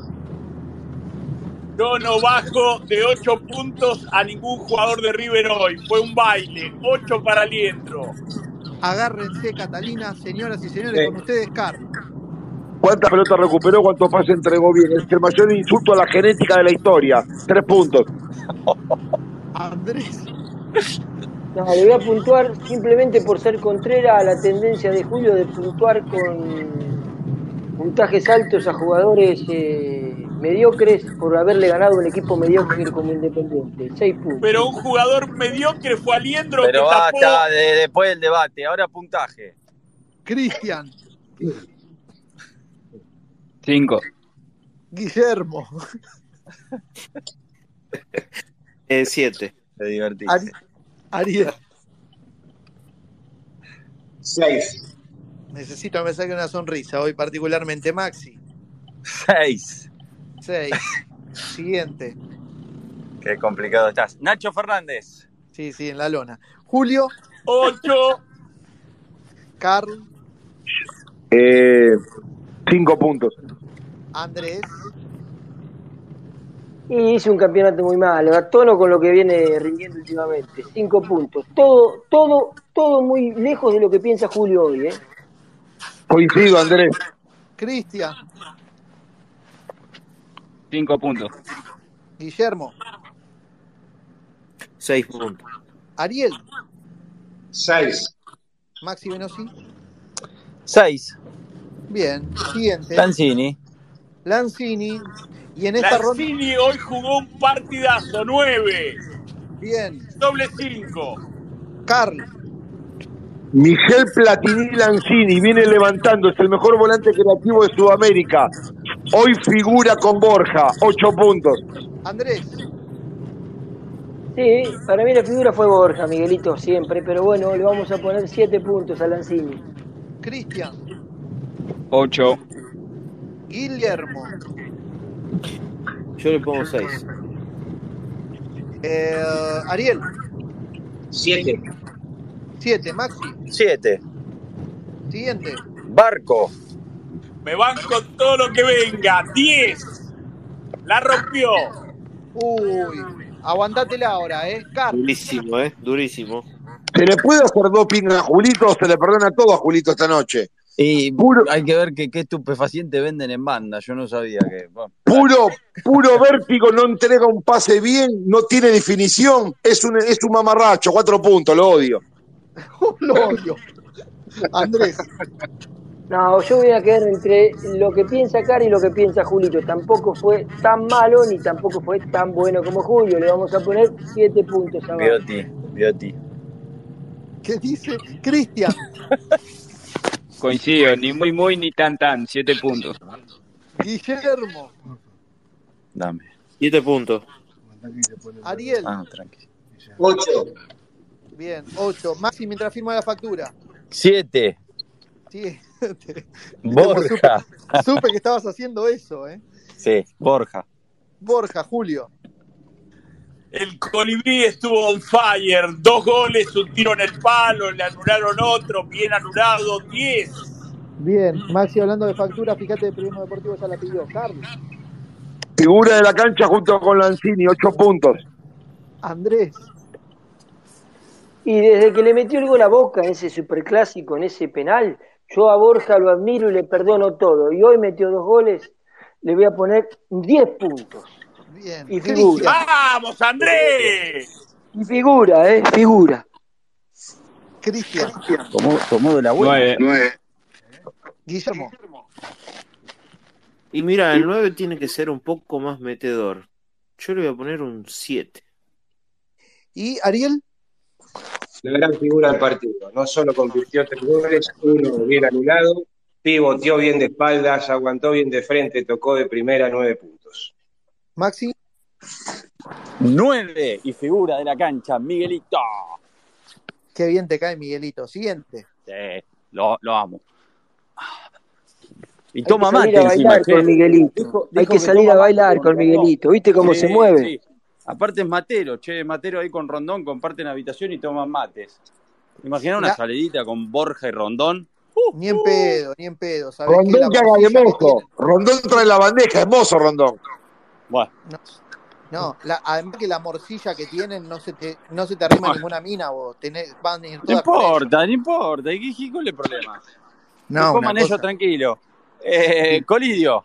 Yo no bajo de 8 puntos a ningún jugador de River hoy. Fue un baile. 8 para Aliendro. Agárrense, Catalina. Señoras y señores, con ustedes, Carl. ¿Cuántas pelotas recuperó? ¿Cuántos pases entregó bien? Es el mayor insulto a la genética de la historia. 3 puntos. Andrés. No, le voy a puntuar simplemente por ser contrera a la tendencia de Julio de puntuar con puntajes altos a jugadores mediocres por haberle ganado un equipo mediocre como Independiente. 6 puntos. Pero un jugador mediocre fue Aliendro Pero que tapó. basta después del debate. Ahora puntaje. Cristian. 5. Guillermo. 7. Te divertí. Ariel. 6. Necesito que me saque una sonrisa hoy, particularmente. Maxi. 6. 6. Siguiente. Qué complicado estás. Nacho Fernández. Sí, en la lona. Julio. 8. Carl. 5 puntos. Andrés. Y hizo un campeonato muy malo, a tono con lo que viene rindiendo últimamente. 5 puntos. Todo muy lejos de lo que piensa Julio hoy, ¿eh? Coincido, Andrés. Cristian. 5 puntos. Guillermo. 6 puntos. Ariel. 6. Maxi Venosí. 6. Bien. Siguiente. Lanzini. Y en esta ronda. Lanzini hoy jugó un partidazo. 9. Bien. Doble 5. Carl. Miguel Platini Lanzini viene levantando, es el mejor volante creativo de Sudamérica. Hoy figura con Borja, 8 puntos. Andrés. Sí, para mí la figura fue Borja, Miguelito, siempre, pero bueno, le vamos a poner 7 puntos a Lanzini. Cristian. 8. Guillermo. Yo le pongo 6. Ariel. 7. 7. Maxi. 7. Siguiente. Barco. Me banco todo lo que venga. 10. La rompió. Uy. Aguantátela ahora, Carl. Durísimo. ¿Se le puede hacer doping a Julito o se le perdona todo a Julito esta noche? Y hay que ver qué estupefaciente venden en banda. Yo no sabía que... Bueno. Puro vértigo, no entrega un pase bien, no tiene definición, es un mamarracho, 4 puntos, lo odio. Lo odio. Andrés. No, yo voy a quedar entre lo que piensa Cari y lo que piensa Julito. Tampoco fue tan malo ni tampoco fue tan bueno como Julio. Le vamos a poner 7 puntos abajo. Biotti. ¿Qué dice? Cristian. Coincido, ni muy ni tan, 7 puntos. Guillermo. Dame. 7 puntos. Ariel. Tranqui. 8. Bien, 8. Maxi, mientras firma la factura. 7. Sí. Borja. Supe que estabas haciendo eso, Sí, Borja. Borja, Julio. El Colibrí estuvo on fire, 2 goles, un tiro en el palo, le anularon otro, bien anulado, 10. Bien, Maxi, hablando de factura, fíjate, el Periodismo Deportivo ya la pidió. Carlos. Figura de la cancha junto con Lanzini, 8 puntos. Andrés. Y desde que le metió el gol a Boca en ese superclásico, en ese penal, yo a Borja lo admiro y le perdono todo. Y hoy metió 2 goles, le voy a poner 10 puntos. Bien. Y figura. ¡Vamos, Andrés! Y figura, figura. Cristian. Tomó de la buena. 9. Guillermo. Y mira, el 9 tiene que ser un poco más metedor. Yo le voy a poner un 7. ¿Y Ariel? La gran figura del partido. No solo convirtió 3 goles, uno bien anulado, pivoteó bien de espaldas, aguantó bien de frente, tocó de primera, 9 puntos. Maxi. 9 y figura de la cancha, Miguelito. Qué bien te cae, Miguelito. Siguiente. Sí, lo amo. Y Hay toma que salir mate a bailar encima, con Miguelito. Hay que salir a bailar con Miguelito. ¿Viste cómo se mueve? Sí. Aparte es Matero, Matero ahí con Rondón comparten habitación y toman mates. Imagina una salidita con Borja y Rondón. Ni en pedo, ni en pedo. Rondón que haga de mozo. Rondón trae la bandeja, es mozo Rondón. Bueno. No, además que la morcilla que tienen no se te arrima ninguna mina, vos. Van a ir todas No importa. ¿Y cuál es el problema? No, que coman ellos tranquilo. Colidio.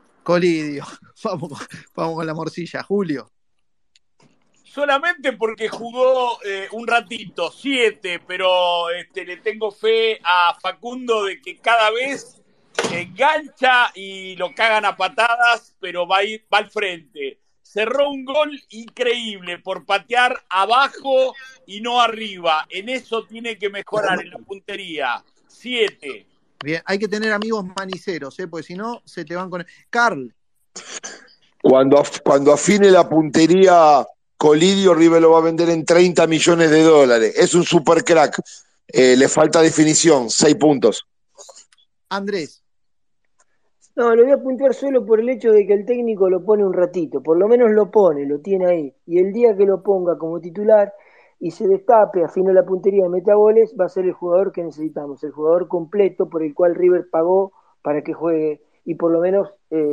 Vamos con la morcilla. Julio. Solamente porque jugó un ratito, 7, pero le tengo fe a Facundo de que cada vez engancha y lo cagan a patadas, pero va al frente. Cerró un gol increíble por patear abajo y no arriba. En eso tiene que mejorar, en la puntería. 7. Bien, hay que tener amigos maniceros, porque si no, se te van con... Carl. Cuando afine la puntería Colidio, River lo va a vender en $30 millones. Es un super crack. Le falta definición, 6 puntos. Andrés. No, lo voy a puntuar solo por el hecho de que el técnico lo pone un ratito. Por lo menos lo pone, lo tiene ahí. Y el día que lo ponga como titular y se destape, afine la puntería de metagoles, va a ser el jugador que necesitamos. El jugador completo por el cual River pagó para que juegue y por lo menos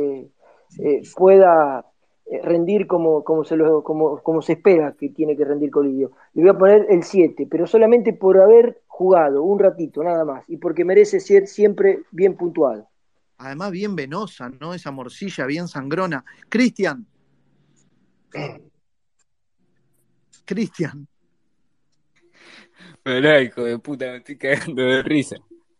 pueda rendir como se espera que tiene que rendir Colidio. Le voy a poner el 7, pero solamente por haber jugado un ratito, nada más, y porque merece ser siempre bien puntuado. Además bien venosa, ¿no? Esa morcilla bien sangrona. Cristian. Pero hijo de puta, me estoy cagando de risa.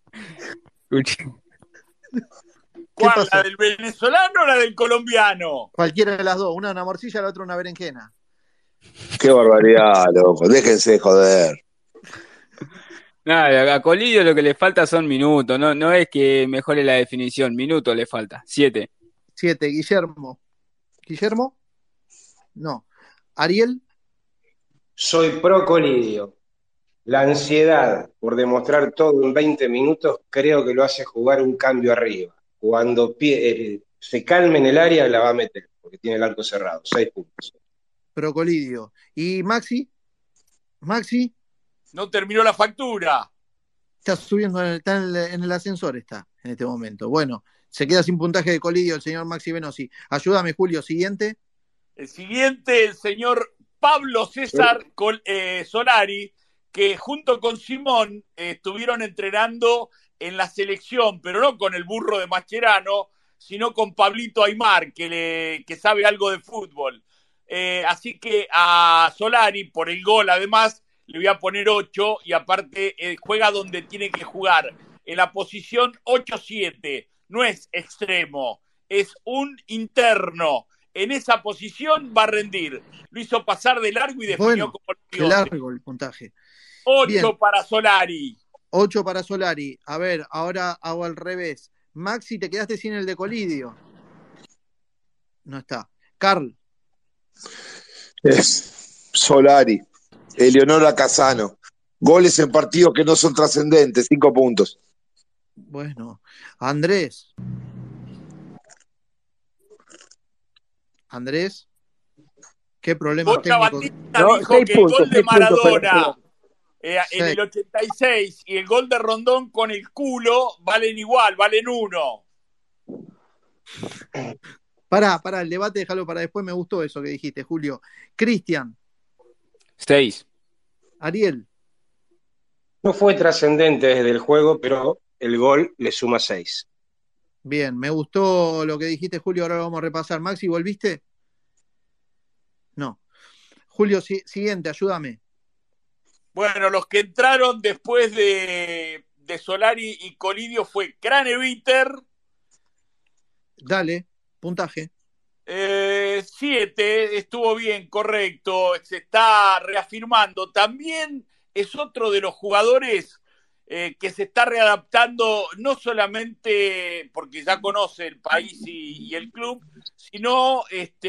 ¿Cuál? ¿La del venezolano o la del colombiano? Cualquiera de las dos, una morcilla, la otra una berenjena. Qué barbaridad, loco, déjense de joder. Nada, a Colidio lo que le falta son minutos, no es que mejore la definición, minutos le falta, 7. 7, Guillermo. ¿Guillermo? No. ¿Ariel? Soy pro Colidio. La ansiedad por demostrar todo en 20 minutos creo que lo hace jugar un cambio arriba. Cuando se calme en el área la va a meter, porque tiene el arco cerrado, 6 puntos. Pro Colidio. ¿Y Maxi? ¿Maxi? No terminó la factura. Está subiendo, está en el ascensor, está en este momento. Bueno, se queda sin puntaje de Colidio el señor Maxi Venosi. Ayúdame, Julio, siguiente. El siguiente, el señor Pablo César Solari, que junto con Simón estuvieron entrenando en la selección, pero no con el burro de Mascherano, sino con Pablito Aimar, que sabe algo de fútbol. Así que a Solari, por el gol además, le voy a poner 8 y aparte juega donde tiene que jugar, en la posición 8-7. No es extremo, es un interno. En esa posición va a rendir. Lo hizo pasar de largo y definió como el qué largo el puntaje. 8 Bien. para Solari. 8 para Solari. A ver, ahora hago al revés. Maxi, te quedaste sin el de Colidio. No está. Carl. Es Solari. Eleonora Casano. Goles en partidos que no son trascendentes, 5 puntos. Bueno. Andrés. Qué problemas Bocha técnicos. Batista No, dijo 6 que el puntos, gol de 6 puntos para Maradona en Seis. el 86 y el gol de Rondón con el culo valen igual, valen 1. Pará, el debate déjalo para después, me gustó eso que dijiste, Julio. Cristian, 6. Ariel, No fue trascendente desde el juego, pero el gol le suma 6. bien, me gustó lo que dijiste, Julio, ahora lo vamos a repasar. Maxi, ¿volviste? No. Julio, siguiente, ayúdame. Bueno, los que entraron después de Solari y Colidio fue Craneviter, Dale, puntaje. 7, estuvo bien, correcto, se está reafirmando. También es otro de los jugadores que se está readaptando, no solamente porque ya conoce el país y el club, sino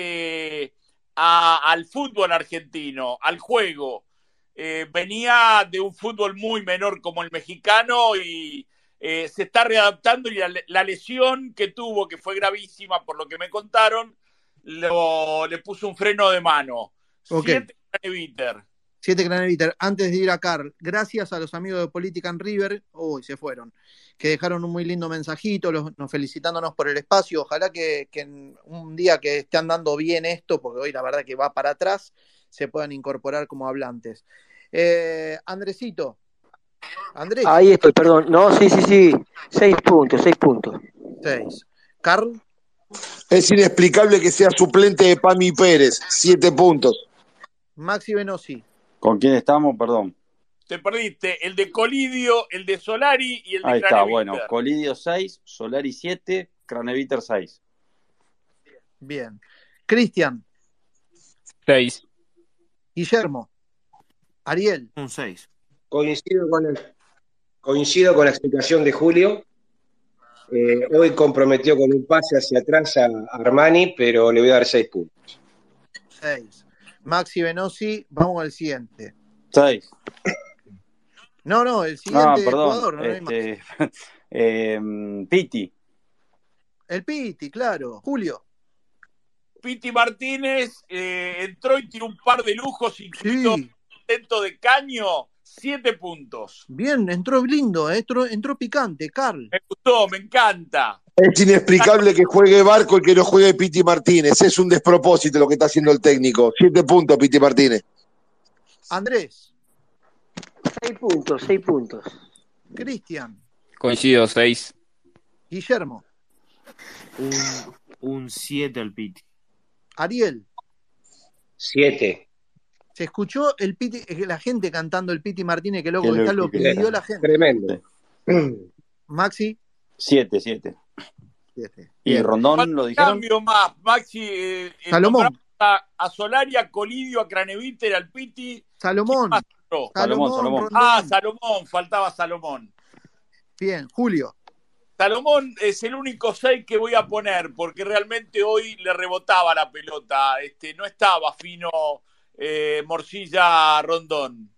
al fútbol argentino, al juego. Venía de un fútbol muy menor como el mexicano y se está readaptando, y la lesión que tuvo, que fue gravísima por lo que me contaron, le puso un freno de mano. Ok. 7 Craneviter. 7 Craneviter. Antes de ir a Carl, gracias a los amigos de Política en River, se fueron, que dejaron un muy lindo mensajito, nos felicitándonos por el espacio. Ojalá que en un día que esté andando bien esto, porque hoy la verdad que va para atrás, se puedan incorporar como hablantes. Andresito. Andrés. Ahí estoy, perdón. No, sí. 6 puntos, 6 puntos. 6. Carl. Es inexplicable que sea suplente de Pami Pérez, 7 puntos. Maxi Venosi. ¿Con quién estamos? Perdón. Te perdiste el de Colidio, el de Solari y el de Ahí está, Craneviter. bueno. Colidio 6, Solari 7, Craneviter 6. Bien. Cristian. 6. Guillermo. Ariel. Un 6. Coincido con la explicación de Julio. Hoy comprometió con un pase hacia atrás a Armani, pero le voy a dar 6 puntos. 6. Maxi Venosi, vamos al siguiente. 6. No, el siguiente perdón. jugador, no hay más. Piti. El Piti, claro. Julio. Piti Martínez entró y tiró un par de lujos, incluido intento de caño, 7 puntos. Bien, entró lindo, entró picante, Carl. Me gustó, me encanta. Es inexplicable que juegue Barco y que no juegue Piti Martínez. Es un despropósito lo que está haciendo el técnico. 7 puntos, Piti Martínez. Andrés. 6 puntos, 6 puntos. Cristian. Coincido, 6. Guillermo. Un 7 al Piti. Ariel. 7. Se escuchó el Piti, la gente cantando el Piti Martínez, que loco que está, lo pidió la gente. Tremendo. Maxi. 7. 7. ¿Y Rondón lo dijeron? Cambio más, Maxi. Salomón. A Solari, a Colidio, a Craneviter, al Piti. Salomón. Salomón. Salomón, faltaba Salomón. Bien, Julio. Salomón es el único 6 que voy a poner, porque realmente hoy le rebotaba la pelota. No estaba fino Morcilla Rondón.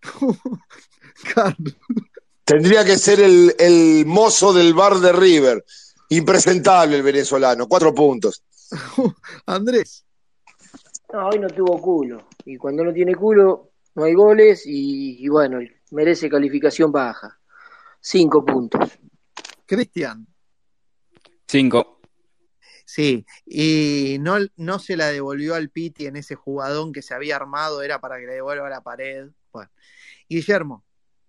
Tendría que ser el mozo del bar de River. Impresentable el venezolano. 4 puntos. Andrés. No, hoy no tuvo culo. Y cuando no tiene culo, no hay goles y bueno, merece calificación baja. 5 puntos. Cristian. 5. Sí, y no se la devolvió al Piti en ese jugadón que se había armado, era para que le devuelva a la pared. Bueno. Guillermo.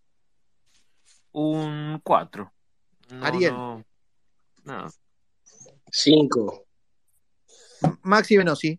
Un 4. Ariel. No. 5. Maxi Venosi.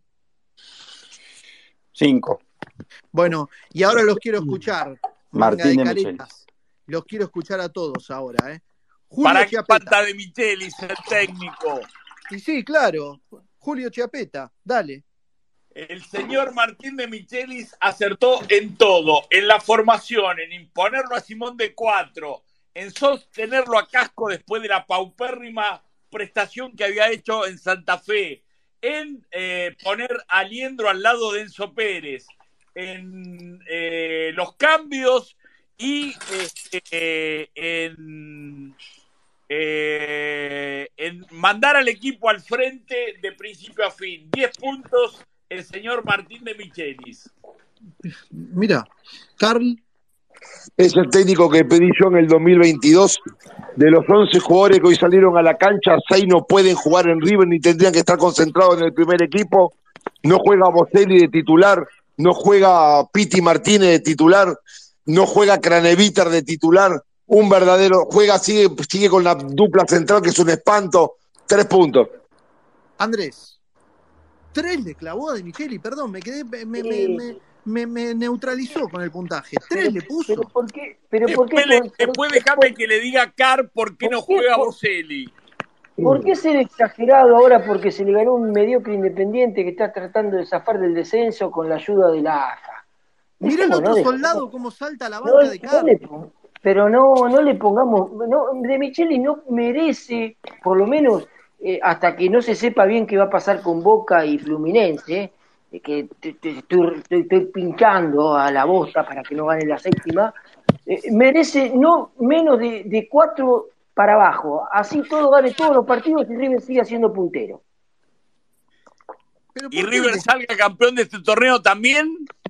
5. Bueno, y ahora los quiero escuchar. Martín de caretas. Los quiero escuchar a todos ahora, ¿eh? Julio Para que Chiapeta. falta de Michelis, el técnico. Y sí, claro. Julio Chiapeta, dale. El señor Martín de Michelis acertó en todo, en la formación, en imponerlo a Simón de 4, en sostenerlo a Casco después de la paupérrima prestación que había hecho en Santa Fe, en poner a Liendro al lado de Enzo Pérez, en los cambios y en mandar al equipo al frente de principio a fin. 10 puntos el señor Martín de Michelis. Mira, Carl. Es el técnico que pedí yo en el 2022. De los 11 jugadores que hoy salieron a la cancha, 6 no pueden jugar en River ni tendrían que estar concentrados en el primer equipo. No juega Boselli de titular, no juega Piti Martínez de titular, no juega Craneviter de titular. Un verdadero juega, sigue con la dupla central que es un espanto. 3 puntos. Andrés, 3 le clavó a De Micheli, perdón, me quedé, me neutralizó con el puntaje. 3 le puso. Después déjame que le diga a Car por qué no juega Boselli. ¿Por qué ser exagerado ahora porque se le ganó un mediocre Independiente que está tratando de zafar del descenso con la ayuda de la AFA? Mira el otro soldado cómo salta a la banca de Car. Pero no le pongamos... De Micheli no merece, por lo menos, hasta que no se sepa bien qué va a pasar con Boca y Fluminense, que estoy pinchando a la bosta para que no gane la séptima, merece no menos de 4 para abajo. Así todo gane todos los partidos y River sigue siendo puntero. ¿Y River salga campeón de este torneo también?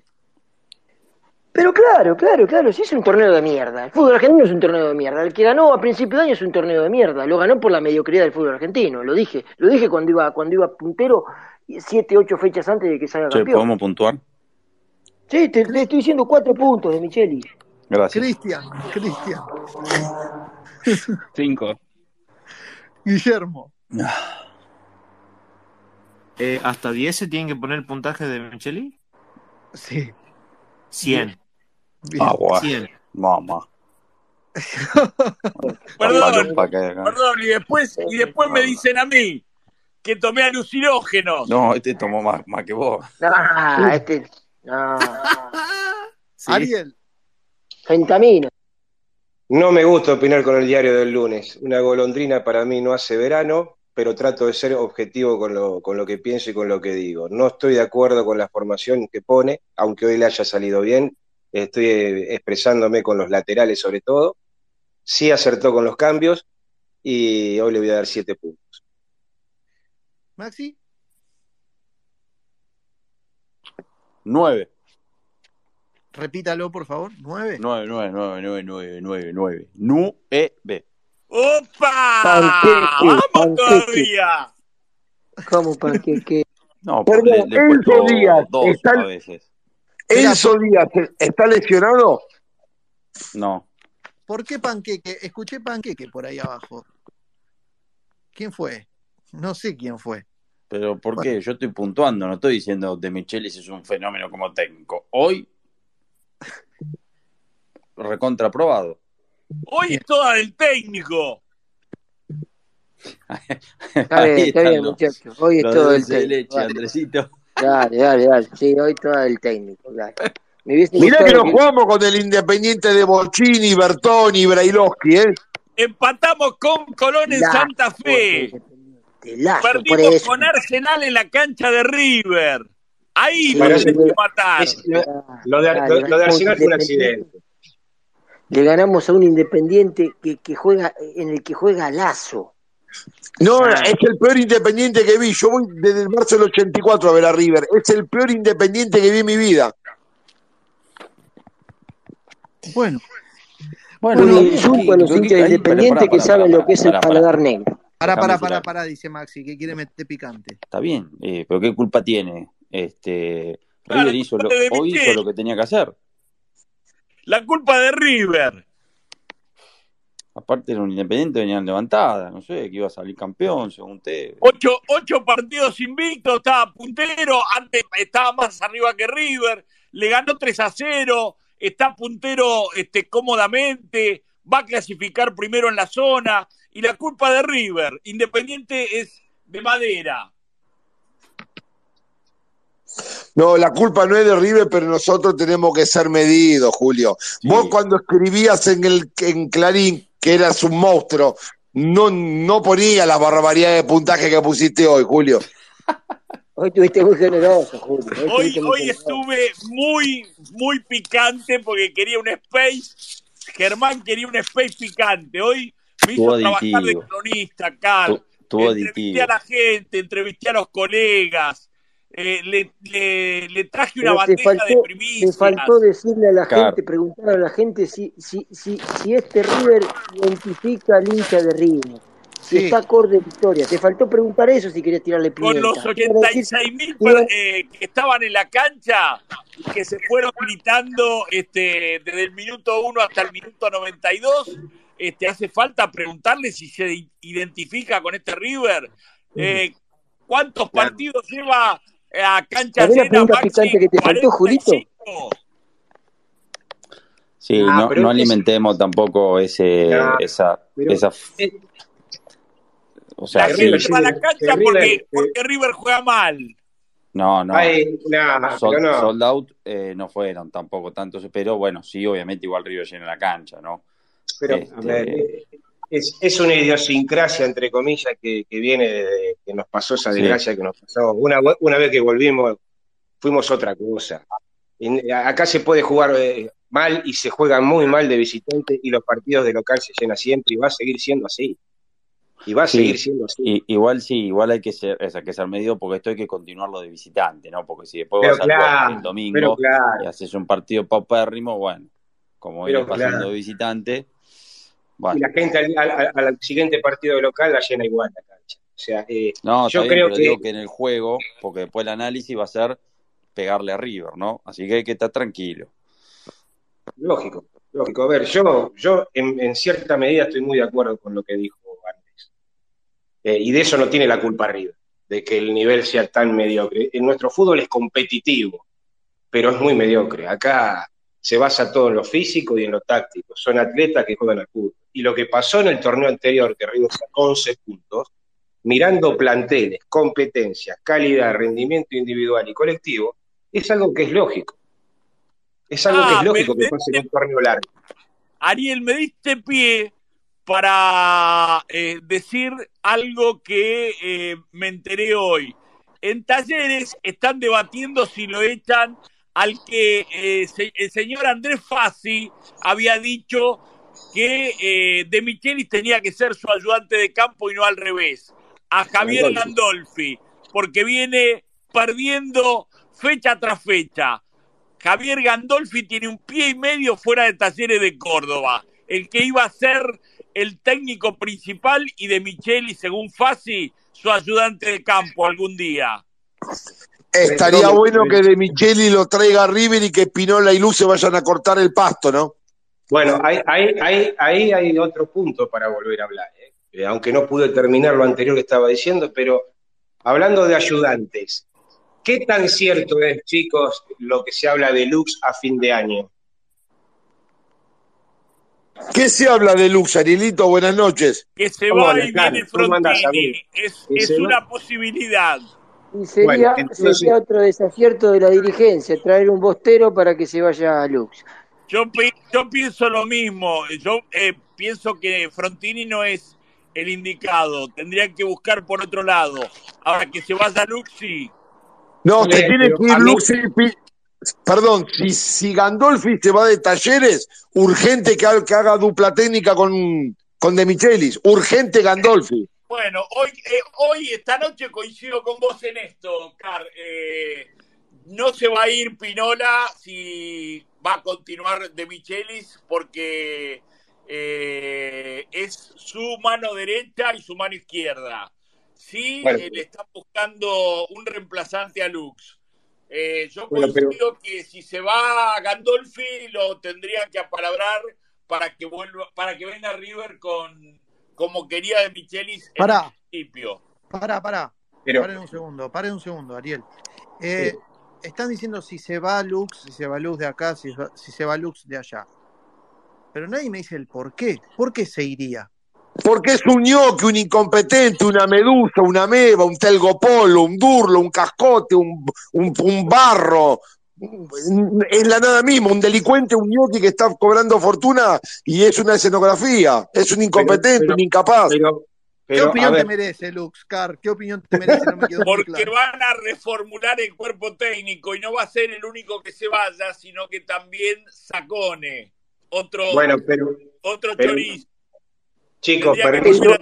Pero claro, sí es un torneo de mierda. El fútbol argentino es un torneo de mierda. El que ganó a principio de año es un torneo de mierda. Lo ganó por la mediocridad del fútbol argentino. Lo dije cuando iba puntero 7, 8 fechas antes de que salga campeón. ¿Podemos puntuar? Sí, te estoy diciendo 4 puntos de Micheli. Gracias. Cristian. 5. Guillermo. ¿Hasta 10 se tienen que poner el puntaje de Micheli? Sí. 100. Bueno. 100. Mamá. Perdón, y después me dicen a mí que tomé alucinógenos. No, este tomó más que vos. No. Sí. Ariel. Fentamina. No me gusta opinar con el diario del lunes. Una golondrina para mí no hace verano, pero trato de ser objetivo con lo que pienso y con lo que digo. No estoy de acuerdo con la formación que pone, aunque hoy le haya salido bien. Estoy expresándome con los laterales sobre todo. Sí acertó con los cambios y hoy le voy a dar 7 puntos. Maxi. 9. Repítalo, por favor. 9. 9. 9. ¡Opa! Panqueque, ¡Vamos todavía! ¿Cómo panqueque? No, Perdón, le he puesto Enzo Díaz 2 está, a veces. Enzo Díaz está lesionado. No. ¿Por qué Panqueque? Escuché Panqueque por ahí abajo. ¿Quién fue? No sé quién fue. Pero ¿por qué? Yo estoy puntuando, no estoy diciendo De Michelis es un fenómeno como técnico. Hoy, recontraprobado. Hoy es toda del técnico. Está bien, muchachos. Hoy es todo del técnico. Leche, Andresito. Dale. Sí, hoy todo del técnico. Dale. Mirá que nos jugamos con el Independiente de Bocini, Bertoni, Brailovsky, ¿eh? Empatamos con Colón en Santa Fe. Perdimos con Arsenal en la cancha de River. Ahí nos tenemos que matar. Lo de Arsenal fue un accidente. Le ganamos a un Independiente que juega, en el que juega Lazo. No, es el peor Independiente que vi. Yo voy desde el marzo del 84 a ver a River. Es el peor Independiente que vi en mi vida. Bueno, supo los hinchas de Independiente que saben lo que es el paladar negro. Pará, dice Maxi, que quiere meter picante. Está bien, pero ¿qué culpa tiene? River hizo lo que tenía que hacer. La culpa de River. Aparte era un Independiente, venían levantada, no sé, que iba a salir campeón, según usted. 8 partidos invictos, estaba puntero, antes estaba más arriba que River, le ganó 3-0, está puntero cómodamente, va a clasificar primero en la zona, y la culpa de River, Independiente es de madera. No, la culpa no es de River, pero nosotros tenemos que ser medidos, Julio. Sí. Vos cuando escribías en Clarín que eras un monstruo, no ponía la barbaridad de puntaje que pusiste hoy, Julio. Hoy estuviste muy generoso, Julio. Hoy estuve muy picante porque quería un space. Germán quería un space picante. Hoy me hizo trabajar de cronista, Carl. Entrevisté a la gente, entrevisté a los colegas. le traje una Pero te bandeja de faltó primicias. decirle a la Claro. gente, preguntar a la gente si este River identifica al hincha de River, si Sí. está acorde Victoria. Te faltó preguntar eso si querías tirarle Con los pimienta. Te iban a decir- 86.000 te iban- que estaban en la cancha y que se fueron gritando desde el minuto 1 hasta el minuto 92, hace falta preguntarle si se identifica con este River. ¿Cuántos partidos lleva a cancha ¿Sabés la llena, pregunta Maxi? picante que te faltó, Julito? 45. Sí, no pero alimentemos tampoco pero esa o sea, La sí, gente va a la cancha River, porque River juega mal. no, pero no. sold out no fueron tampoco tantos, pero bueno, sí, obviamente igual River llena la cancha, ¿no? Pero, a ver, es una idiosincrasia, entre comillas, que viene de que nos pasó esa Sí. desgracia que nos pasó. Una vez que volvimos, fuimos otra cosa. Acá se puede jugar mal y se juega muy mal de visitante y los partidos de local se llenan siempre y va a seguir siendo así. Y va a Sí, seguir siendo así. igual hay que ser medido porque esto hay que continuarlo de visitante, ¿no? Porque si después Pero vas al Boca el pero domingo claro, y haces un partido paupérrimo, bueno, como pero viene pasando claro. de visitante, Y bueno, la gente al siguiente partido de local la llena igual la cancha. O sea, no, está yo bien, creo pero que, digo que en el juego, porque después el análisis va a ser pegarle a River, ¿no? Así que hay que estar tranquilo. lógico. A ver, yo en cierta medida estoy muy de acuerdo con lo que dijo antes. Y de eso no tiene la culpa River, de que el nivel sea tan mediocre. En nuestro fútbol es competitivo, pero es muy mediocre. Acá se basa todo en lo físico y en lo táctico. Son atletas que juegan al fútbol. Y lo que pasó en el torneo anterior, que River sacó 11 puntos, mirando planteles, competencias, calidad, rendimiento individual y colectivo, es algo que es lógico. Es algo que es lógico que pase en un torneo largo. Ariel, me diste pie para decir algo que me enteré hoy. En Talleres están debatiendo si lo echan al que el señor Andrés Fassi había dicho que De Michelis tenía que ser su ayudante de campo y no al revés, a Javier Gandolfi, porque viene perdiendo fecha tras fecha. Javier Gandolfi tiene un pie y medio fuera de Talleres de Córdoba, el que iba a ser el técnico principal y De Michelis, según Fassi, su ayudante de campo algún día. Estaría bueno que De Micheli lo traiga a River y que Pinola y Luz se vayan a cortar el pasto, ¿no? Bueno, ahí hay otro punto para volver a hablar, aunque no pude terminar lo anterior que estaba diciendo, pero hablando de ayudantes, ¿qué tan cierto es, chicos, lo que se habla de Lux a fin de año? ¿Qué se habla de Lux, Arielito? Buenas noches. Que se va y viene Frontini. Es una posibilidad. Y sería otro desacierto de la dirigencia, traer un bostero para que se vaya a Lux. Yo pienso lo mismo. Yo pienso que Frontini no es el indicado. Tendrían que buscar por otro lado. Ahora que se vaya a Lux, sí. No, se tiene que ir Lux. Perdón, si Gandolfi se va de Talleres, urgente que haga dupla técnica con De Michelis. Urgente Gandolfi. Bueno, hoy, esta noche coincido con vos en esto, Car. No se va a ir Pinola si va a continuar De Michelis porque es su mano derecha y su mano izquierda. Sí, le están buscando un reemplazante a Lux. Yo coincido que si se va a Gandolfi lo tendrían que apalabrar para que venga River como quería De Michelis en el principio. Paren un segundo, Ariel. Están diciendo si se va Lux, si se va Lux de acá, si se va Lux de allá. Pero nadie me dice el por qué. ¿Por qué se iría? Porque es un ñoque, un incompetente, una medusa, una ameba, un telgopolo, un durlo, un cascote, un barro. Es la nada misma, un delincuente, un ñoqui que está cobrando fortuna y es una escenografía. Es un incompetente, un incapaz. ¿Qué opinión te merece, Lux, Car? ¿Qué opinión te merece? No me quedó muy Porque claro. van a reformular el cuerpo técnico y no va a ser el único que se vaya, sino que también Sacone. Otro chorizo. Chicos,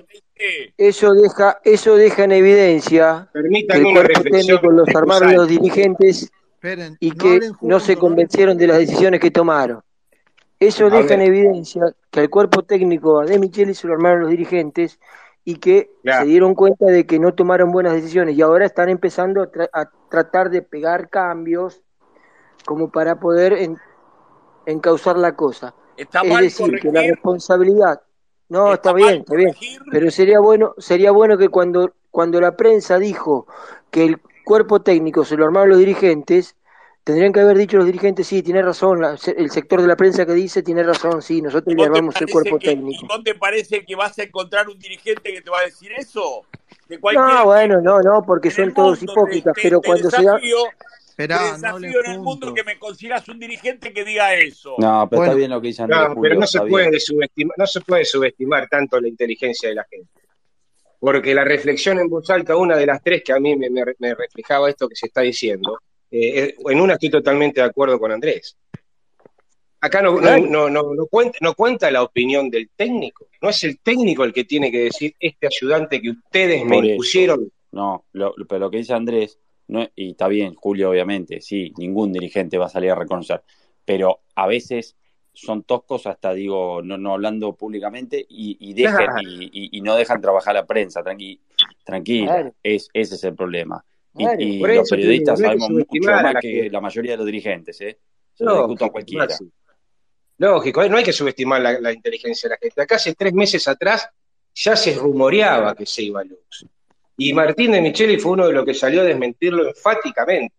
eso deja en evidencia que Permítanme el una cuerpo reflexión técnico los armaron excusal. los dirigentes Esperen, y no que hablen no juntos, se no hablen convencieron de las decisiones que tomaron. Eso A deja en ver, evidencia que el cuerpo técnico a De Micheli se lo armaron los dirigentes y que se claro. dieron cuenta de que no tomaron buenas decisiones y ahora están empezando a tratar de pegar cambios como para poder encauzar la cosa. ¿Está Es mal decir, que la corregir? responsabilidad, no, ¿Está está mal bien, corregir? pero sería bueno que cuando la prensa dijo que el cuerpo técnico se lo armaron los dirigentes, tendrían que haber dicho los dirigentes, sí, tiene razón, el sector de la prensa que dice, tiene razón, sí, nosotros le armamos el cuerpo ¿Y técnico. no te parece que vas a encontrar un dirigente que te va a decir eso? De No, cualquier bueno, equipo. no, porque En el son todos mundo hipócritas, te pero cuando se da... Esperá, no hablen desafío en el mundo juntos. que me consigas un dirigente que diga eso. No, pero está Bueno, bien lo que dice Andrés, No, pero Julio, no se está bien. puede subestimar, no se puede subestimar tanto la inteligencia de la gente. Porque la reflexión en voz alta, una de las tres que a mí me reflejaba esto que se está diciendo, en una estoy totalmente de acuerdo con Andrés. Acá Claro, no cuenta la opinión del técnico. No es el técnico el que tiene que decir este ayudante que ustedes me Por eso. impusieron. No, pero lo que dice Andrés, no, y está bien, Julio, obviamente, sí, ningún dirigente va a salir a reconocer, pero a veces son toscos hasta, digo, no hablando públicamente y Claro, no dejan trabajar a la prensa, tranquila, claro, ese es el problema. claro. Y por los eso te digo, periodistas no hay que sabemos mucho subestimar a más la que gente. la mayoría de los dirigentes, Se lo discuto a Lógico, cualquiera. Maxi. Lógico, no hay que subestimar la inteligencia de la gente. Acá hace 3 meses atrás ya se rumoreaba que se iba a Luz. Y Martín de Micheli fue uno de los que salió a desmentirlo enfáticamente.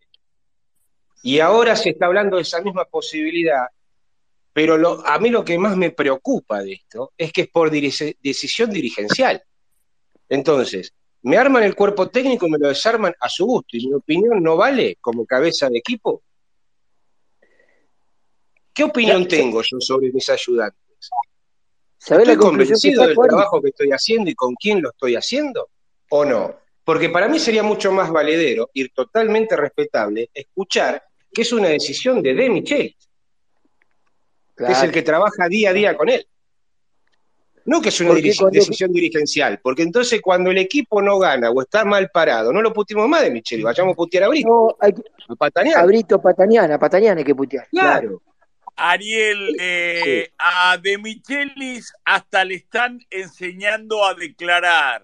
Y ahora se está hablando de esa misma posibilidad, pero a mí lo que más me preocupa de esto es que es por decisión dirigencial. Entonces, me arman el cuerpo técnico y me lo desarman a su gusto, y mi opinión no vale como cabeza de equipo. ¿Qué opinión tengo yo sobre mis ayudantes? ¿Sabés la ¿Estoy conclusión que convencido del saco ahí? trabajo que estoy haciendo y con quién lo estoy haciendo? ¿O no? Porque para mí sería mucho más valedero y totalmente respetable escuchar que es una decisión de Micheli, que es el Claro, que trabaja día a día con él. No que es una porque cuando... decisión dirigencial, porque entonces cuando el equipo no gana o está mal parado, no lo puteemos más de Micheli, vayamos a putear a Brito, No, hay que... a Patañán. A Brito Pataniana hay que putear, claro. Claro. Ariel, Sí. a De Michelis hasta le están enseñando a declarar.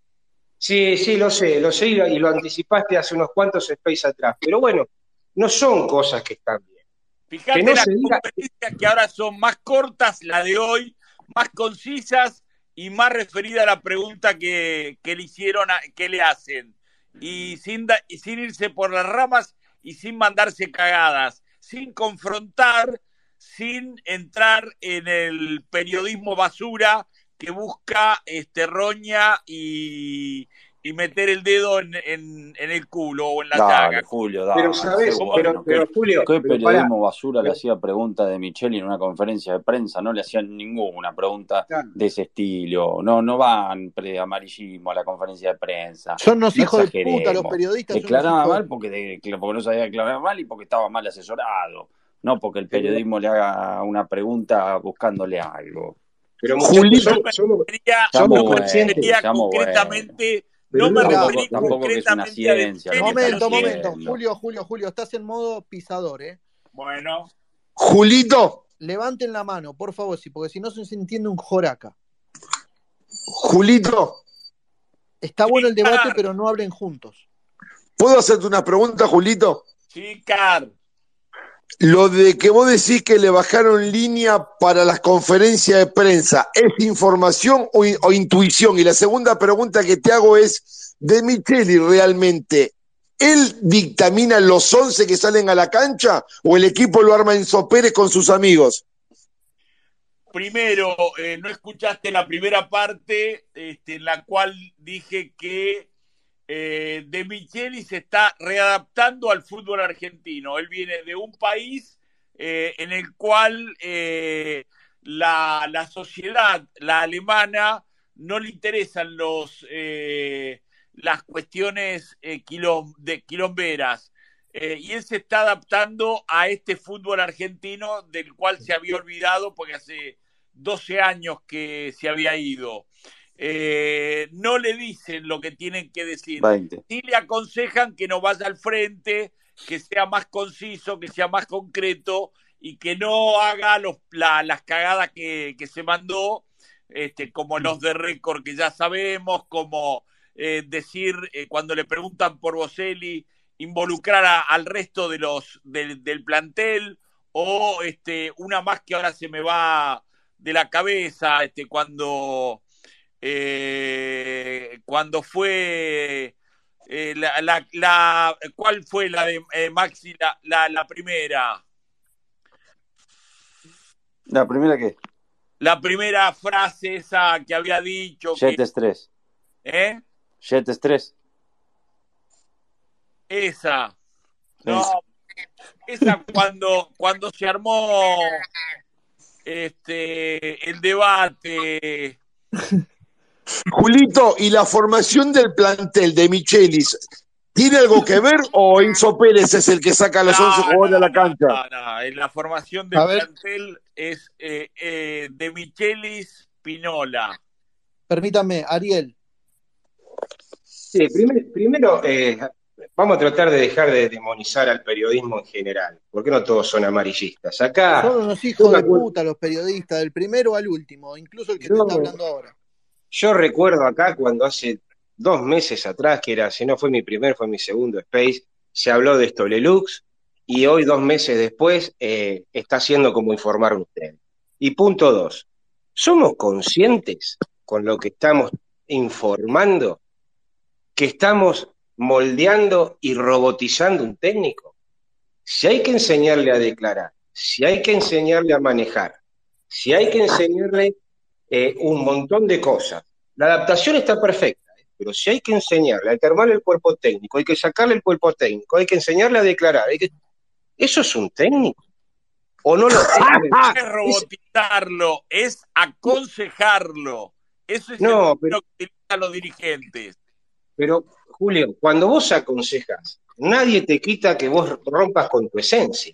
Sí, lo sé, y lo anticipaste hace unos cuantos space atrás. Pero bueno, no son cosas que están bien. Que Fíjate no las se diga, conferencias que ahora son más cortas, la de hoy, más concisas y más referidas a la pregunta que le hicieron, que le hacen. Y sin irse por las ramas y sin mandarse cagadas, sin confrontar, sin entrar en el periodismo basura que busca roña y meter el dedo en el culo o en la Dale, llaga. Julio, pero dale, sabes, qué bueno. pero Julio, ¿Qué pero pará, periodismo basura le hacía pregunta de Micheli en una conferencia de prensa? No le hacían ninguna pregunta de ese estilo. No van pre-amarillismo a la conferencia de prensa. Son unos No hijos de puta, los exageremos. periodistas son unos Declaraba hijos de mal porque no sabía declarar mal y porque estaba mal asesorado. No porque el periodismo le haga una pregunta buscándole algo. pero muchachos, No me refería concretamente, no me referí Tampoco que es una concretamente a De ciencia. lo que Micheli, están Momento. haciendo. Julio, estás en modo pisador, ¿eh? Bueno, Julito, Levanten la mano, por favor, porque si no se entiende un joraca. Julito, Está bueno el debate, pero no hablen juntos. ¿puedo hacerte una pregunta, Julito? sí, Car. Lo de que vos decís que le bajaron línea para las conferencias de prensa, ¿es información o intuición? Y la segunda pregunta que te hago es, ¿De Micheli realmente, él dictamina los 11 que salen a la cancha o el equipo lo arma Enzo Pérez con sus amigos? Primero, no escuchaste la primera parte en la cual dije que De Micheli se está readaptando al fútbol argentino. Él viene de un país en el cual la sociedad, la alemana, no le interesan las cuestiones quilomberas. Y él se está adaptando a este fútbol argentino del cual se había olvidado porque hace 12 años que se había ido. no le dicen lo que tienen que decir. 20. Sí le aconsejan que no vaya al frente, que sea más conciso, que sea más concreto y que no haga las cagadas que se mandó, como los de récord que ya sabemos, como decir, cuando le preguntan por Boselli, involucrar al resto del plantel, o una más que ahora se me va de la cabeza, cuando fue ¿cuál fue la de Maxi, la primera? ¿La primera qué? La primera frase esa que había dicho. Jet Stress. Jet Stress. Esa. No, esa cuando se armó el debate. Julito, ¿y la formación del plantel de Michelis tiene algo que ver o Enzo Pérez es el que saca a los 11 jugadores a la cancha? No, en la formación del plantel es de Michelis Pinola. Permítame, Ariel. Sí, primero vamos a tratar de dejar de demonizar al periodismo en general. ¿Por qué no todos son amarillistas? Acá Son unos hijos de puta los periodistas, del primero al último, incluso el que te está hablando ahora. Yo recuerdo acá cuando hace 2 meses atrás, que era, si no fue mi primer, fue mi segundo Space, se habló de Stolelux y hoy 2 meses después está haciendo como informar usted. Y punto 2, ¿somos conscientes con lo que estamos informando que estamos moldeando y robotizando un técnico? Si hay que enseñarle a declarar, si hay que enseñarle a manejar, si hay que enseñarle un montón de cosas, la adaptación está perfecta, pero si hay que enseñarle a armarle el cuerpo técnico, hay que sacarle el cuerpo técnico, hay que enseñarle a declarar, ¿eso es un técnico? ¿O no lo es robotizarlo, es aconsejarlo. Eso es no, lo que utilizan los dirigentes. Pero, Julio, cuando vos aconsejas, nadie te quita que vos rompas con tu esencia.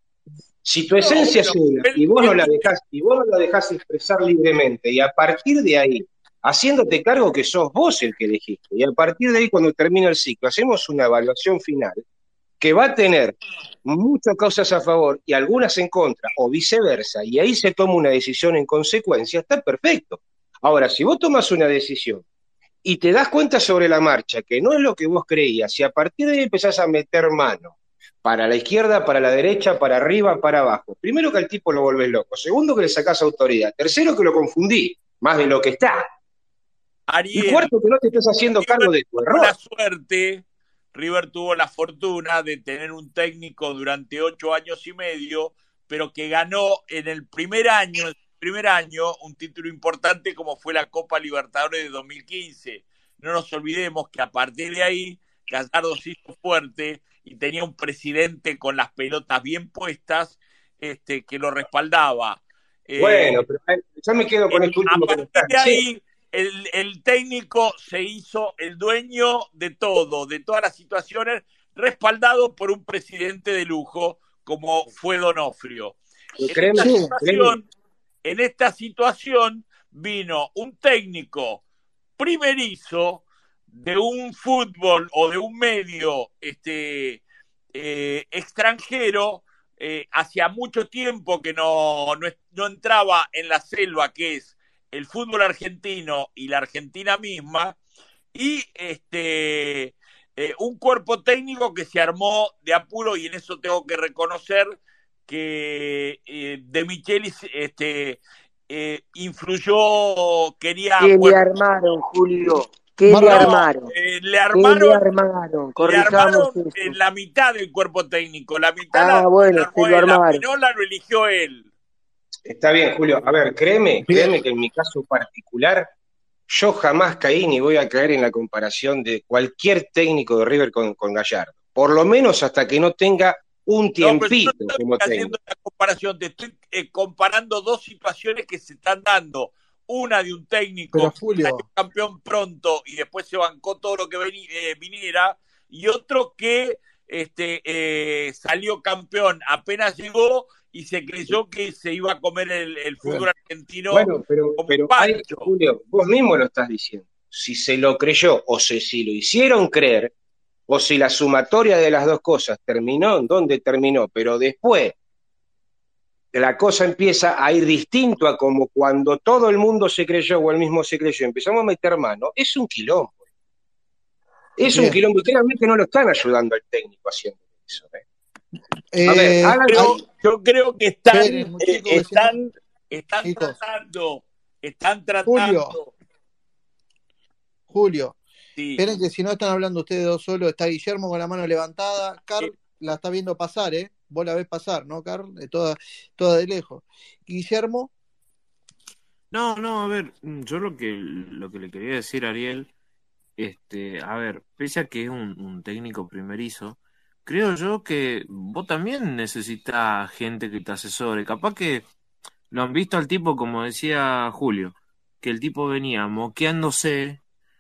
Si tu esencia es una y vos no la dejás expresar libremente, y a partir de ahí, haciéndote cargo que sos vos el que elegiste, y a partir de ahí, cuando termina el ciclo, hacemos una evaluación final que va a tener muchas causas a favor y algunas en contra, o viceversa, y ahí se toma una decisión en consecuencia, está perfecto. Ahora, si vos tomas una decisión y te das cuenta sobre la marcha que no es lo que vos creías, y a partir de ahí empezás a meter mano para la izquierda, para la derecha, para arriba, para abajo, primero que al tipo lo volvés loco, segundo que le sacás autoridad, tercero que lo confundí, más de lo que está, Ariel, y cuarto que no te estás haciendo cargo de tu error. La suerte, River tuvo la fortuna de tener un técnico durante 8 años y medio, pero que ganó en el primer año un título importante como fue la Copa Libertadores de 2015. No nos olvidemos que a partir de ahí Gallardo se hizo fuerte y tenía un presidente con las pelotas bien puestas que lo respaldaba. Bueno, pero yo me quedo con el último comentario. De ahí el técnico se hizo el dueño de todo, de todas las situaciones, respaldado por un presidente de lujo como fue Donofrio. En esta situación vino un técnico primerizo de un fútbol o de un medio extranjero, hacía mucho tiempo que no entraba en la selva que es el fútbol argentino y la Argentina misma, y un cuerpo técnico que se armó de apuro, y en eso tengo que reconocer que De Michelis influyó, quería... ¿Qué le armaron, Julio? ¿Qué le armaron? Le armaron eso. En la mitad del cuerpo técnico, la mitad la armó lo armaron. La Pinola lo eligió él. Está bien, Julio. A ver, créeme que en mi caso particular, yo jamás caí ni voy a caer en la comparación de cualquier técnico de River con Gallardo. Por lo menos hasta que no tenga un tiempito como técnico. La comparación, te estoy comparando dos situaciones que se están dando. Una de un técnico que salió campeón pronto y después se bancó todo lo que viniera, y otro que salió campeón, apenas llegó y se creyó que se iba a comer el fútbol argentino Bueno, como pero pancho. Julio, vos mismo lo estás diciendo. Si se lo creyó o si lo hicieron creer, o si la sumatoria de las dos cosas terminó en donde terminó, pero después la cosa empieza a ir distinto a como cuando todo el mundo se creyó o él mismo se creyó, empezamos a meter mano, es un quilombo. Es un Bien. quilombo y claramente no lo están ayudando al técnico haciendo eso. A ver, Yo creo que están Esperen, chicos, que si no- Chicos. están tratando. Julio, Sí. esperen que si no están hablando ustedes dos solos, está Guillermo con la mano levantada, Carl la está viendo pasar, vos la ves pasar, ¿no, Carl? Toda de lejos. Guillermo, No, a ver, yo lo que le quería decir a Ariel, a ver, pese a que es un técnico primerizo, creo yo que vos también necesitas gente que te asesore. Capaz que lo han visto al tipo, como decía Julio, que el tipo venía moqueándose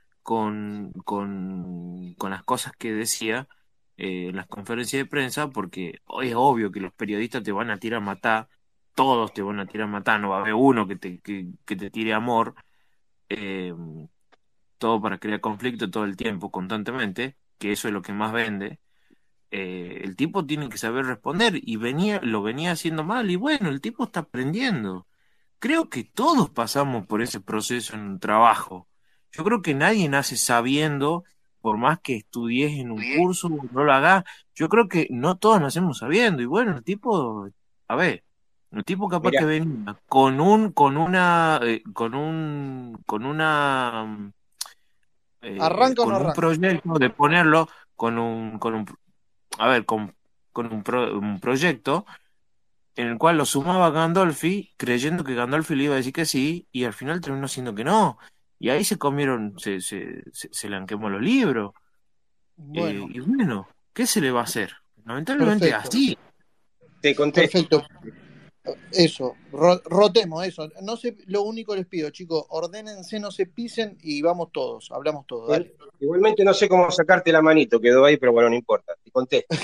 con las cosas que decía en las conferencias de prensa, porque es obvio que los periodistas te van a tirar a matar, todos te van a tirar a matar, no va a haber uno que te tire amor, eh, todo para crear conflicto todo el tiempo, constantemente, que eso es lo que más vende. El tipo tiene que saber responder y lo venía haciendo mal y bueno, el tipo está aprendiendo. Creo que todos pasamos por ese proceso en un trabajo. Yo creo que nadie nace sabiendo, por más que estudies en un curso, no lo hagas. Yo creo que no todos nacemos sabiendo. Y bueno, el tipo, a ver, el tipo capaz Mirá. que venía con una ¿arranca o no con un arranca? proyecto de ponerlo a ver, con un proyecto en el cual lo sumaba Gandolfi, creyendo que Gandolfi le iba a decir que sí, y al final terminó siendo que no. Y ahí se comieron, se le han quemado los libros. Bueno, Y bueno, ¿qué se le va a hacer? Lamentablemente es perfecto. así. Te contesto. Perfecto. Eso, rotemos eso. No sé, lo único les pido, chicos, ordénense, no se pisen y vamos todos, hablamos todos, dale. Igualmente no sé cómo sacarte la manito, quedó ahí, pero bueno, no importa, te contesto.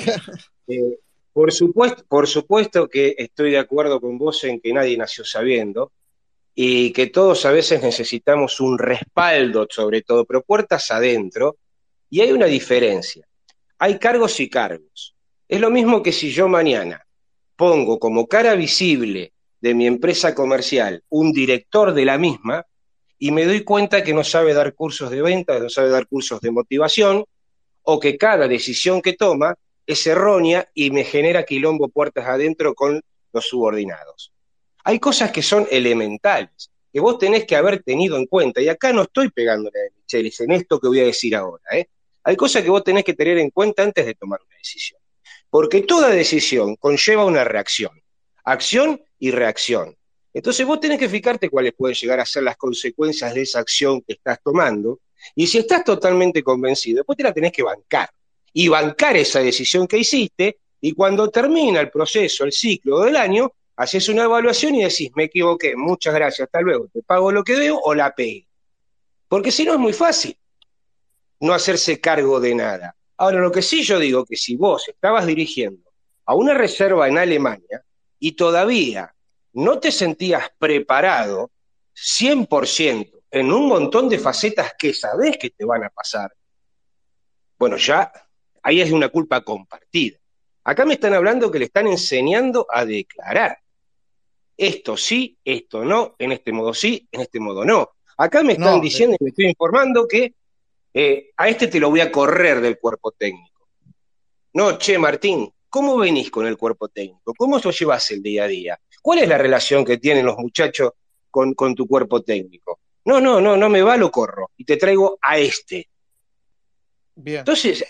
Por supuesto que estoy de acuerdo con vos en que nadie nació sabiendo y que todos a veces necesitamos un respaldo, sobre todo, pero puertas adentro, y hay una diferencia. Hay cargos y cargos. Es lo mismo que si yo mañana pongo como cara visible de mi empresa comercial un director de la misma y me doy cuenta que no sabe dar cursos de venta, no sabe dar cursos de motivación, o que cada decisión que toma es errónea y me genera quilombo puertas adentro con los subordinados. Hay cosas que son elementales, que vos tenés que haber tenido en cuenta, y acá no estoy pegándole a Michelis en esto que voy a decir ahora, Hay cosas que vos tenés que tener en cuenta antes de tomar una decisión. Porque toda decisión conlleva una reacción, acción y reacción. Entonces vos tenés que fijarte cuáles pueden llegar a ser las consecuencias de esa acción que estás tomando, y si estás totalmente convencido, después te la tenés que bancar, y bancar esa decisión que hiciste, y cuando termina el proceso, el ciclo del año, haces una evaluación y decís, me equivoqué, muchas gracias, hasta luego, te pago lo que debo o la pegué. Porque si no es muy fácil no hacerse cargo de nada. Ahora, lo que sí yo digo, que si vos estabas dirigiendo a una reserva en Alemania y todavía no te sentías preparado 100% en un montón de facetas que sabés que te van a pasar, bueno, ya ahí es una culpa compartida. Acá me están hablando que le están enseñando a declarar. Esto sí, esto no, en este modo sí, en este modo no. Acá me están diciendo y me estoy informando que a este te lo voy a correr del cuerpo técnico. No, che, Martín, ¿cómo venís con el cuerpo técnico? ¿Cómo lo llevas el día a día? ¿Cuál es la relación que tienen los muchachos con tu cuerpo técnico? No me va, lo corro y te traigo a este. Bien. Entonces,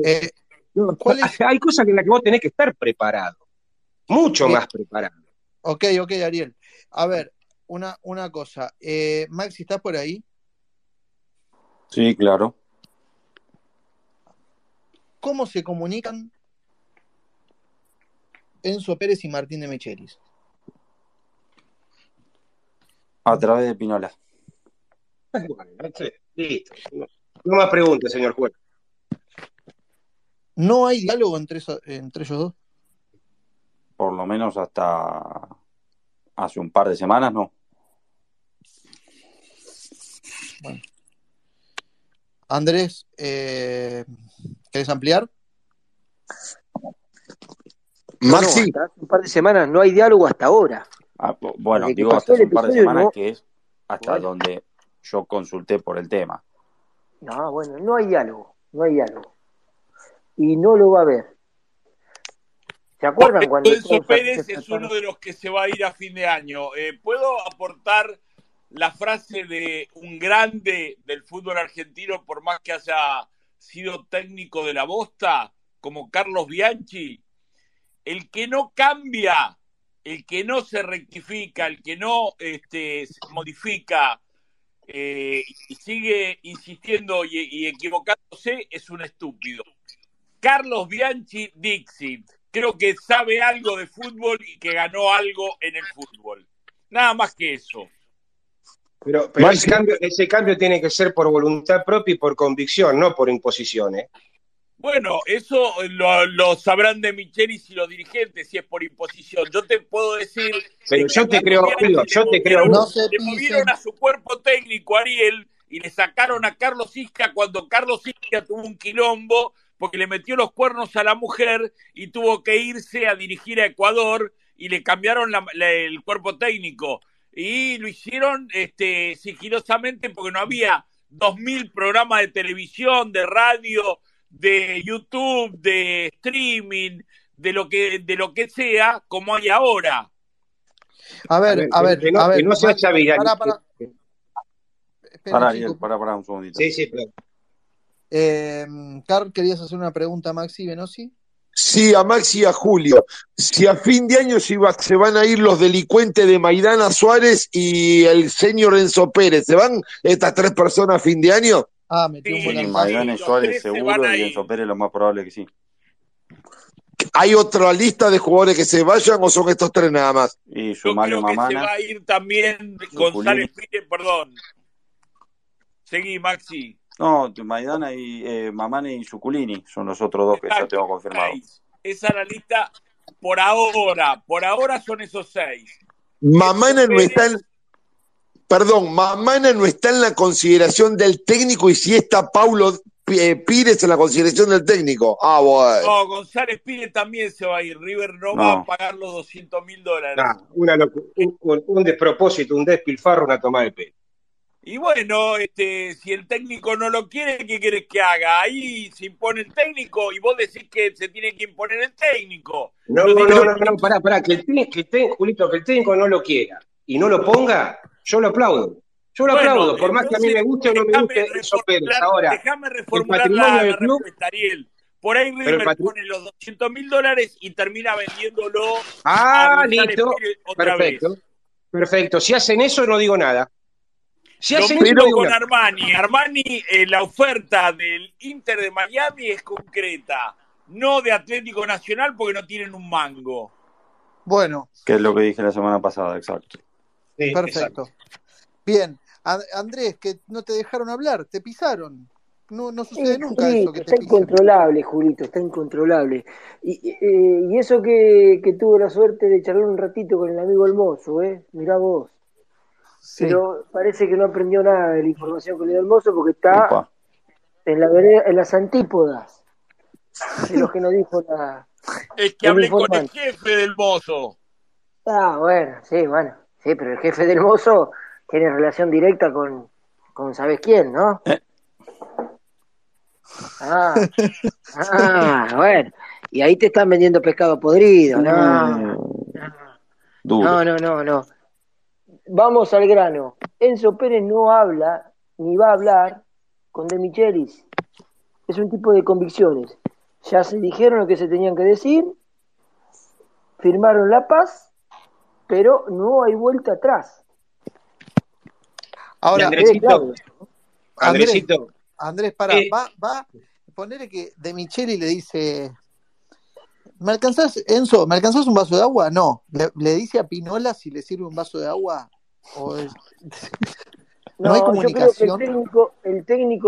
hay cosas en las que vos tenés que estar preparado, mucho más preparado. Ok, Ariel. A ver, una cosa. Maxi, ¿estás por ahí? Sí, claro. ¿Cómo se comunican Enzo Pérez y Martín de Michelis? A través de Pinola. Listo. No más preguntas, señor juez. ¿No hay diálogo entre ellos dos? Por lo menos hasta hace un par de semanas, no. Bueno. Andrés, ¿querés ampliar? Maxi. Hasta hace un par de semanas no hay diálogo hasta ahora. Bueno, Desde que digo pasó hasta el hace un par de episodio, semanas no. que es hasta donde yo consulté por el tema. No, bueno, no hay diálogo. Y no lo va a haber. ¿Se acuerdan cuando Enzo todos Pérez se es uno de los que se va a ir a fin de año. ¿Puedo aportar la frase de un grande del fútbol argentino, por más que haya sido técnico de la Bosta, como Carlos Bianchi? El que no cambia, el que no se rectifica, el que no se modifica y sigue insistiendo y equivocándose, es un estúpido. Carlos Bianchi Dixit. Creo que sabe algo de fútbol y que ganó algo en el fútbol. Nada más que eso. Pero ese cambio tiene que ser por voluntad propia y por convicción, no por imposición, ¿eh? Bueno, eso lo sabrán de Michelis y los dirigentes, si es por imposición. Yo te puedo decir... Pero yo te creo, Julio, yo te creo. Le movieron a su cuerpo técnico, Ariel, y le sacaron a Carlos Isca cuando Carlos Isca tuvo un quilombo porque le metió los cuernos a la mujer y tuvo que irse a dirigir a Ecuador y le cambiaron el cuerpo técnico. Y lo hicieron sigilosamente porque no había 2000 programas de televisión, de radio, de YouTube, de streaming, de lo que sea, como hay ahora. A ver. Que no se haya viral. Para, Ariel, para un segundito. Sí, claro. Carl, ¿querías hacer una pregunta a Maxi Venosi? Sí, a Maxi y a Julio. Si a fin de año se van a ir los delincuentes de Maidana Suárez y el señor Enzo Pérez, ¿se van estas 3 personas a fin de año? Metió un buen Sí, Maidana y Suárez seguro, y Enzo Pérez lo más probable que sí. ¿Hay otra lista de jugadores que se vayan o son estos 3 nada más? Y Yo creo que se va a ir también González Pires, perdón. Seguí, Maxi. No, Maidana y Mamane y Zuculini son los otros 2 que ya tengo confirmados. Esa es la lista por ahora son esos 6. Mamana no está en la consideración del técnico, y si está Paulo Pires en la consideración del técnico. Bueno. No, González Pires también se va a ir. River no va a pagar los $200,000. Un despropósito, un despilfarro, una toma de pelo. Y bueno, si el técnico no lo quiere, ¿qué querés que haga? Ahí se impone el técnico y vos decís que se tiene que imponer el técnico. No, pará, Julito, que el técnico no lo quiera y no lo ponga, yo lo aplaudo. Por más que a mí me guste o no me guste Enzo Pérez. Ahora, déjame reformular la respuesta, Ariel. Por ahí River pone los $200,000 y termina vendiéndolo a listo. Pérez otra vez. Perfecto. Si hacen eso, no digo nada. Lo mismo con Armani. Armani, la oferta del Inter de Miami es concreta, no de Atlético Nacional, porque no tienen un mango. Bueno. Que es lo que dije la semana pasada, exacto. Sí, perfecto. Exacto. Bien. Andrés, que no te dejaron hablar, te pisaron. No sucede nunca eso que te está incontrolable, Julito, está incontrolable. Y eso que tuve la suerte de charlar un ratito con el amigo El Mozo, mirá vos. Sí. Pero parece que no aprendió nada de la información que le dio el mozo, porque está en las antípodas de lo que nos dijo la. Es que hablé con el jefe del mozo. Bueno, sí, pero el jefe del mozo tiene relación directa con ¿sabes quién, no? Bueno, y ahí te están vendiendo pescado podrido, No. Vamos al grano. Enzo Pérez no habla, ni va a hablar con De Michelis. Es un tipo de convicciones. Ya se dijeron lo que se tenían que decir, firmaron la paz, pero no hay vuelta atrás. Ahora, Andrés, para, va, ponerle que De Michelis le dice... ¿Me alcanzás, Enzo? ¿Me alcanzás un vaso de agua? No. ¿Le dice a Pinola si le sirve un vaso de agua? ¿No hay comunicación? Yo creo que el técnico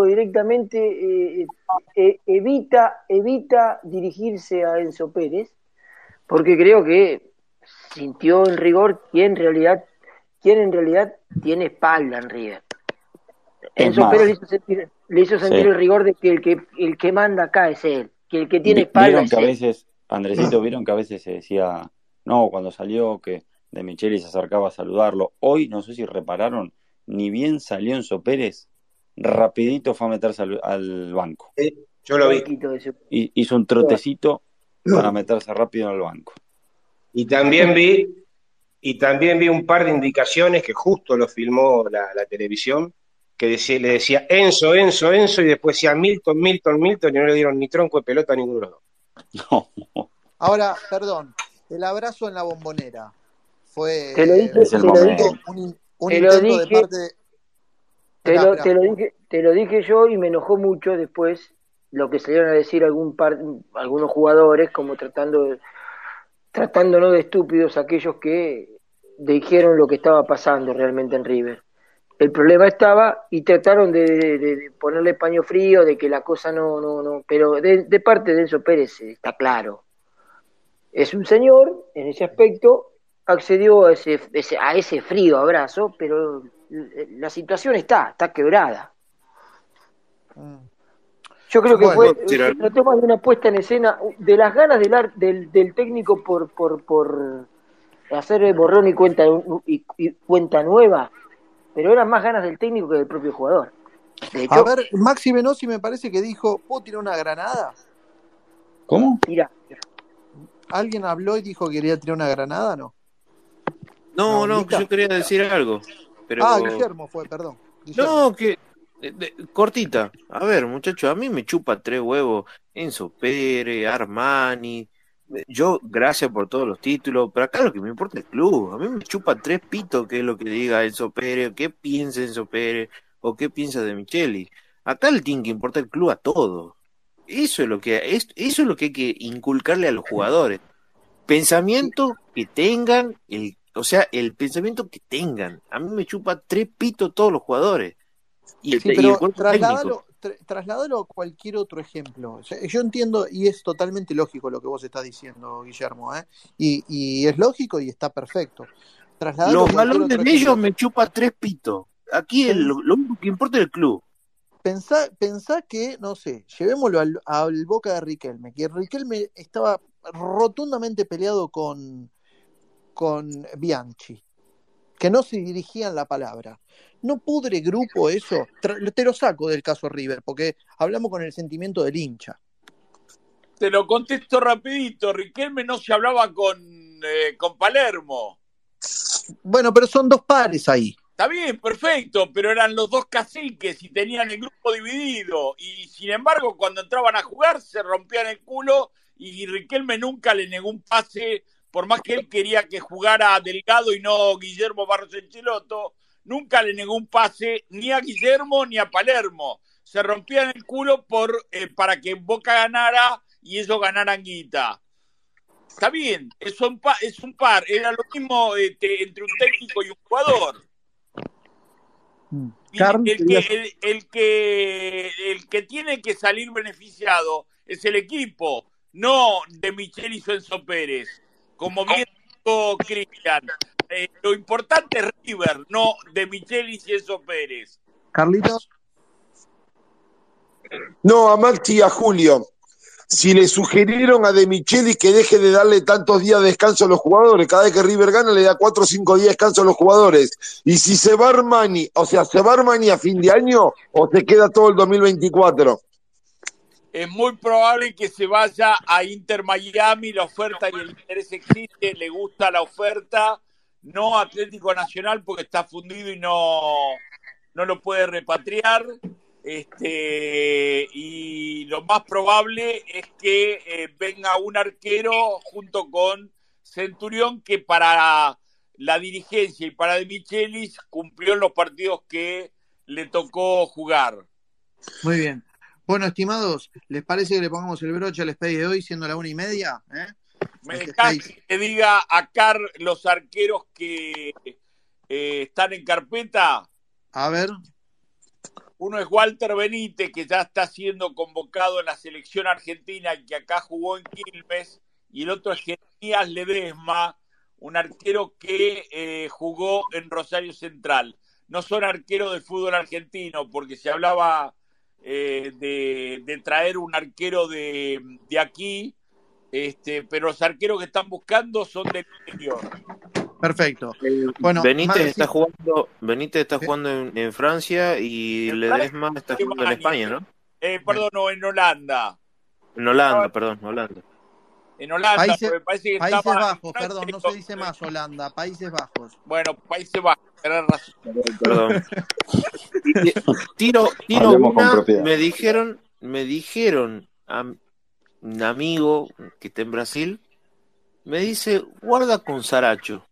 directamente evita dirigirse a Enzo Pérez, porque creo que sintió en rigor quién en realidad tiene espalda en River. Es Enzo más, Pérez le hizo sentir sí. el rigor de que el que manda acá es él, que el que tiene espalda Vieron es que a él. veces, Andresito, vieron que a veces se decía, no, cuando salió que De Micheli se acercaba a saludarlo. Hoy, no sé si repararon, ni bien salió Enzo Pérez, rapidito fue a meterse al banco. Yo lo vi. Banquito ese. Hizo un trotecito para meterse rápido en el banco. Y también vi un par de indicaciones que justo lo filmó la televisión, que le decía Enzo, Enzo, Enzo, y después decía Milton, Milton, Milton, y no le dieron ni tronco de pelota a ninguno de los dos. No, Ahora, perdón, el abrazo en la Bombonera fue Te lo dije, es el te lo dije, momento. un te lo intento de dije, parte de... Esperá, esperá. te lo dije yo y me enojó mucho después lo que salieron a decir algunos jugadores, como tratando no de estúpidos aquellos que dijeron lo que estaba pasando realmente en River. El problema estaba y trataron de ponerle paño frío, de que la cosa no, pero de parte de Enzo Pérez está claro. Es un señor, en ese aspecto, accedió a ese frío abrazo, pero la situación está quebrada. Yo creo que se trató más de una puesta en escena, de las ganas del técnico por hacer borrón y cuenta nueva, pero eran más ganas del técnico que del propio jugador. De hecho, A ver, Maxi Venosi me parece que dijo, ¿puedo tirar una granada? ¿Cómo? Mira. ¿Alguien habló y dijo que quería tirar una granada, no? No, ¿Mica? yo quería decir algo. Pero... Guillermo fue, perdón. Guillermo. No, que... cortita. A ver, muchachos, a mí me chupa 3 huevos Enzo Pérez, Armani. Yo, gracias por todos los títulos, pero acá lo que me importa es el club. A mí me chupa 3 pitos qué es lo que diga Enzo Pérez, qué piensa Enzo Pérez, o qué piensa de Micheli. Acá le tiene que importar el club a todos. Eso es lo que hay que inculcarle a los jugadores. Pensamiento que tengan, el pensamiento que tengan. A mí me chupa 3 pitos todos los jugadores. Y el cuerpo técnico. Trasládalo a cualquier otro ejemplo. O sea, yo entiendo y es totalmente lógico lo que vos estás diciendo, Guillermo, ¿eh? Y es lógico y está perfecto. Los balones de ellos me chupa 3 pitos. Aquí lo único que importa es el club. Pensá que, no sé, llevémoslo al Boca de Riquelme, que Riquelme estaba rotundamente peleado con Bianchi, que no se dirigían la palabra. ¿No pudre grupo eso? Te lo saco del caso River, porque hablamos con el sentimiento del hincha. Te lo contesto rapidito. Riquelme no se hablaba con Palermo. Bueno, pero son dos pares ahí. Está bien, perfecto, pero eran los dos caciques y tenían el grupo dividido. Y sin embargo, cuando entraban a jugar, se rompían el culo y Riquelme nunca le negó un pase, por más que él quería que jugara Delgado y no Guillermo Barros Enchelotto, nunca le negó un pase ni a Guillermo ni a Palermo. Se rompían el culo para que Boca ganara y ellos ganaran guita. Está bien, es un par. Era lo mismo entre un técnico y un jugador. El que tiene que salir beneficiado es el equipo, no De Michelis o Enzo Pérez. Como bien dijo Cristian, lo importante es River, no De Michelis y Enzo Pérez. Carlitos. No, a Maxi y a Julio. Si le sugirieron a De Michelis que deje de darle tantos días de descanso a los jugadores, cada vez que River gana le da 4 o 5 días de descanso a los jugadores. Y si se va Armani, ¿se va Armani a fin de año o se queda todo el 2024? Es muy probable que se vaya a Inter Miami, la oferta y el interés existe, le gusta la oferta, no Atlético Nacional porque está fundido y no lo puede repatriar. Y lo más probable es que venga un arquero junto con Centurión, que para la dirigencia y para De Michelis cumplió en los partidos que le tocó jugar. Muy bien. Bueno, estimados, ¿les parece que le pongamos el broche al Space de hoy siendo la 1:30? Me dejás que te diga acá los arqueros que están en carpeta. A ver. Uno es Walter Benítez, que ya está siendo convocado en la selección argentina y que acá jugó en Quilmes y el otro es Jeremías Ledesma, un arquero que jugó en Rosario Central. No son arqueros del fútbol argentino, porque se hablaba de traer un arquero de aquí, pero los arqueros que están buscando son del interior. Perfecto. Bueno, Benítez está jugando en Francia y Ledesma está jugando en España, ¿no? Perdón, no, en Holanda. En Holanda, perdón, Holanda. En Holanda, me parece que Países estaba... Bajos, perdón, no se dice más Holanda, Países Bajos. Bueno, Países Bajos, tenés razón. Perdón. Tiro Hablemos con una, propiedad. me dijeron a un amigo que está en Brasil, me dice, guarda con Saracho.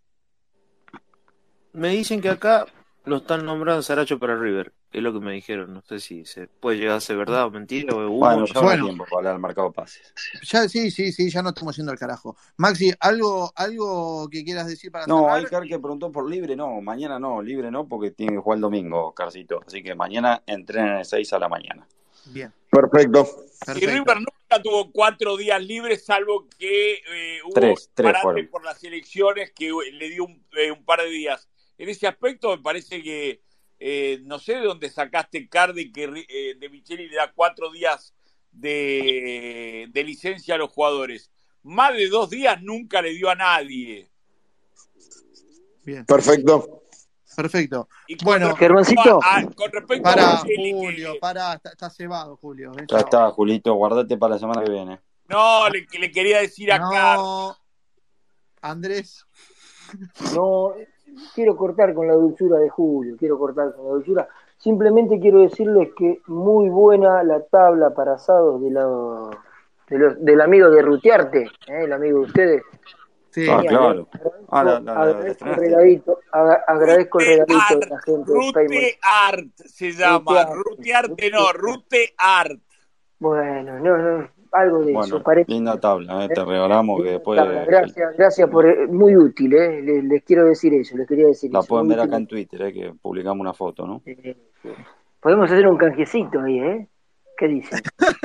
Me dicen que acá lo están nombrando Saracho para River. Es lo que me dijeron. No sé si se puede llegar a ser verdad o mentira o humo. Bueno, ya habrá tiempo para hablar del mercado de pases. Ya, sí, ya no estamos yendo al carajo. Maxi, ¿algo que quieras decir para No, cerrar? hay que preguntó por libre, no, mañana no, libre no, porque tiene que jugar el domingo, Carcito. Así que mañana entrenan a 6 a la mañana. Bien. Perfecto. Y River nunca tuvo 4 días libres, salvo que hubo Tres parate fueron. por las elecciones que le dio un par de días. En ese aspecto me parece que no sé de dónde sacaste, Cardi, que de Micheli le da 4 días de licencia a los jugadores. Más de 2 días nunca le dio a nadie. Bien. Perfecto. Y Bueno, Germancito. Con respecto para a Micheli, Julio, está cebado, Julio. Ya está, Julito, guardate para la semana que viene. no, le quería decir a Cardi. Andrés. No, quiero cortar con la dulzura de Julio, Simplemente quiero decirles que muy buena la tabla para asados del amigo de Rutiarte, el amigo de ustedes. Sí, claro. Agradezco el regalito de la gente de Payment. Rute Art se llama. Rutearte no, Rute Art. Bueno, no, algo de eso. Parece. Linda tabla, te regalamos que después... Gracias por... muy útil, les quiero decir eso, les quería decir La eso. pueden ver útil. acá en Twitter, que publicamos una foto, ¿no? Podemos hacer un canjecito ahí, ¿Qué dicen?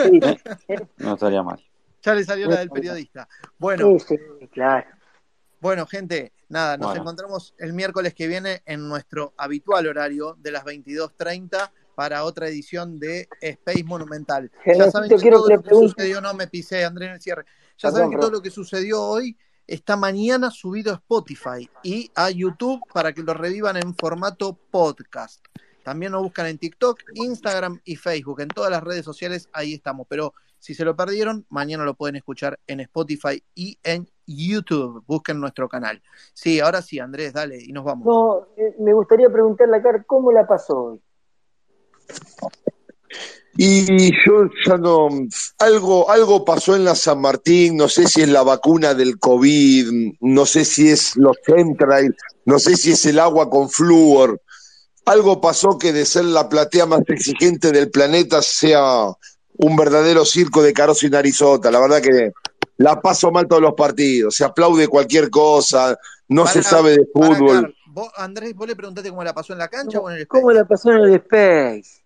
No estaría mal. Ya le salió la del periodista. Bueno, Sí, claro. Bueno, gente, nada, nos Bueno. encontramos el miércoles que viene en nuestro habitual horario de las 22:30 para otra edición de Space Monumental. Ya saben que quiero todo que le lo que pregunte- sucedió, no me pisé, André, en el cierre. Ya Perdón, saben que todo perdón. lo que sucedió hoy está mañana subido a Spotify y a YouTube para que lo revivan en formato podcast. También nos buscan en TikTok, Instagram y Facebook. En todas las redes sociales ahí estamos. Pero si se lo perdieron, mañana lo pueden escuchar en Spotify y en YouTube. Busquen nuestro canal. Sí, ahora sí, Andrés, dale, y nos vamos. No, me gustaría preguntarle a Car cómo la pasó hoy. Y yo ya no, algo pasó en la San Martín, no sé si es la vacuna del COVID, no sé si es los chemtrails, no sé si es el agua con flúor. Algo pasó que de ser la platea más exigente del planeta sea un verdadero circo de Carozo y Narizota. La verdad que la paso mal todos los partidos, se aplaude cualquier cosa, no se sabe de fútbol. Car, Andrés, ¿vos le preguntaste cómo la pasó en la cancha o en el Space? ¿Cómo la pasó en el Space?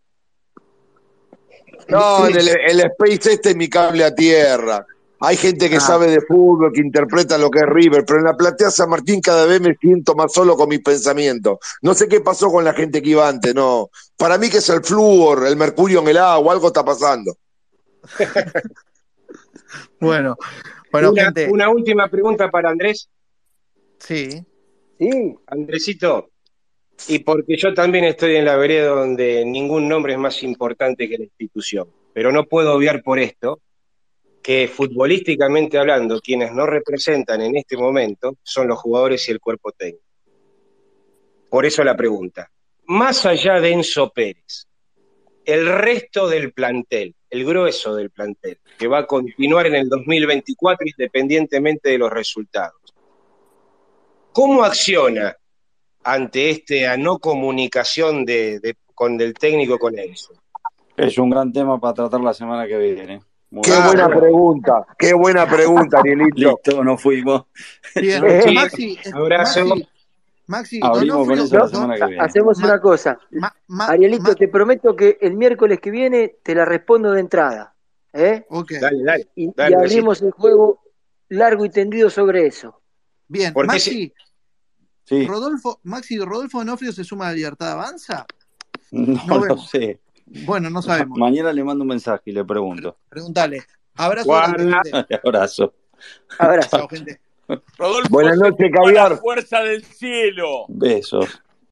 No, en el Space es mi cable a tierra. Hay gente que sabe de fútbol, que interpreta lo que es River, pero en la platea San Martín cada vez me siento más solo con mis pensamientos. No sé qué pasó con la gente que iba antes, no. Para mí que es el flúor, el mercurio en el agua, algo está pasando. Bueno, gente. Una última pregunta para Andrés. Sí. Andresito, y porque yo también estoy en la vereda donde ningún nombre es más importante que la institución, pero no puedo obviar por esto que futbolísticamente hablando, quienes no representan en este momento son los jugadores y el cuerpo técnico. Por eso la pregunta. Más allá de Enzo Pérez, el resto del plantel, el grueso del plantel, que va a continuar en el 2024 independientemente de los resultados, ¿cómo acciona ante esta no comunicación con el técnico con Enzo? Es un gran tema para tratar la semana que viene. Qué buena pregunta, Arielito. Listo, nos fuimos. Bien, Abrazo. Maxi, abrimos con eso la semana que viene. Hacemos una cosa. Arielito, te prometo que el miércoles que viene te la respondo de entrada. Dale. Y abrimos el juego largo y tendido sobre eso. Bien, ¿Por qué Maxi, Sí, Rodolfo Donofrio se suma a Libertad Avanza. no No lo vemos. sé. Bueno, no sabemos. Mañana le mando un mensaje y le pregunto. Pregúntale. Abrazo grande, Guarda. gente. Abrazo. Abrazo. Chao, gente. Rodolfo Buenas se noches, suma a la Caviar. fuerza del cielo. Besos.